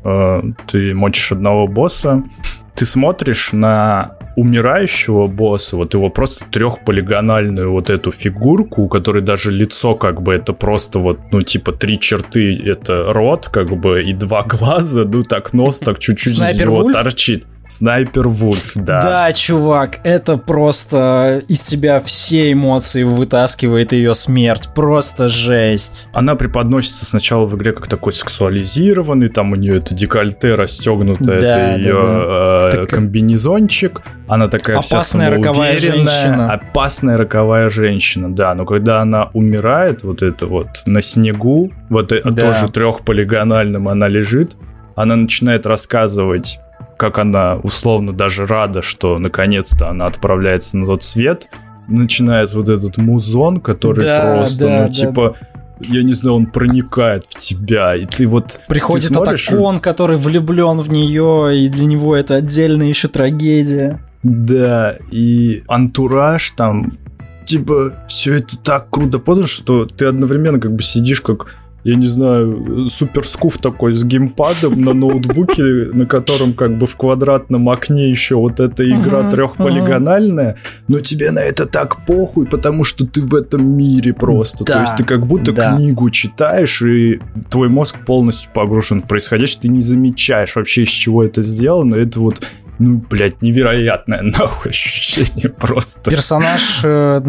Ты мочишь одного босса, ты смотришь на умирающего босса, вот его просто трехполигональную вот эту фигурку, у которой даже лицо, как бы, это просто вот, ну, типа, три черты, это рот, как бы, и два глаза, ну, так нос так чуть-чуть из него торчит. Снайпер Вульф, да. Да, чувак, это просто из тебя все эмоции вытаскивает ее смерть. Просто жесть. Она преподносится сначала в игре как такой сексуализированный, там у нее это декольте расстегнутое, да, это ее да, да. Э, так... комбинезончик. Она такая вся самоуверенная. Опасная роковая женщина, да. Но когда она умирает, вот это вот на снегу, вот да. тоже трехполигональным она лежит, она начинает рассказывать, как она условно даже рада, что наконец-то она отправляется на тот свет, начинается вот этот музон, который да, просто, да, ну, да, типа, да. я не знаю, он проникает в тебя, и ты вот... Приходит ты смотришь, Атакон, который влюблен в нее, и для него это отдельная еще трагедия. Да, и антураж там... типа, все это так круто подано, что ты одновременно как бы сидишь как, я не знаю, суперскуф такой с геймпадом на ноутбуке, на котором как бы в квадратном окне еще вот эта игра uh-huh, трехполигональная, uh-huh. но тебе на это так похуй, потому что ты в этом мире просто. Да, то есть ты как будто да. книгу читаешь, и твой мозг полностью погружен в происходящее, ты не замечаешь вообще, из чего это сделано. Это вот... Ну, блядь, невероятное, нахуй, ощущение просто. Персонаж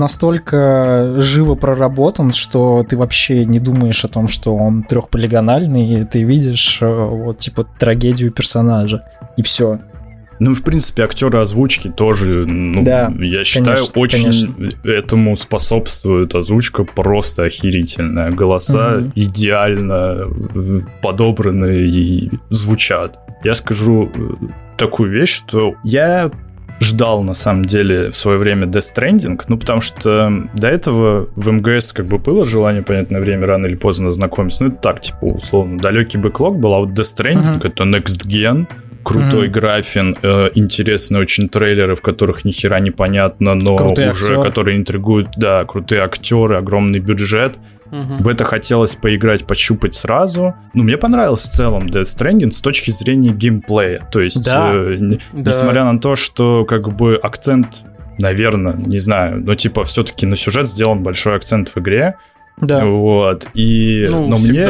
настолько живо проработан, что ты вообще не думаешь о том, что он трехполигональный, и ты видишь вот, типа, трагедию персонажа, и все. Ну, в принципе, актеры озвучки тоже, ну, да, я считаю, конечно, очень конечно. Этому способствует озвучка просто охерительная. Голоса угу. идеально подобраны и звучат. Я скажу такую вещь, что я ждал, на самом деле, в свое время Death Stranding, ну, потому что до этого в эм гэ эс как бы было желание, понятное время, рано или поздно знакомиться. Ну, это так, типа, условно, далекий бэклог был, а вот Death Stranding uh-huh. это Next Gen, крутой uh-huh. графин, э, интересные очень трейлеры, в которых ни хера не понятно, но крутые уже, актеры. Которые интригуют, да, крутые актеры, огромный бюджет. Uh-huh. В это хотелось поиграть, пощупать сразу. Ну, мне понравился в целом Death Stranding с точки зрения геймплея. То есть, да. э, да. несмотря на то, что как бы акцент, наверное, не знаю, но типа все-таки на сюжет сделан большой акцент в игре. Да. Вот. И, ну, но мне,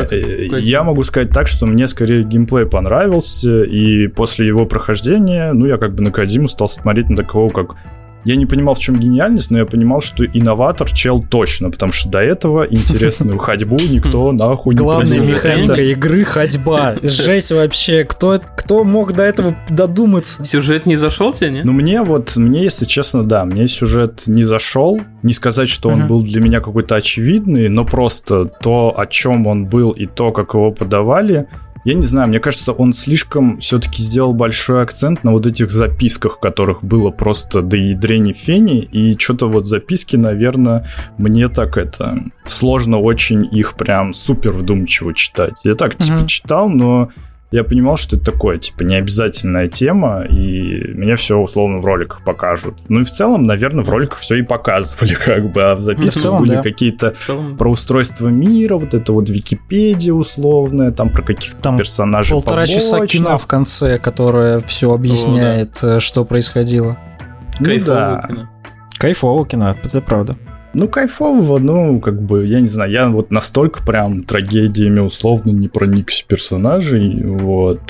я могу сказать так, что мне скорее геймплей понравился, и после его прохождения, ну, я как бы на Кодзиму стал смотреть на такого, как... Я не понимал, в чем гениальность, но я понимал, что инноватор чел точно, потому что до этого интересную ходьбу никто нахуй не придумал. Главная механика игры — ходьба. Жесть вообще. Кто, кто мог до этого додуматься? Сюжет не зашел тебе, не? Ну, мне вот, мне, если честно, да, мне сюжет не зашел. Не сказать, что он uh-huh. был для меня какой-то очевидный, но просто то, о чем он был, и то, как его подавали, я не знаю, мне кажется, он слишком все-таки сделал большой акцент на вот этих записках, которых было просто до ядрени фени, и что-то вот записки, наверное, мне так это... Сложно очень их прям супер вдумчиво читать. Я так, типа, mm-hmm. читал, но я понимал, что это такое, типа, необязательная тема, и меня все условно в роликах покажут. Ну и в целом, наверное, в роликах все и показывали, как бы, а в записках в целом, были да. какие-то целом... про устройство мира, вот это вот Википедия условная, там про каких-то там персонажей полтора побочных. Часа кино в конце, которое все объясняет, О, да. что происходило. Ну Кайфово да. кино. Кайфово кино, это правда. Ну, кайфового, ну, как бы, я не знаю, я вот настолько прям трагедиями условно не проникся персонажей, вот,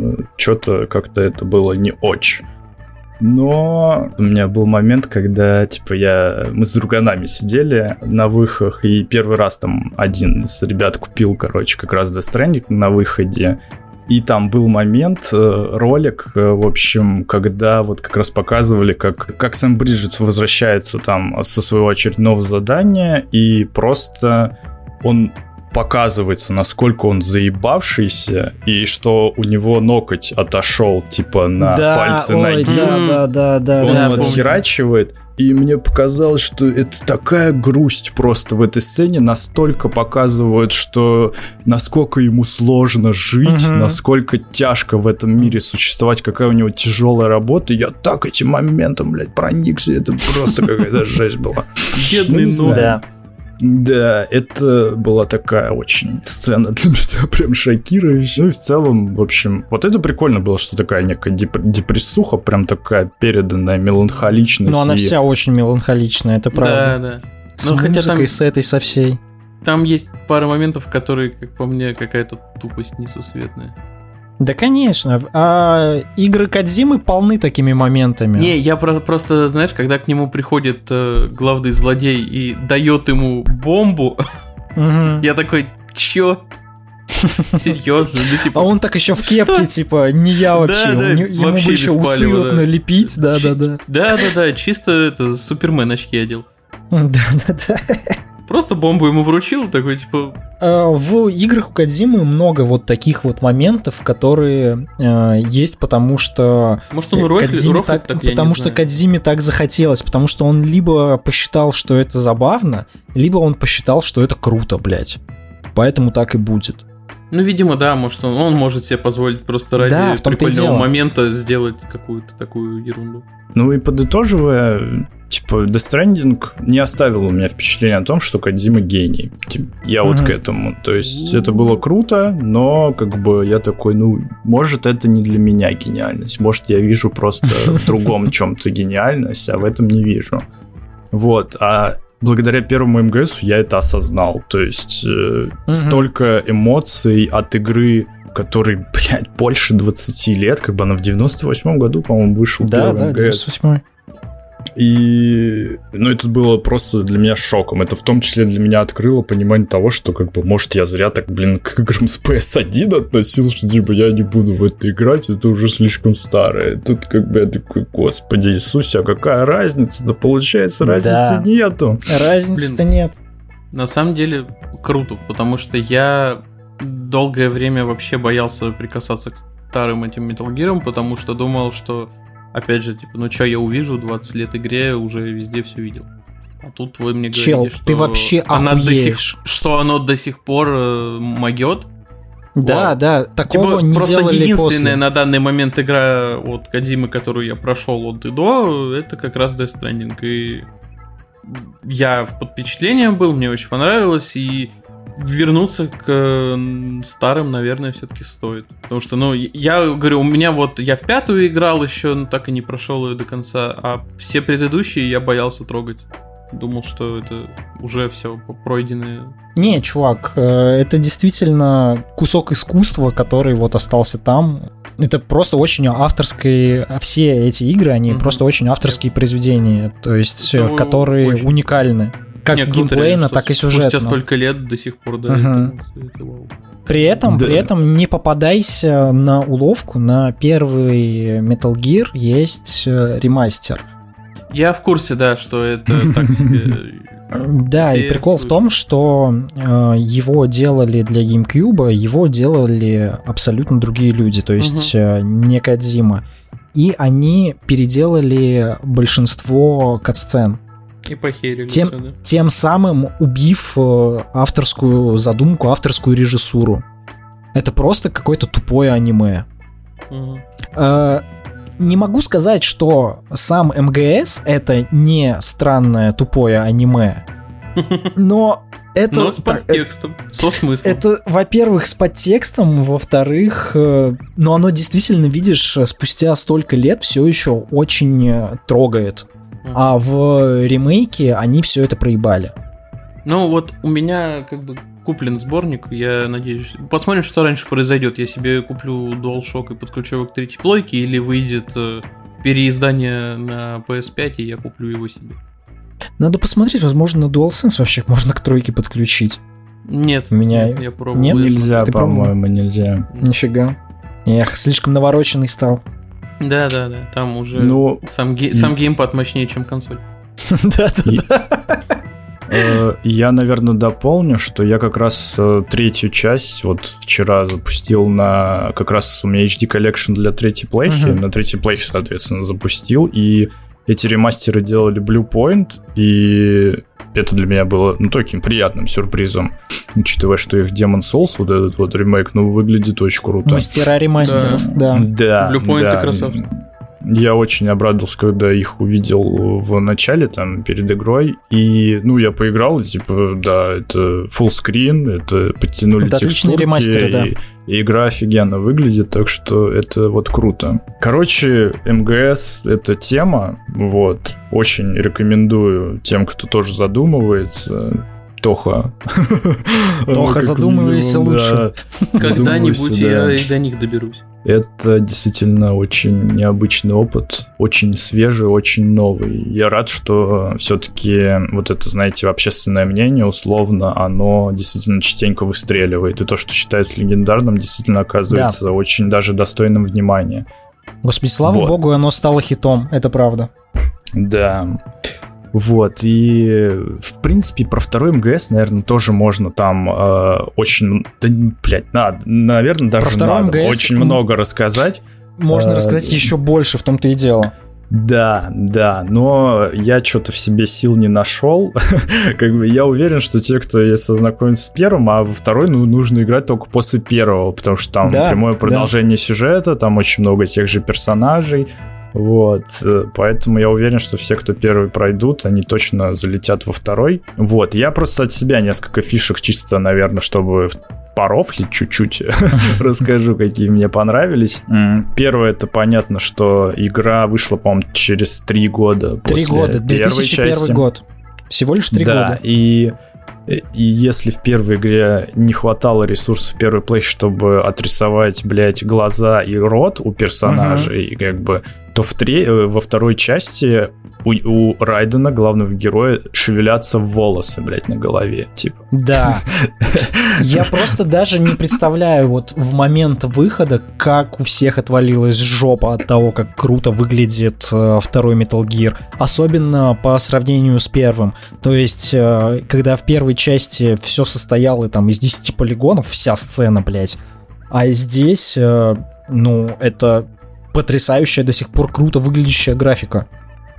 что-то как-то это было не очень. Но у меня был момент, когда, типа, я... Мы с друганами сидели на выходах, и первый раз там один из ребят купил, короче, как раз Death Stranding на выходе. И там был момент, ролик, в общем, когда вот как раз показывали, как, как Сэм Бриджес возвращается там со своего очередного задания, и просто он показывается, насколько он заебавшийся, и что у него ноготь отошел, типа, на да, пальцы ой, ноги. Да, да, да, да. Он да, отхерачивает. И мне показалось, что это такая грусть просто в этой сцене, настолько показывают, что насколько ему сложно жить, uh-huh. насколько тяжко в этом мире существовать, какая у него тяжелая работа. И я так этим моментом, блядь, проникся, это просто какая-то жесть была. Бедный ну, да. Да, это была такая очень сцена для меня прям шокирующая. Ну и в целом, в общем, вот это прикольно было, что такая некая деп- депрессуха, прям такая переданная меланхоличность. Ну она и... вся очень меланхоличная, это правда. Да, да. С ну, музыкой, хотя там... с этой, со всей. Там есть пара моментов, которые, как по мне, какая-то тупость несусветная. Да, конечно. А игры Кодзимы полны такими моментами. Не, я про- просто, знаешь, когда к нему приходит э, главный злодей и дает ему бомбу, угу. я такой, чё? Серьезно? Ну, типа, а он так еще в кепке, что? Типа, не я вообще. Да, да, ему вообще бы еще усы вот налепить, да-да-да. Да-да-да, чисто это Супермен очки одел. Да-да-да. Просто бомбу ему вручил, такой, типа... В играх у Кодзимы много вот таких вот моментов, которые э, есть, потому что... Может, он Кодзиме так, так потому что Кодзиме так захотелось, потому что он либо посчитал, что это забавно, либо он посчитал, что это круто, блядь. Поэтому так и будет. Ну, видимо, да, может, он, он может себе позволить просто ради да, прикольного момента сделать какую-то такую ерунду. Ну и подытоживая, типа, Death Stranding не оставил у меня впечатления о том, что Кодзима гений. Типа, я uh-huh. вот к этому. То есть uh-huh. это было круто, но как бы я такой, ну, может, это не для меня гениальность. Может, я вижу просто в другом чем-то гениальность, а в этом не вижу. Вот, а благодаря первому эм гэ эсу я это осознал. То есть э, uh-huh. столько эмоций от игры, который, блядь, больше двадцати лет, как бы она в девяносто восьмом году, по-моему, вышел да, первый да, эм гэ эс. девяносто восьмой. И, ну, это было просто для меня шоком. Это в том числе для меня открыло понимание того, что, как бы, может, я зря так, блин, к играм с пи эс один относился, что, типа, я не буду в это играть, это уже слишком старое. Тут, как бы, я такой, господи Иисусе, а какая разница? Да, получается, разницы да. нету. Разницы-то блин, нет. На самом деле, круто, потому что я долгое время вообще боялся прикасаться к старым этим Metal Gear'ам, потому что думал, что опять же, типа, ну что я увижу, двадцать лет игре, уже везде все видел. А тут вы мне Чел, говорите, что ты вообще она до сих, что оно до сих пор э, могет. Да, вот. да, такого типа, не просто делали единственная после. на данный момент игра от Кодзимы, которую я прошел от и до, это как раз Death Stranding. И я под впечатлением был, мне очень понравилось, и вернуться к старым, наверное, все-таки стоит. Потому что, ну, я говорю, у меня вот, я в пятую играл еще, но так и не прошел ее до конца, а все предыдущие я боялся трогать. Думал, что это уже все пройденное. Не, чувак, это действительно кусок искусства, который вот остался там. Это просто очень авторские, все эти игры, они mm-hmm. просто очень авторские произведения, то есть, это которые очень уникальны. Как не, геймплейно, круто, так и сюжетно. Спустя столько лет до сих пор, да. Uh-huh. Это, это, вау. При этом, да. при этом не попадайся на уловку, на первый Metal Gear есть ремастер. Я в курсе, да, что это так себе... Да, и прикол в том, что его делали для GameCube, его делали абсолютно другие люди, то есть не Кодзима. И они переделали большинство катсцен. И похерили. Тем, все, да? тем самым убив авторскую задумку, авторскую режиссуру. Это просто какое-то тупое аниме. Угу. Э, не могу сказать, что сам эм гэ эс это не странное тупое аниме, но это... Но с подтекстом, со смыслом. Это, во-первых, с подтекстом, во-вторых, но оно действительно, видишь, спустя столько лет все еще очень трогает. А в ремейке они все это проебали. Ну вот у меня как бы куплен сборник, я надеюсь. Посмотрим, что раньше произойдет. Я себе куплю DualShock и подключу его к третьей плойке, или выйдет переиздание на пи эс пять, и я куплю его себе. Надо посмотреть, возможно, на DualSense вообще можно к тройке подключить. Нет, у меня... нет, я пробовал. Нет? Нельзя, Ты по-моему, пробовал? Нельзя. Нифига. Эх, слишком навороченный стал. Да, да, да. Там уже ну, сам, ге- сам геймпад мощнее, чем консоль. Да, да, да. Я, наверное, дополню, что я как раз третью часть вот вчера запустил на... Как раз у меня эйч ди Collection для третьей плейхи. На третьей плейхе, соответственно, запустил. И эти ремастеры делали Bluepoint. И это для меня было, ну, таким приятным сюрпризом. Учитывая, что их Demon's Souls, вот этот вот ремейк, ну, выглядит очень круто. Мастера ремастеров, да. Да, Bluepoint да. и красавцы. Я очень обрадовался, когда их увидел в начале, там, перед игрой. И, ну, я поиграл, и, типа, да, это фуллскрин, это подтянули это текстурки, ремастеры, да. и, и игра офигенно выглядит, так что это вот круто. Короче, эм гэ эс — это тема, вот, очень рекомендую тем, кто тоже задумывается. Тоха. Тоха, задумывайся лучше. Когда-нибудь я и до них доберусь. Это действительно очень необычный опыт, очень свежий, очень новый. Я рад, что все-таки вот это, знаете, общественное мнение, условно, оно действительно частенько выстреливает. И то, что считается легендарным, действительно оказывается да. очень даже достойным внимания. Господи, слава вот. богу, оно стало хитом, это правда. Да. Вот, и в принципе про второй эм гэ эс, наверное, тоже можно там э, очень, да, блядь, надо, наверное, даже надо эм гэ эс очень много рассказать. Можно э, рассказать еще больше, в том-то и дело. Да, да, но я что-то в себе сил не нашел. Как бы я уверен, что те, кто если ознакомится с первым, а во второй, ну, нужно играть только после первого, потому что там да, прямое продолжение да. сюжета, там очень много тех же персонажей. Вот, поэтому я уверен, что все, кто первый пройдут, они точно залетят во второй. Вот, я просто от себя несколько фишек чисто, наверное, чтобы порофлить чуть-чуть, расскажу, какие мне понравились. Первое, это понятно, что игра вышла, по-моему, через три года после Три года, две тысячи первый год. Всего лишь три года. Да, и... И если в первой игре не хватало ресурсов в первой плей, чтобы отрисовать, блядь, глаза и рот у персонажей, uh-huh. как бы, то в тре... во второй части у, у Райдена, главного героя, шевелятся волосы, блядь, на голове, типа. Да. Я просто даже не представляю вот в момент выхода, как у всех отвалилась жопа от того, как круто выглядит э, второй Metal Gear. Особенно по сравнению с первым. То есть, э, когда в первой части все состояло там из десяти полигонов, вся сцена, блядь. А здесь, э, ну, это потрясающая, до сих пор круто выглядящая графика.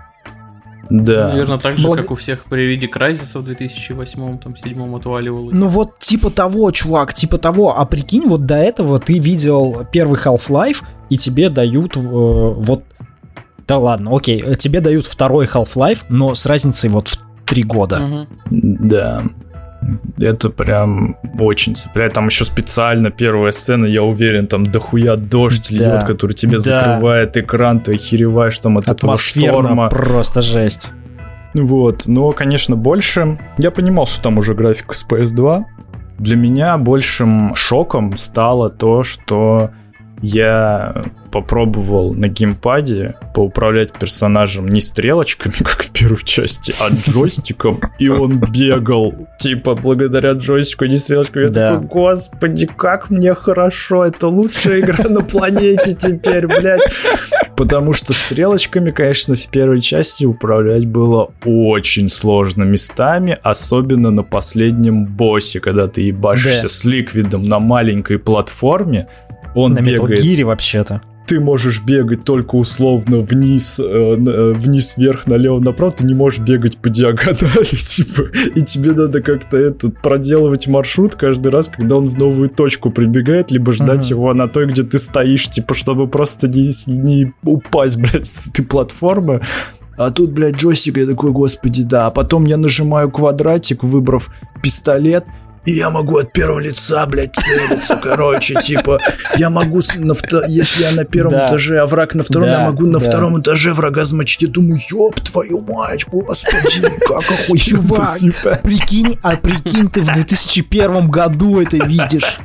Да. Наверное, так же, Благ... как у всех при виде Крайзиса в две тысячи восьмом, там, седьмом отваливалось. Ну вот типа того, чувак, типа того. А прикинь, вот до этого ты видел первый Half-Life, и тебе дают э, вот... Да ладно, окей, тебе дают второй Half-Life, но с разницей вот в три года. Угу. Да. Это прям очень цепляет. Там еще специально первая сцена, я уверен, там дохуя дождь да. льет, который тебе да. закрывает экран, ты охереваешь там от этого шторма. Просто жесть. Вот, но, конечно, больше... Я понимал, что там уже графика с пи эс два. Для меня большим шоком стало то, что я попробовал на геймпаде поуправлять персонажем не стрелочками, как в первой части, а джойстиком, и он бегал, типа, благодаря джойстику, не стрелочками. Я да. такой, господи, как мне хорошо, это лучшая игра на планете теперь, блядь. Потому что стрелочками, конечно, в первой части управлять было очень сложно местами, особенно на последнем боссе, когда ты ебашишься да. с Ликвидом на маленькой платформе. Он на бегает. Metal Gear вообще-то. Ты можешь бегать только условно вниз, э, вниз, вверх, налево, направо. Ты не можешь бегать по диагонали, типа. И тебе надо как-то этот проделывать маршрут каждый раз, когда он в новую точку прибегает, либо ждать uh-huh. его на той, где ты стоишь, типа, чтобы просто не, не упасть, блядь, с этой платформы. А тут, блядь, джойстик, я такой, господи, да. А потом я нажимаю квадратик, выбрав пистолет, и я могу от первого лица, блядь, целиться, короче, типа, я могу, на вто... если я на первом да. этаже, а враг на втором, да, я могу на да. втором этаже врага замочить. Я думаю, ёб твою мать, господи, как охуенно. Чувак, прикинь, а прикинь, ты в две тысячи первом году это видишь.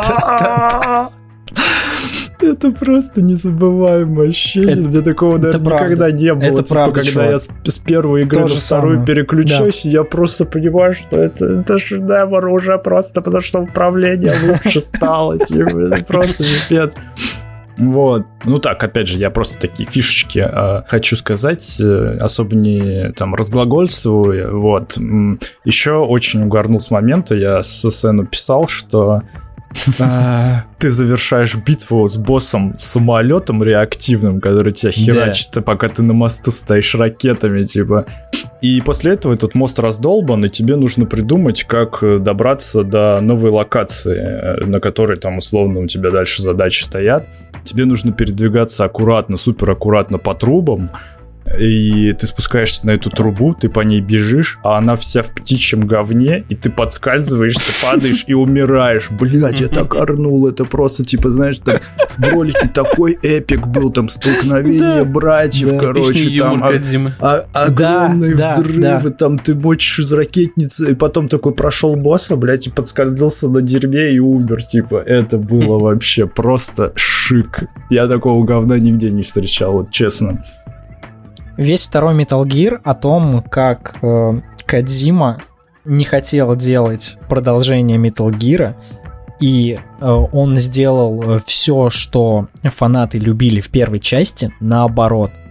Это просто незабываемое ощущение. Это, Мне такого, наверное, никогда не было. Это типа, правда, когда чувак. я с, с первой игры на вторую самое. переключусь, да. я просто понимаю, что это, это шедевр уже просто, потому что управление лучше стало. Типа, это просто пипец. Вот. Ну так, опять же, я просто такие фишечки э, хочу сказать, э, особо не там разглагольствую. Вот. Еще очень угорнул с момента, я с Сэну писал, что А, ты завершаешь битву с боссом самолетом реактивным, который тебя херачит, да. пока ты на мосту стоишь ракетами, типа. И после этого этот мост раздолбан, и тебе нужно придумать, как добраться до новой локации, на которой там условно у тебя дальше задачи стоят. Тебе нужно передвигаться аккуратно, супер аккуратно по трубам. И ты спускаешься на эту трубу, ты по ней бежишь, а она вся в птичьем говне, и ты подскальзываешься, падаешь и умираешь. Блядь, я так орнул, это просто, типа, знаешь, там в ролике такой эпик был, там столкновение братьев, короче, там огромные взрывы, там ты бочишь из ракетницы, и потом такой прошел босса, блядь, и подскользился на дерьме и умер, типа, это было вообще просто шик. Я такого говна нигде не встречал, вот честно. Весь второй Metal Gear о том, как э, Кодзима не хотел делать продолжение Metal Gear, и э, он сделал все, что фанаты любили в первой части, наоборот.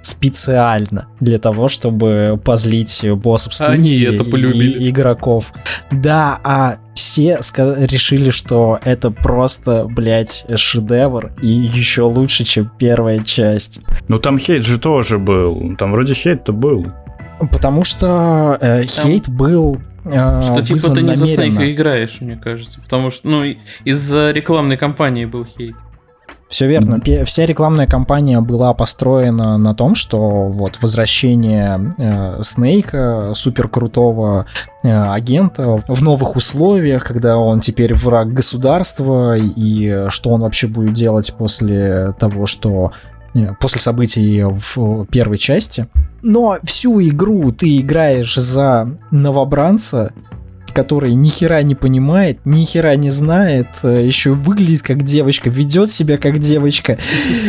специально для того, чтобы позлить боссов студии Они это полюбили. И игроков. Да, а все решили, что это просто, блядь, шедевр и еще лучше, чем первая часть. Ну там хейт же тоже был, там вроде хейт-то был. Потому что э, хейт был э, что типа ты не намеренно. За Снейка играешь, мне кажется. Потому что, ну, из-за рекламной кампании был хейт. Все верно. Mm-hmm. Вся рекламная кампания была построена на том, что вот возвращение э, Снейка, суперкрутого э, агента, в новых условиях, когда он теперь враг государства, и что он вообще будет делать после того, что после событий в первой части. Но всю игру ты играешь за новобранца, который ни хера не понимает, ни хера не знает, еще выглядит как девочка, ведет себя как девочка,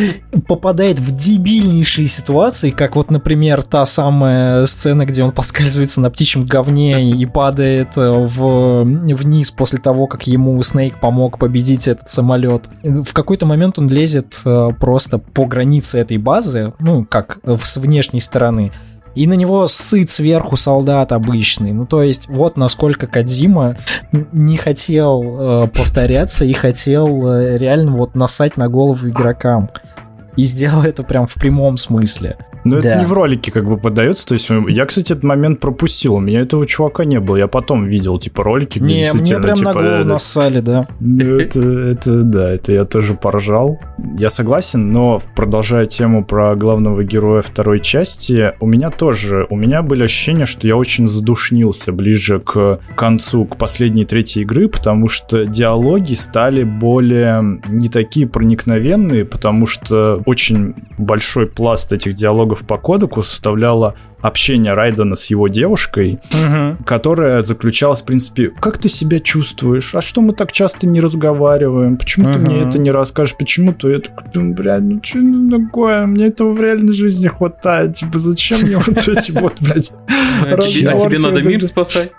попадает в дебильнейшие ситуации, как вот, например, та самая сцена, где он поскальзывается на птичьем говне и падает в... вниз после того, как ему Снейк помог победить этот самолет. В какой-то момент он лезет просто по границе этой базы, ну, как с внешней стороны, и на него сыт сверху солдат обычный. Ну, то есть, вот насколько Кодзима не хотел э, повторяться и хотел э, реально вот насать на голову игрокам. И сделал это прям в прямом смысле. Но да. Это не в ролике как бы подается. То есть я, кстати, этот момент пропустил. У меня этого чувака не было. Я потом видел, типа, ролики, где не, действительно... мне прям типа, на голову это... нассали, да. Ну, это, это, да, это я тоже поржал. Я согласен, но продолжая тему про главного героя второй части, у меня тоже... У меня были ощущения, что я очень задушнился ближе к концу, к последней третьей игры, потому что диалоги стали более не такие проникновенные, потому что очень большой пласт этих диалогов по кодеку составляло общение Райдена с его девушкой, угу. которая заключалась, в принципе, как ты себя чувствуешь? А что мы так часто не разговариваем? Почему угу. ты мне это не расскажешь? Почему ты это? Блядь, ну что такое? Мне этого в реальной жизни хватает. Типа, зачем мне вот эти вот, блядь, разговорки? А тебе надо мир спасать?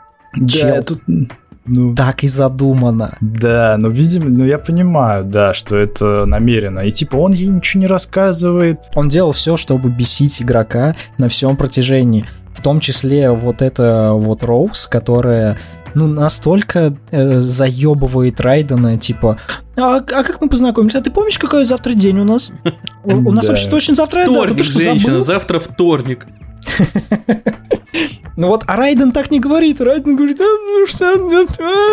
Да, тут... Ну, так и задумано. Да, ну, видимо, ну, я понимаю, да, что это намеренно. И типа он ей ничего не рассказывает. Он делал все, чтобы бесить игрока на всем протяжении. В том числе вот это вот Роуз, которая, ну, настолько э, заебывает Райдена, типа, а, а как мы познакомились? А ты помнишь, какой завтра день у нас? У нас вообще точно завтра дата, ты что, забыл? Завтра вторник. Ну вот, а Райден так не говорит. Райден говорит, а, ну что,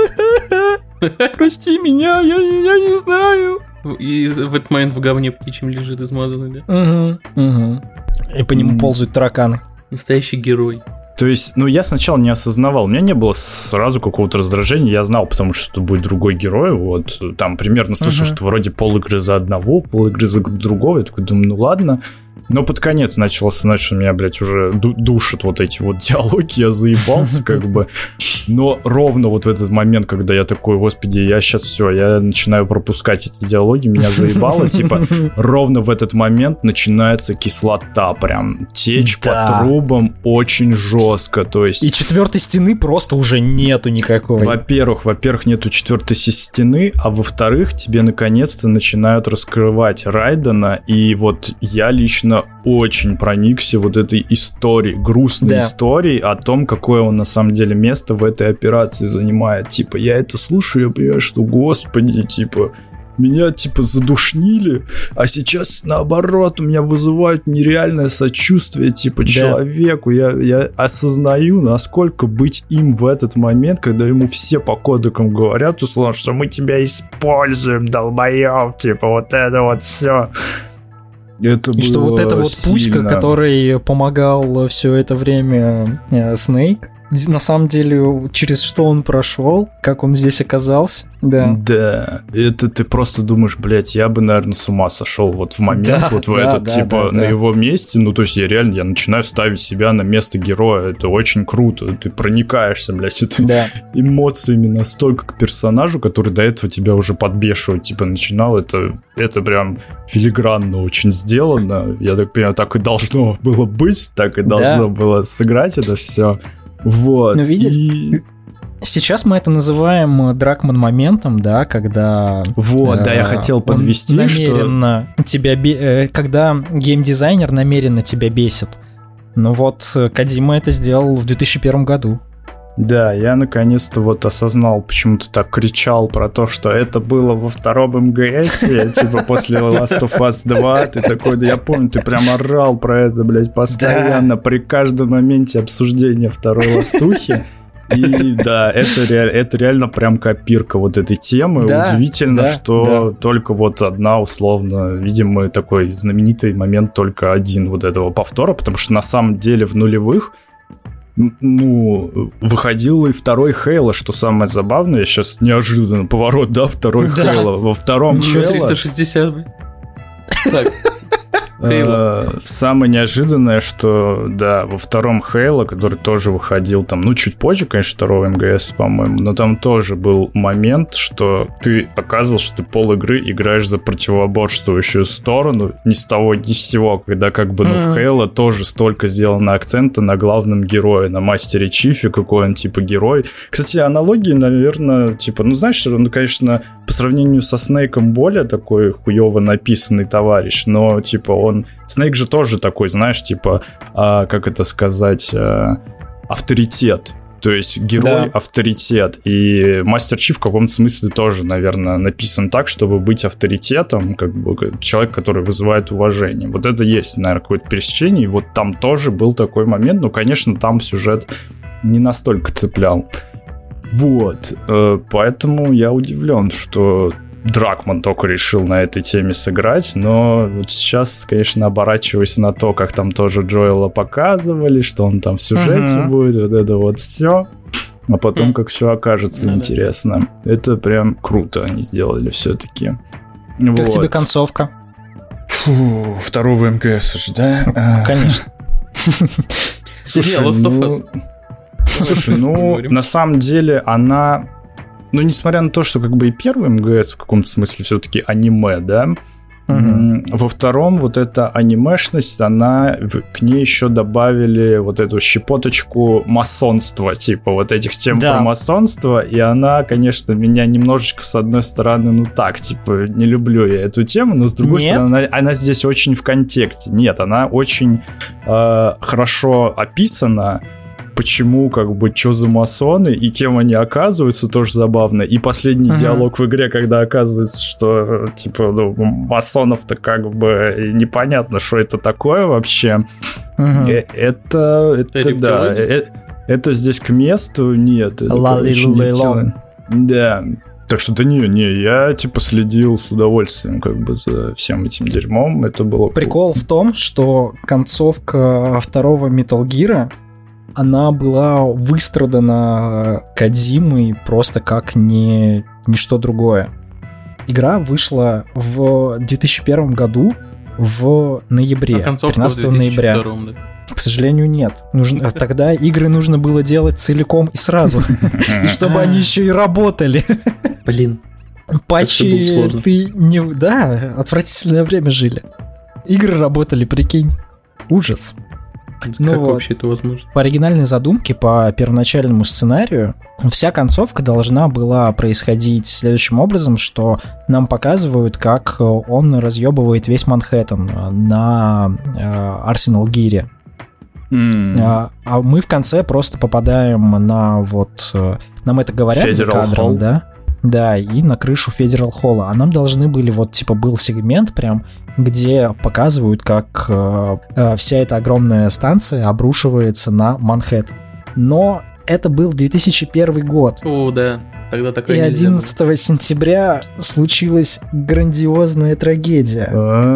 прости меня, я, я не знаю. И в этот момент в говне птичьем лежит измазанный, да? Угу, угу. И по нему ползают тараканы. Настоящий герой. То есть, ну, я сначала не осознавал, у меня не было сразу какого-то раздражения, я знал, потому что это будет другой герой, вот, там примерно слышал, uh-huh. что вроде пол игры за одного, пол игры за другого, я такой думаю, ну ладно. Но под конец начал осознавать, что меня, блядь, уже душат вот эти вот диалоги, я заебался, как бы. Но ровно вот в этот момент, когда я такой, господи, я сейчас все, я начинаю пропускать эти диалоги, меня заебало, типа, ровно в этот момент начинается кислота, прям течь да. по трубам очень жестко, то есть... И четвертой стены просто уже нету никакой. Во-первых, во-первых, нету четвертой стены, а во-вторых, тебе наконец-то начинают раскрывать Райдена, и вот я лично очень проникся вот этой историей, грустной да. историей о том, какое он на самом деле место в этой операции занимает. Типа, я это слушаю, я понимаю, что, господи, типа, меня, типа, задушнили, а сейчас, наоборот, у меня вызывают нереальное сочувствие, типа, да. человеку. Я, я осознаю, насколько быть им в этот момент, когда ему все по кодекам говорят, условно, что мы тебя используем, долбоёб, типа, вот это вот все. Это и что вот эта вот пучка, который помогал все это время э, Снейк, на самом деле, через что он прошел, как он здесь оказался. Да. Да. Это ты просто думаешь, блядь, я бы, наверное, с ума сошел вот в момент, да, вот в да, этот, да, типа, да, на да. его месте. Ну, то есть я реально, я начинаю ставить себя на место героя. Это очень круто. Ты проникаешься, блядь, этими да. эмоциями настолько к персонажу, который до этого тебя уже подбешивать, типа, начинал. Это, это прям филигранно очень сделано. Я так понимаю, так и должно было быть, так и должно да. было сыграть это все. Вот. Ну, видишь, и... Сейчас мы это называем Дракман моментом, да, когда... Вот, э, да, я хотел подвести, намеренно что... тебя... Э, когда геймдизайнер намеренно тебя бесит. Ну вот, Кодзима это сделал в две тысячи первом году. Да, я наконец-то вот осознал, почему ты так кричал про то, что это было во втором эм гэ эс, типа после Last of Us два, ты такой, да я помню, ты прям орал про это, блядь, постоянно, при каждом моменте обсуждения второй ластухи. И да, это, реаль, это реально прям копирка вот этой темы. Да, удивительно, да, что да. только вот одна, условно, видимо, такой знаменитый момент, только один вот этого повтора, потому что на самом деле в нулевых, ну, выходил и второй Хейла, что самое забавное, сейчас неожиданно поворот, да, второй да. Хейла. Во втором Хейла... триста шестьдесят, блин. Так. Самое неожиданное, что, да, во втором Halo, который тоже выходил там, ну, чуть позже, конечно, второго эм гэ эс, по-моему, но там тоже был момент, что ты оказывал, что ты пол игры играешь за противоборствующую сторону, ни с того, ни с сего, когда как бы, ну, в Halo тоже столько сделано акцента на главном герое, на мастере Чифе, какой он, типа, герой. Кстати, аналогии, наверное, типа, ну, знаешь, он, конечно, по сравнению со Снейком более такой хуёво написанный товарищ, но, типа, он Снейк же тоже такой, знаешь, типа, а, как это сказать, а, авторитет. То есть герой, да. авторитет. И Мастер Чиф в каком-то смысле тоже, наверное, написан так, чтобы быть авторитетом, как бы человек, который вызывает уважение. Вот это есть, наверное, какое-то пересечение. И вот там тоже был такой момент. Ну, конечно, там сюжет не настолько цеплял. Вот. Поэтому я удивлен, что Дракман только решил на этой теме сыграть, но вот сейчас, конечно, оборачиваясь на то, как там тоже Джоэла показывали, что он там в сюжете uh-huh. будет, вот это вот все, а потом как все окажется uh-huh. интересно. Это прям круто они сделали все-таки. Как вот. Тебе концовка? Фу, второго эм гэ эс же, да? Конечно. Слушай, ну... Слушай, ну, на самом деле она... Ну, несмотря на то, что как бы и первый эм гэ эс в каком-то смысле все-таки аниме, да, uh-huh. во втором вот эта анимешность, она, к ней еще добавили вот эту щепоточку масонства, типа вот этих тем да. про масонство, и она, конечно, меня немножечко, с одной стороны, ну так, типа, не люблю я эту тему, но с другой Нет. стороны, она, она здесь очень в контексте. Нет, она очень э, хорошо описана, почему, как бы, что за масоны и кем они оказываются, тоже забавно. И последний uh-huh. диалог в игре, когда оказывается, что, типа, ну, масонов-то как бы непонятно, что это такое вообще. Uh-huh. Э- это, это, это да, э- это здесь к месту, нет. Это очень да. Так что, да не, не, я, типа, следил с удовольствием, как бы, за всем этим дерьмом. Это было Прикол круто. В том, что концовка второго Metal Gear, она была выстрадана Кодзимой просто как не, ничто другое. Игра вышла в две тысячи первом году в ноябре, а тринадцатого ноября. Да? К сожалению, нет. Нужно, тогда игры нужно было делать целиком и сразу, и чтобы они еще и работали. Блин. Патчи ты не... Да, отвратительное время жили. Игры работали, прикинь. Ужас. Как ну вот. Вообще это возможно? По оригинальной задумке, по первоначальному сценарию, вся концовка должна была происходить следующим образом, что нам показывают, как он разъебывает весь Манхэттен на Арсенал Гире. Mm. А, а мы в конце просто попадаем на вот... Нам это говорят Federal за кадром, Hall. да? Да, и на крышу Федерал Холла. А нам должны были, вот, типа, был сегмент прям, где показывают, как э, э, вся эта огромная станция обрушивается на Манхэттен. Но это был две тысячи первый год. О, да. Тогда такое И одиннадцатого сентября случилась грандиозная трагедия.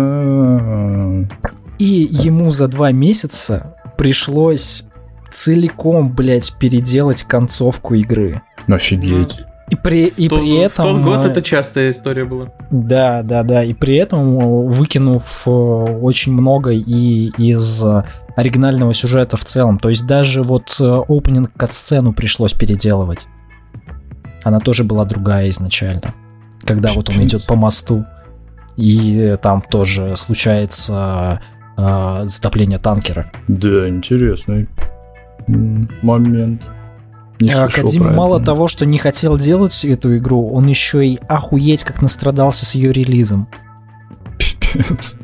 И ему за два месяца пришлось целиком, блядь, переделать концовку игры. Офигеть. И при, и то, при этом... В тот год это частая история была. Да, да, да. И при этом, выкинув очень много и из оригинального сюжета в целом. То есть даже вот опенинг кат-сцену пришлось переделывать. Она тоже была другая изначально. Когда вот он идет по мосту, и там тоже случается э, затопление танкера. Да, интересный момент. Не Кодзима мало того, что не хотел делать эту игру, он еще и охуеть как настрадался с ее релизом. Пипец.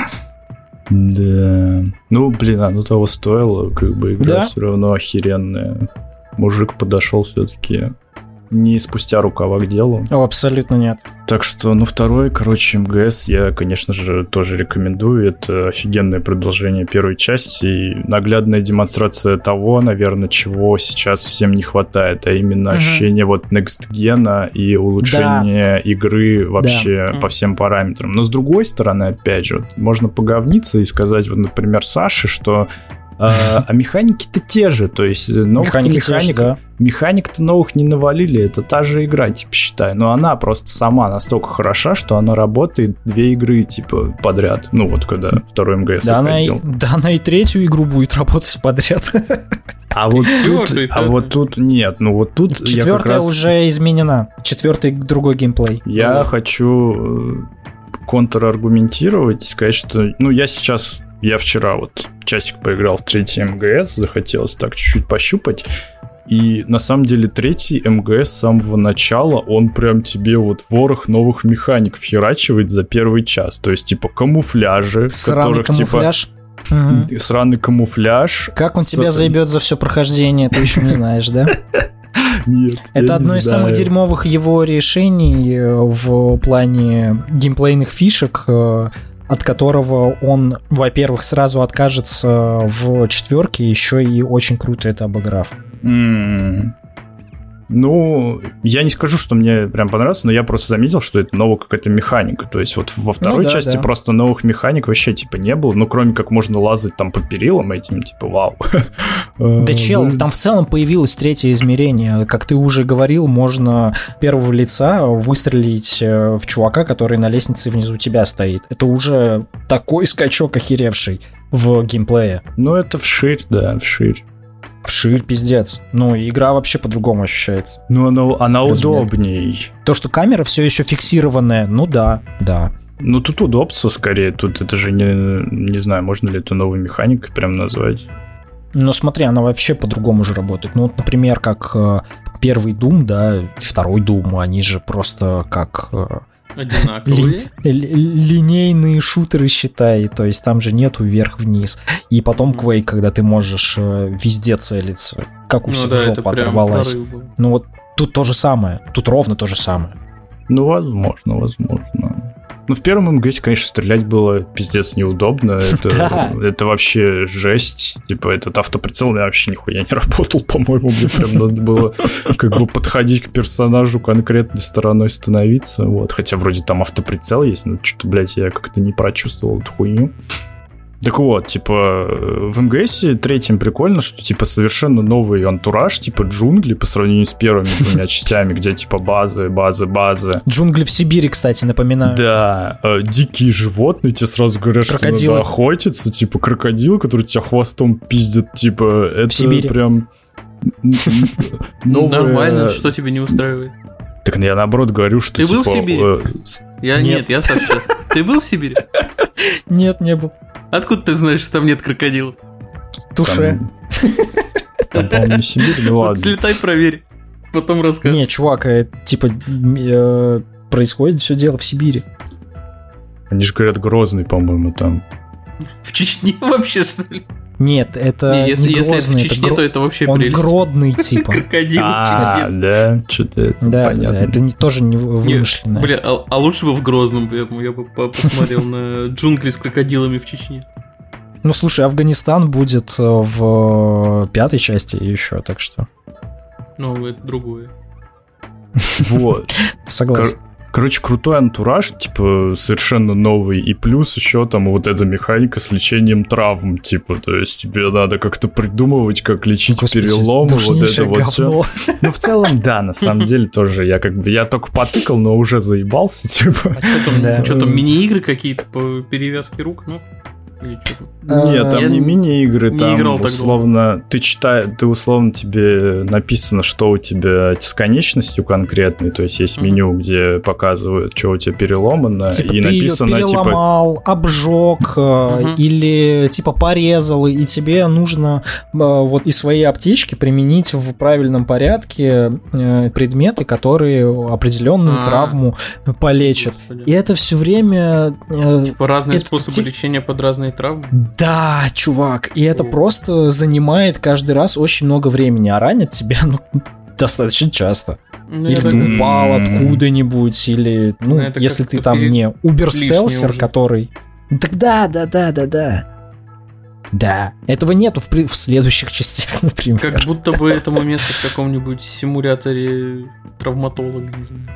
Да. Ну, блин, оно того стоило, как бы игра да? все равно охеренная. Мужик подошел все-таки не спустя рукава к делу. О, абсолютно нет. Так что, ну, второй, короче, МГС я, конечно же, тоже рекомендую. Это офигенное продолжение первой части и наглядная демонстрация того, наверное, чего сейчас всем не хватает, а именно угу. ощущение вот next-гена и улучшение да. игры вообще да. по всем параметрам. Но с другой стороны, опять же, вот, можно поговниться и сказать, вот, например, Саше, что А, а механики-то те же, то есть новых механик, да. механик-то новых не навалили, это та же игра, типа, считай, но она просто сама настолько хороша, что она работает две игры, типа, подряд, ну вот когда второй МГС да выходил. Она и, да она и третью игру будет работать подряд. А вот тут, а вот тут нет, ну вот тут четвертая как раз... уже изменена, четвертый другой геймплей. Я ну, хочу контраргументировать и сказать, что, ну я сейчас... Я вчера вот часик поиграл в третий МГС, захотелось так чуть-чуть пощупать. И на самом деле третий МГС с самого начала, он прям тебе вот ворох новых механик херачивает за первый час. То есть типа камуфляжи, сраный которых камуфляж. типа... Угу. Сраный камуфляж. Как он с... тебя заебет за все прохождение, ты еще не знаешь, да? Нет. Это одно из знаю. самых дерьмовых его решений в плане геймплейных фишек, от которого он, во-первых, сразу откажется в четверке, еще и очень круто это обыграв. Mm. Ну, я не скажу, что мне прям понравилось, но я просто заметил, что это новая какая-то механика. То есть вот во второй ну, да, части да. просто новых механик вообще типа не было. Ну, кроме как можно лазать там по перилам этим, типа вау. Да чел, там в целом появилось третье измерение. Как ты уже говорил, можно первого лица выстрелить в чувака, который на лестнице внизу тебя стоит. Это уже такой скачок охеревший в геймплее. Ну, это вширь, да, вширь. Вширь, пиздец. Ну, игра вообще по-другому ощущается. Ну, она, она удобней. То, что камера все еще фиксированная, ну да, да. Ну, тут удобство скорее. Тут это же не, не знаю, можно ли это новой механикой прям назвать. Ну, смотри, она вообще по-другому же работает. Ну, вот, например, как э, первый Doom, да, второй Doom, они же просто как... Э, одинаковые. Ли, ли, линейные шутеры, считай. То есть там же нету вверх-вниз. И потом Quake, когда ты можешь э, везде целиться. Как у всех ну, да, жопа оторвалась. Ну вот тут то же самое. Тут ровно то же самое. Ну, возможно, возможно. Ну, в первом МГС, конечно, стрелять было пиздец неудобно. Это, да. это вообще жесть. Типа, этот автоприцел у меня вообще нихуя не работал, по-моему. Мне прям надо было как бы подходить к персонажу конкретной стороной становиться. Вот. Хотя вроде там автоприцел есть, но что-то, блядь, я как-то не прочувствовал эту хуйню. Так вот, типа, в МГСе третьем прикольно, что, типа, совершенно новый антураж, типа, джунгли по сравнению с первыми двумя частями, где, типа, базы, базы, базы. Джунгли в Сибири, кстати, напоминаю. Да, э, дикие животные, тебе сразу говорят, крокодилы. Что надо охотиться, типа, крокодил, который тебя хвостом пиздит, типа, это Сибири. Прям... Нормально, что тебе не устраивает? Так я наоборот говорю, что, Ты типа... был в Сибири? Я нет, я Саша. Ты был в Сибири? Нет, не был. Откуда ты знаешь, что там нет крокодилов? Туше. Там, по-моему, не Сибирь, ну ладно. Слетай, проверь, потом расскажи. Не, чувак, типа, происходит все дело в Сибири. Они же говорят, Грозный, по-моему, там. В Чечне вообще, что ли? Нет, это не, если, не если Грозный, это в Чечне, это то это вообще он прелесть. Гродный, типа. Крокодил А, да, что-то это да, понятно. Да, это не, тоже не вымышленное. Бля, а, а лучше бы в Грозном, я, я бы посмотрел на джунгли с крокодилами в Чечне. Ну, слушай, Афганистан будет в пятой части еще, так что... Ну, это другое. Вот. Согласен. Короче, крутой антураж, типа, совершенно новый, и плюс еще там вот эта механика с лечением травм, типа, то есть тебе надо как-то придумывать, как лечить Господи, переломы, вот это вот все. Ну, в целом, да, на самом деле тоже я как бы, я только потыкал, но уже заебался, типа. А что там, да. что там мини-игры какие-то по перевязке рук, ну? Нет, там не мини-игры, там условно ты читаешь, ты условно тебе написано, что у тебя с конечностью конкретной, то есть есть меню, где показывают, что у тебя переломано, типа и ты написано ее переломал, типа обжег uh-huh. или типа порезал, и тебе нужно вот из своей аптечки применить в правильном порядке предметы, которые определенную А-а-а. травму полечат. Господи. И это все время типа разные это, способы тип... лечения под разные травмы. Да, чувак, и это О. просто занимает каждый раз очень много времени, а ранит тебя, ну, достаточно часто. Ну, или ты так... упал откуда-нибудь, или, ну, ну если ты там перед... не уберстелсер, который... Так да, да, да, да, да. Да, этого нету в, в следующих частях, например. Как будто бы этому место в каком-нибудь симуляторе травматолога.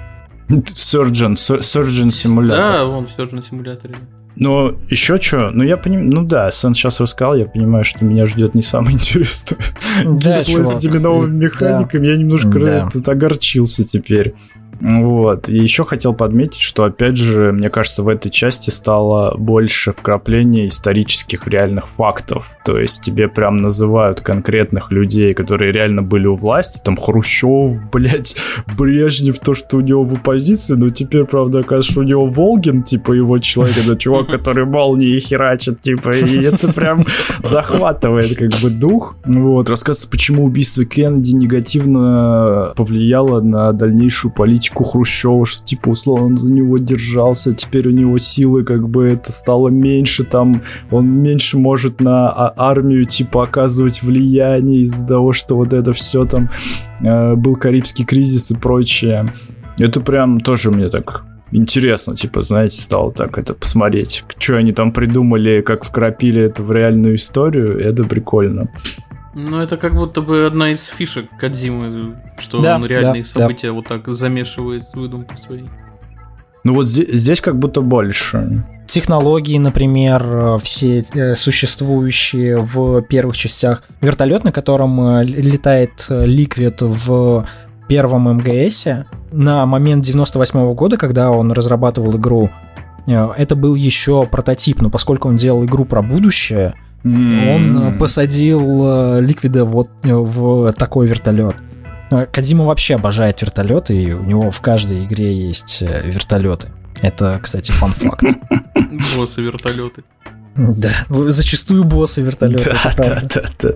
Surgeon, Surgeon симулятор. Да, вон в Surgeon симуляторе. Но еще что? Ну, я понимаю, ну да, Сэн сейчас рассказал, я понимаю, что меня ждет не самое интересное. Да, чувак. С этими новыми механиками я немножко тут огорчился теперь. Вот. И еще хотел подметить, что, опять же, мне кажется, в этой части стало больше вкрапления исторических реальных фактов. То есть тебе прям называют конкретных людей, которые реально были у власти. Там Хрущев, блядь, Брежнев, то, что у него в оппозиции. Но теперь, правда, оказывается, что у него Волгин, типа его человек, это чувак, который молнии херачит, типа, и это прям захватывает как бы дух. Вот. Рассказывается, почему убийство Кеннеди негативно повлияло на дальнейшую политику Хрущева, что типа условно он за него держался, теперь у него силы как бы это стало меньше, там он меньше может на армию типа оказывать влияние из-за того, что вот это все там э, был Карибский кризис и прочее. Это прям тоже мне так интересно, типа, знаете, стало так это посмотреть, что они там придумали, как вкрапили это в реальную историю, это прикольно. Ну, это как будто бы одна из фишек Кодзимы, что да, он реальные да, события да. вот так замешивает с выдумкой своей. Ну вот здесь, здесь как будто больше. Технологии, например, все существующие в первых частях. Вертолет, на котором летает Ликвид в первом эм гэ эсе, на момент девяносто восьмого года, когда он разрабатывал игру, это был еще прототип, но поскольку он делал игру про будущее, Mm-hmm. он посадил Ликвида вот в такой вертолет. Кодзима вообще обожает вертолеты, и у него в каждой игре есть вертолеты. Это, кстати, фан-факт. Боссы вертолеты. Да, зачастую боссы вертолеты. Да, да, да, да.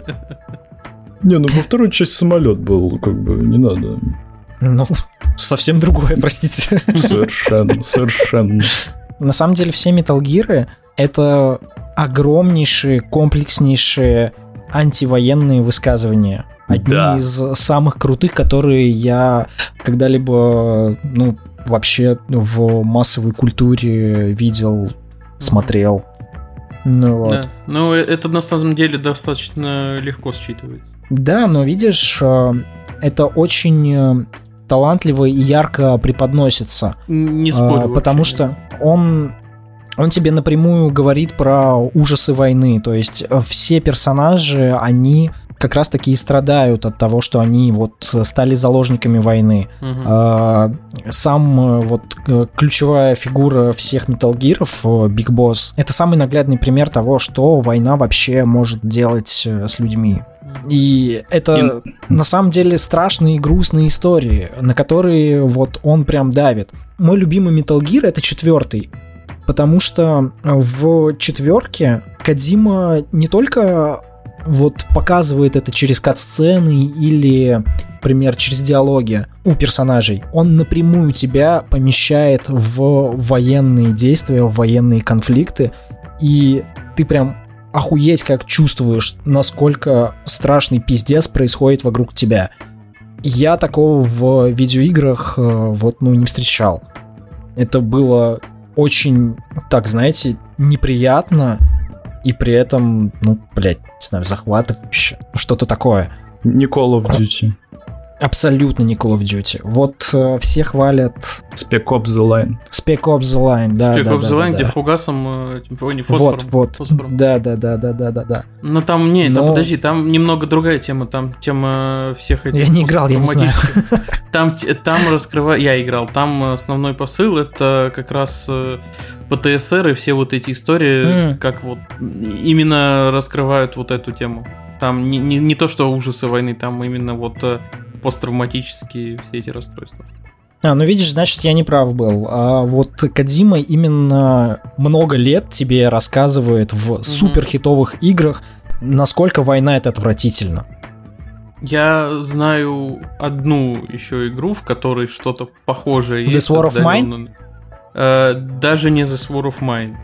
Не, ну во второй части самолет был, как бы не надо. Ну, совсем другое, простите. Совершенно, совершенно. На самом деле все Metal Gear'ы это огромнейшие, комплекснейшие антивоенные высказывания. Одни да. из самых крутых, которые я когда-либо, ну, вообще в массовой культуре видел, смотрел. Ну, вот. Да. Ну, это на самом деле достаточно легко считывается. Да, но видишь, это очень талантливо и ярко преподносится. Не спорю. Потому вообще. Что он... Он тебе напрямую говорит про ужасы войны, то есть все персонажи, они как раз таки и страдают от того, что они вот стали заложниками войны. Uh-huh. Сам вот ключевая фигура всех Metal Gear'ов, Big Boss, это самый наглядный пример того, что война вообще может делать с людьми. И это и... на самом деле страшные и грустные истории, на которые вот он прям давит. Мой любимый Metal Gear — это четвертый. Потому что в четверке Кодзима не только вот показывает это через кат-сцены или, например, через диалоги у персонажей, он напрямую тебя помещает в военные действия, в военные конфликты, и ты прям охуеть как чувствуешь, насколько страшный пиздец происходит вокруг тебя. Я такого в видеоиграх вот, ну, не встречал. Это было... очень, так, знаете, неприятно и при этом, ну, блядь, не знаю, захватывающе. Что-то такое. Не Call of Duty. Абсолютно не Call of Duty. Вот э, все хвалят... Spec Ops The Line. Spec Ops The Line, да, Spec да, Ops да, The Line, да, где да. фугасом, э, не фосфором. Вот, вот, фосфором. да, да, да, да, да, да, да. Но там, не, Но... там, подожди, там немного другая тема, там тема всех этих... Я не играл, я не знаю. Там, там раскрываю... Я играл, там основной посыл, это как раз ПТСР и все вот эти истории, mm. как вот именно раскрывают вот эту тему. Там не, не, не то, что ужасы войны, там именно вот посттравматические все эти расстройства. А, ну видишь, значит, я не прав был. А вот Кодзима именно много лет тебе рассказывает в mm-hmm. суперхитовых играх, насколько война это отвратительно. Я знаю одну еще игру, в которой что-то похожее есть. The Sword of Mine? Uh, даже не The Sword of Mine.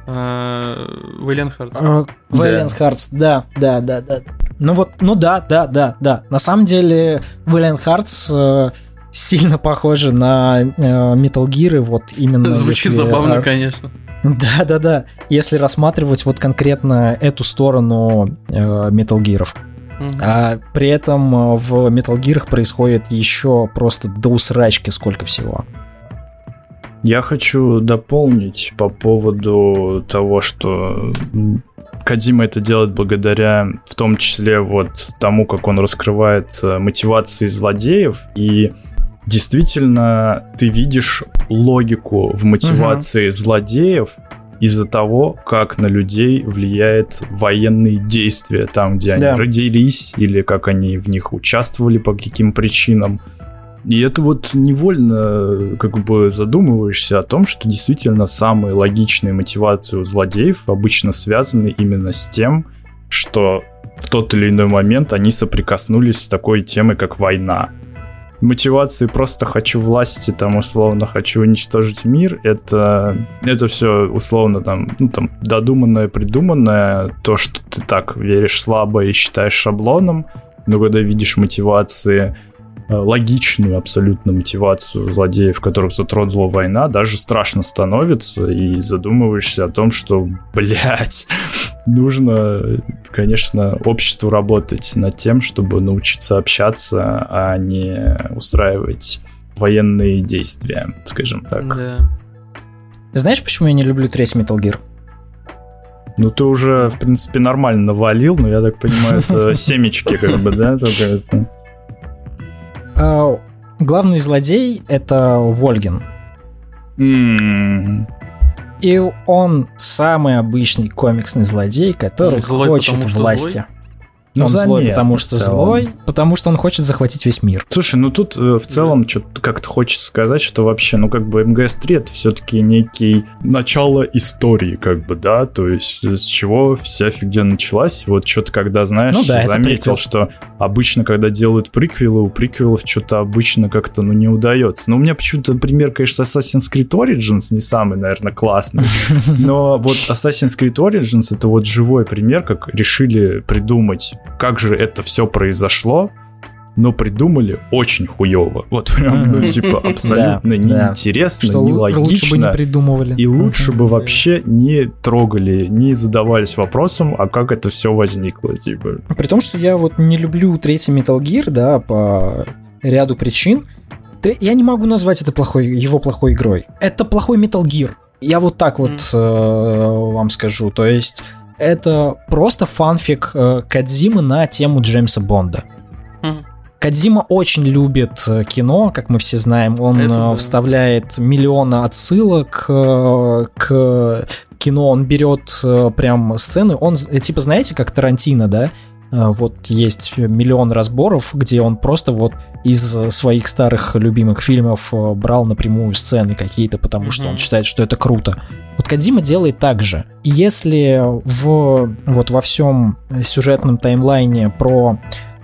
Uh, Valiant Hearts. Uh, Valiant да. Hearts, да, да, да, да. Ну вот, ну да, да, да, да. На самом деле Valiant Hearts uh, сильно похожи на uh, Metal Gear, вот именно. Звучит если, забавно, uh, конечно. Да, да, да. Если рассматривать вот конкретно эту сторону uh, Metal Gear'ов. Mm-hmm. А при этом в Metal Gear'ах происходит еще просто до усрачки сколько всего. Я хочу дополнить по поводу того, что Кодзима это делает благодаря, в том числе, вот тому, как он раскрывает мотивации злодеев, и действительно ты видишь логику в мотивации mm-hmm. злодеев из-за того, как на людей влияет военные действия, там, где они да. родились, или как они в них участвовали, по каким причинам. И это вот невольно как бы задумываешься о том, что действительно самые логичные мотивации у злодеев обычно связаны именно с тем, что в тот или иной момент они соприкоснулись с такой темой, как война. Мотивации просто хочу власти, там условно хочу уничтожить мир, это, это все условно там, ну, там додуманное, придуманное, то, что ты так веришь слабо и считаешь шаблоном, но когда видишь мотивации, логичную абсолютно мотивацию злодеев, которых затронула война, даже страшно становится, и задумываешься о том, что, блять, нужно, конечно, обществу работать над тем, чтобы научиться общаться, а не устраивать военные действия, скажем так. Да. Знаешь, почему я не люблю третий Metal Gear? Ну, ты уже, в принципе, нормально навалил, но я так понимаю, это семечки, как бы, да, только это... Uh, главный злодей — это Вольгин. Mm. И он самый обычный комиксный злодей, который злой, хочет власти. Злой? Он ну, злой, потому что злой, потому что он хочет захватить весь мир. Слушай, ну тут э, в целом да. что-то как-то хочется сказать, что вообще, ну как бы эм гэ эс три это все-таки некий начало истории, как бы, да, то есть с чего вся фигня началась. Вот что-то когда, знаешь, ну, да, заметил, что обычно, когда делают приквелы, у приквелов что-то обычно как-то, ну, не удается. Ну, у меня почему-то пример, конечно, Assassin's Creed Origins не самый, наверное, классный, но вот Assassin's Creed Origins это вот живой пример, как решили придумать, как же это все произошло, но придумали очень хуево. Вот прям, ну, типа, абсолютно да, неинтересно, да. нелогично. Лучше бы не придумывали. И лучше бы вообще не трогали, не задавались вопросом, а как это все возникло, типа. При том, что я вот не люблю третий Metal Gear, да, по ряду причин. Я не могу назвать это плохой, его плохой игрой. Это плохой Metal Gear. Я вот так вот mm. э, вам скажу. То есть это просто фанфик э, Кодзимы на тему Джеймса Бонда. Mm. Кодзима очень любит кино, как мы все знаем. Он это, да. вставляет миллионы отсылок э, к кино. Он берет э, прям сцены. Он, типа, знаете, как Тарантино, да? Вот есть миллион разборов, где он просто вот из своих старых любимых фильмов брал напрямую сцены какие-то, потому mm-hmm. что он считает, что это круто. Вот Кодзима делает так же. И если в, вот во всем сюжетном таймлайне про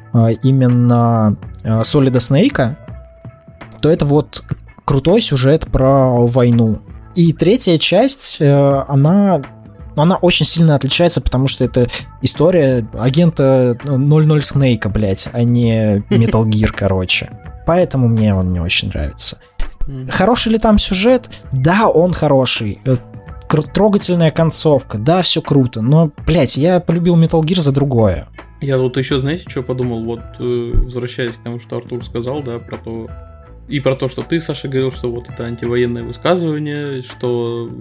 именно Солида Снейка, то это вот крутой сюжет про войну. И третья часть, она... Но она очень сильно отличается, потому что это история агента ноль ноль Снейка, блять, а не Metal Gear, короче. Поэтому мне он не очень нравится. Хороший ли там сюжет? Да, он хороший. Трогательная концовка, да, все круто. Но, блять, я полюбил Metal Gear за другое. Я тут еще, знаете, что подумал? Вот, возвращаясь к тому, что Артур сказал, да, про то... И про то, что ты, Саша, говорил, что вот это антивоенное высказывание, что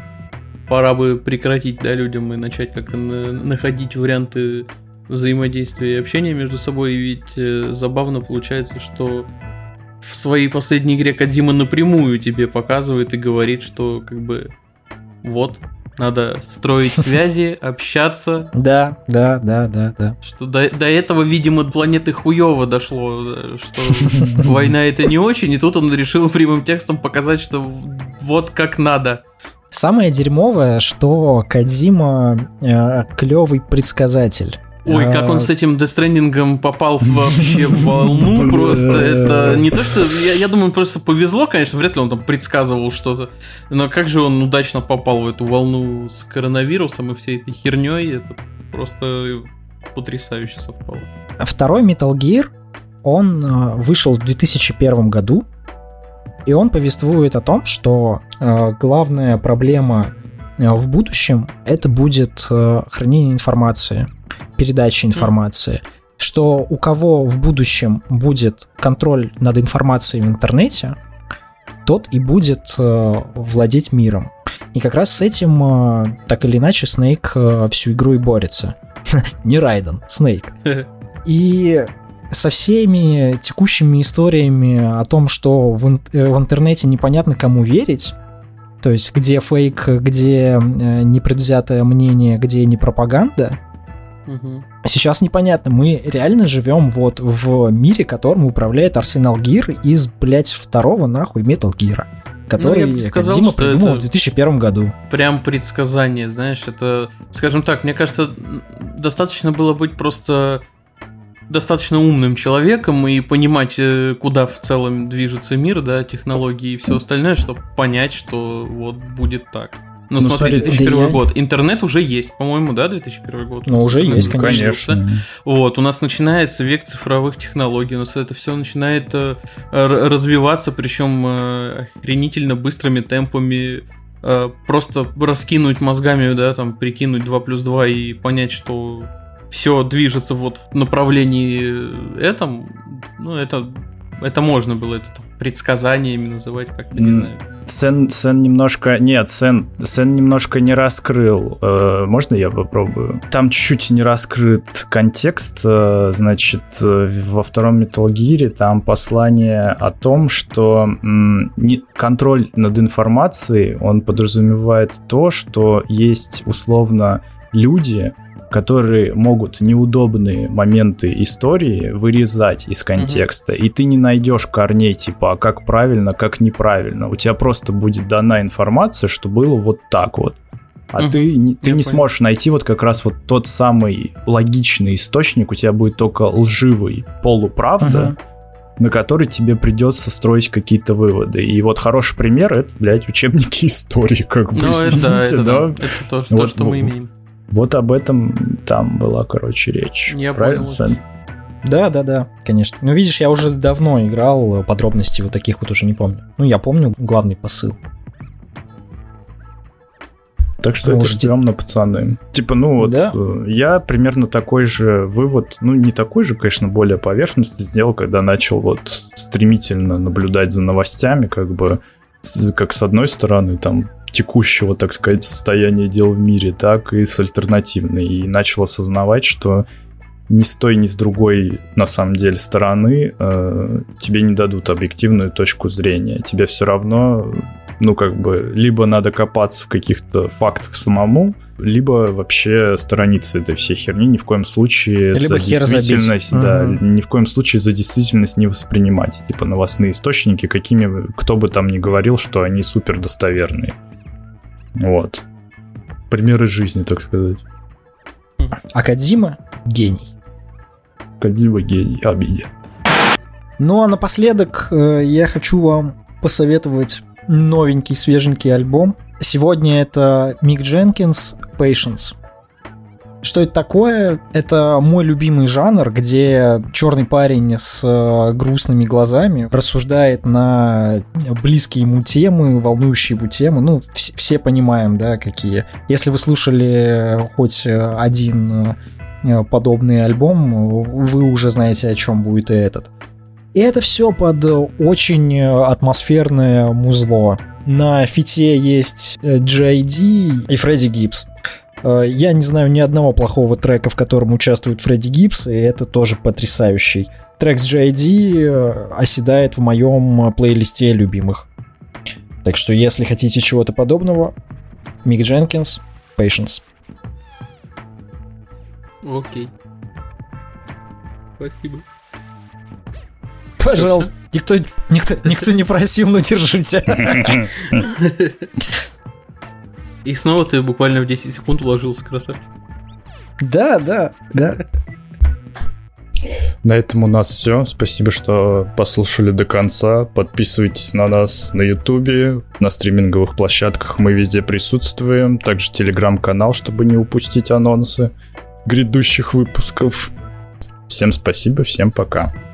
пора бы прекратить, да, людям и начать как-то на- находить варианты взаимодействия и общения между собой. И ведь э, забавно получается, что в своей последней игре Кодзима напрямую тебе показывает и говорит, что как бы вот, надо строить связи, общаться. Да, да, да, да, да. Что до, до этого, видимо, планеты хуёво дошло, что война это не очень, и тут он решил прямым текстом показать, что вот как надо. Самое дерьмовое, что Кодзима э, клёвый предсказатель. Ой, как он с этим Death Stranding попал вообще в волну просто. Это не то, что... Я, я думаю, просто повезло, конечно, вряд ли он там предсказывал что-то. Но как же он удачно попал в эту волну с коронавирусом и всей этой херней. Это просто потрясающе совпало. Второй Metal Gear, он вышел в две тысячи первом году. И он повествует о том, что э, главная проблема э, в будущем это будет э, хранение информации, передача информации. Mm. Что у кого в будущем будет контроль над информацией в интернете, тот и будет э, владеть миром. И как раз с этим э, так или иначе Снейк э, всю игру и борется. Не Райден, Снейк. И со всеми текущими историями о том, что в, ин- в интернете непонятно кому верить, то есть где фейк, где э, непредвзятое мнение, где не пропаганда, угу. Сейчас непонятно. Мы реально живем вот в мире, которым управляет Арсенал Гир из, блять, второго нахуй Metal Gear, который ну, Кодзима придумал в две тысячи первом году. Прям предсказание, знаешь, это, скажем так, мне кажется, достаточно было быть просто достаточно умным человеком и понимать, куда в целом движется мир, да, технологии и все остальное, чтобы понять, что вот будет так. Ну, ну смотри, две тысячи первый да год. Я... Интернет уже есть, по-моему, да, две тысячи первый год? Ну, уже есть, конечно. конечно. Вот, у нас начинается век цифровых технологий, у нас это все начинает э, развиваться, причем э, охренительно быстрыми темпами. Э, просто раскинуть мозгами, да, там, прикинуть два плюс два и понять, что все движется вот в направлении этом, ну, это, это можно было, это там, предсказаниями называть, как-то, не знаю. Сен, Сен немножко... Нет, Сен, Сен немножко не раскрыл. Э, можно я попробую? Там чуть-чуть не раскрыт контекст. Э, значит, во втором Metal Gear там послание о том, что м, не, контроль над информацией, он подразумевает то, что есть условно люди, которые могут неудобные моменты истории вырезать из контекста, mm-hmm. и ты не найдешь корней, типа, а как правильно, как неправильно. У тебя просто будет дана информация, что было вот так вот. А mm-hmm. ты, ты не сможешь найти вот как раз вот тот самый логичный источник, у тебя будет только лживый полуправда, mm-hmm. на который тебе придется строить какие-то выводы. И вот хороший пример — это, блядь, учебники истории, как бы, ну, извините, это, это, да? Это то, вот, то, что мы имеем. Вот об этом там была, короче, речь. Я правильно, понял. Сэн? Да, да, да, конечно. Ну, видишь, я уже давно играл, подробностей вот таких вот уже не помню. Ну, я помню главный посыл. Так что ну, это стрёмно, пацаны. Типа, ну вот, да? Я примерно такой же вывод, ну, не такой же, конечно, более поверхностный сделал, когда начал вот стремительно наблюдать за новостями, как бы, как с одной стороны, там, текущего, так сказать, состояния дел в мире, так и с альтернативной. И начал осознавать, что ни с той, ни с другой, на самом деле, стороны э, тебе не дадут объективную точку зрения. Тебе все равно, ну, как бы, либо надо копаться в каких-то фактах самому, либо вообще сторониться этой всей херни, ни в коем случае либо за действительность, да, угу. ни в коем случае за действительность не воспринимать. Типа новостные источники, какими, кто бы там ни говорил, что они супер достоверные. Вот. Примеры жизни, так сказать. А Кодзима — гений. Кодзима — гений, обидя. Ну, а напоследок э, я хочу вам посоветовать новенький, свеженький альбом. Сегодня это Мик Дженкинс «Patience». Что это такое? Это мой любимый жанр, где черный парень с грустными глазами рассуждает на близкие ему темы, волнующие его темы. Ну, вс- все понимаем, да, какие. Если вы слушали хоть один подобный альбом, вы уже знаете, о чем будет и этот. И это все под очень атмосферное музло. На фите есть джей ди и Фредди Гибс. Я не знаю ни одного плохого трека, в котором участвует Фредди Гибс, и это тоже потрясающий. Трек с джей ди оседает в моем плейлисте любимых. Так что, если хотите чего-то подобного, Мик Дженкинс, Patience. Окей. Спасибо. Пожалуйста, никто, никто, никто не просил, но держите. И снова ты буквально в десять секунд уложился, красавчик. Да, да, да. На этом у нас все. Спасибо, что послушали до конца. Подписывайтесь на нас на Ютубе, на стриминговых площадках. Мы везде присутствуем. Также телеграм-канал, чтобы не упустить анонсы грядущих выпусков. Всем спасибо, всем пока.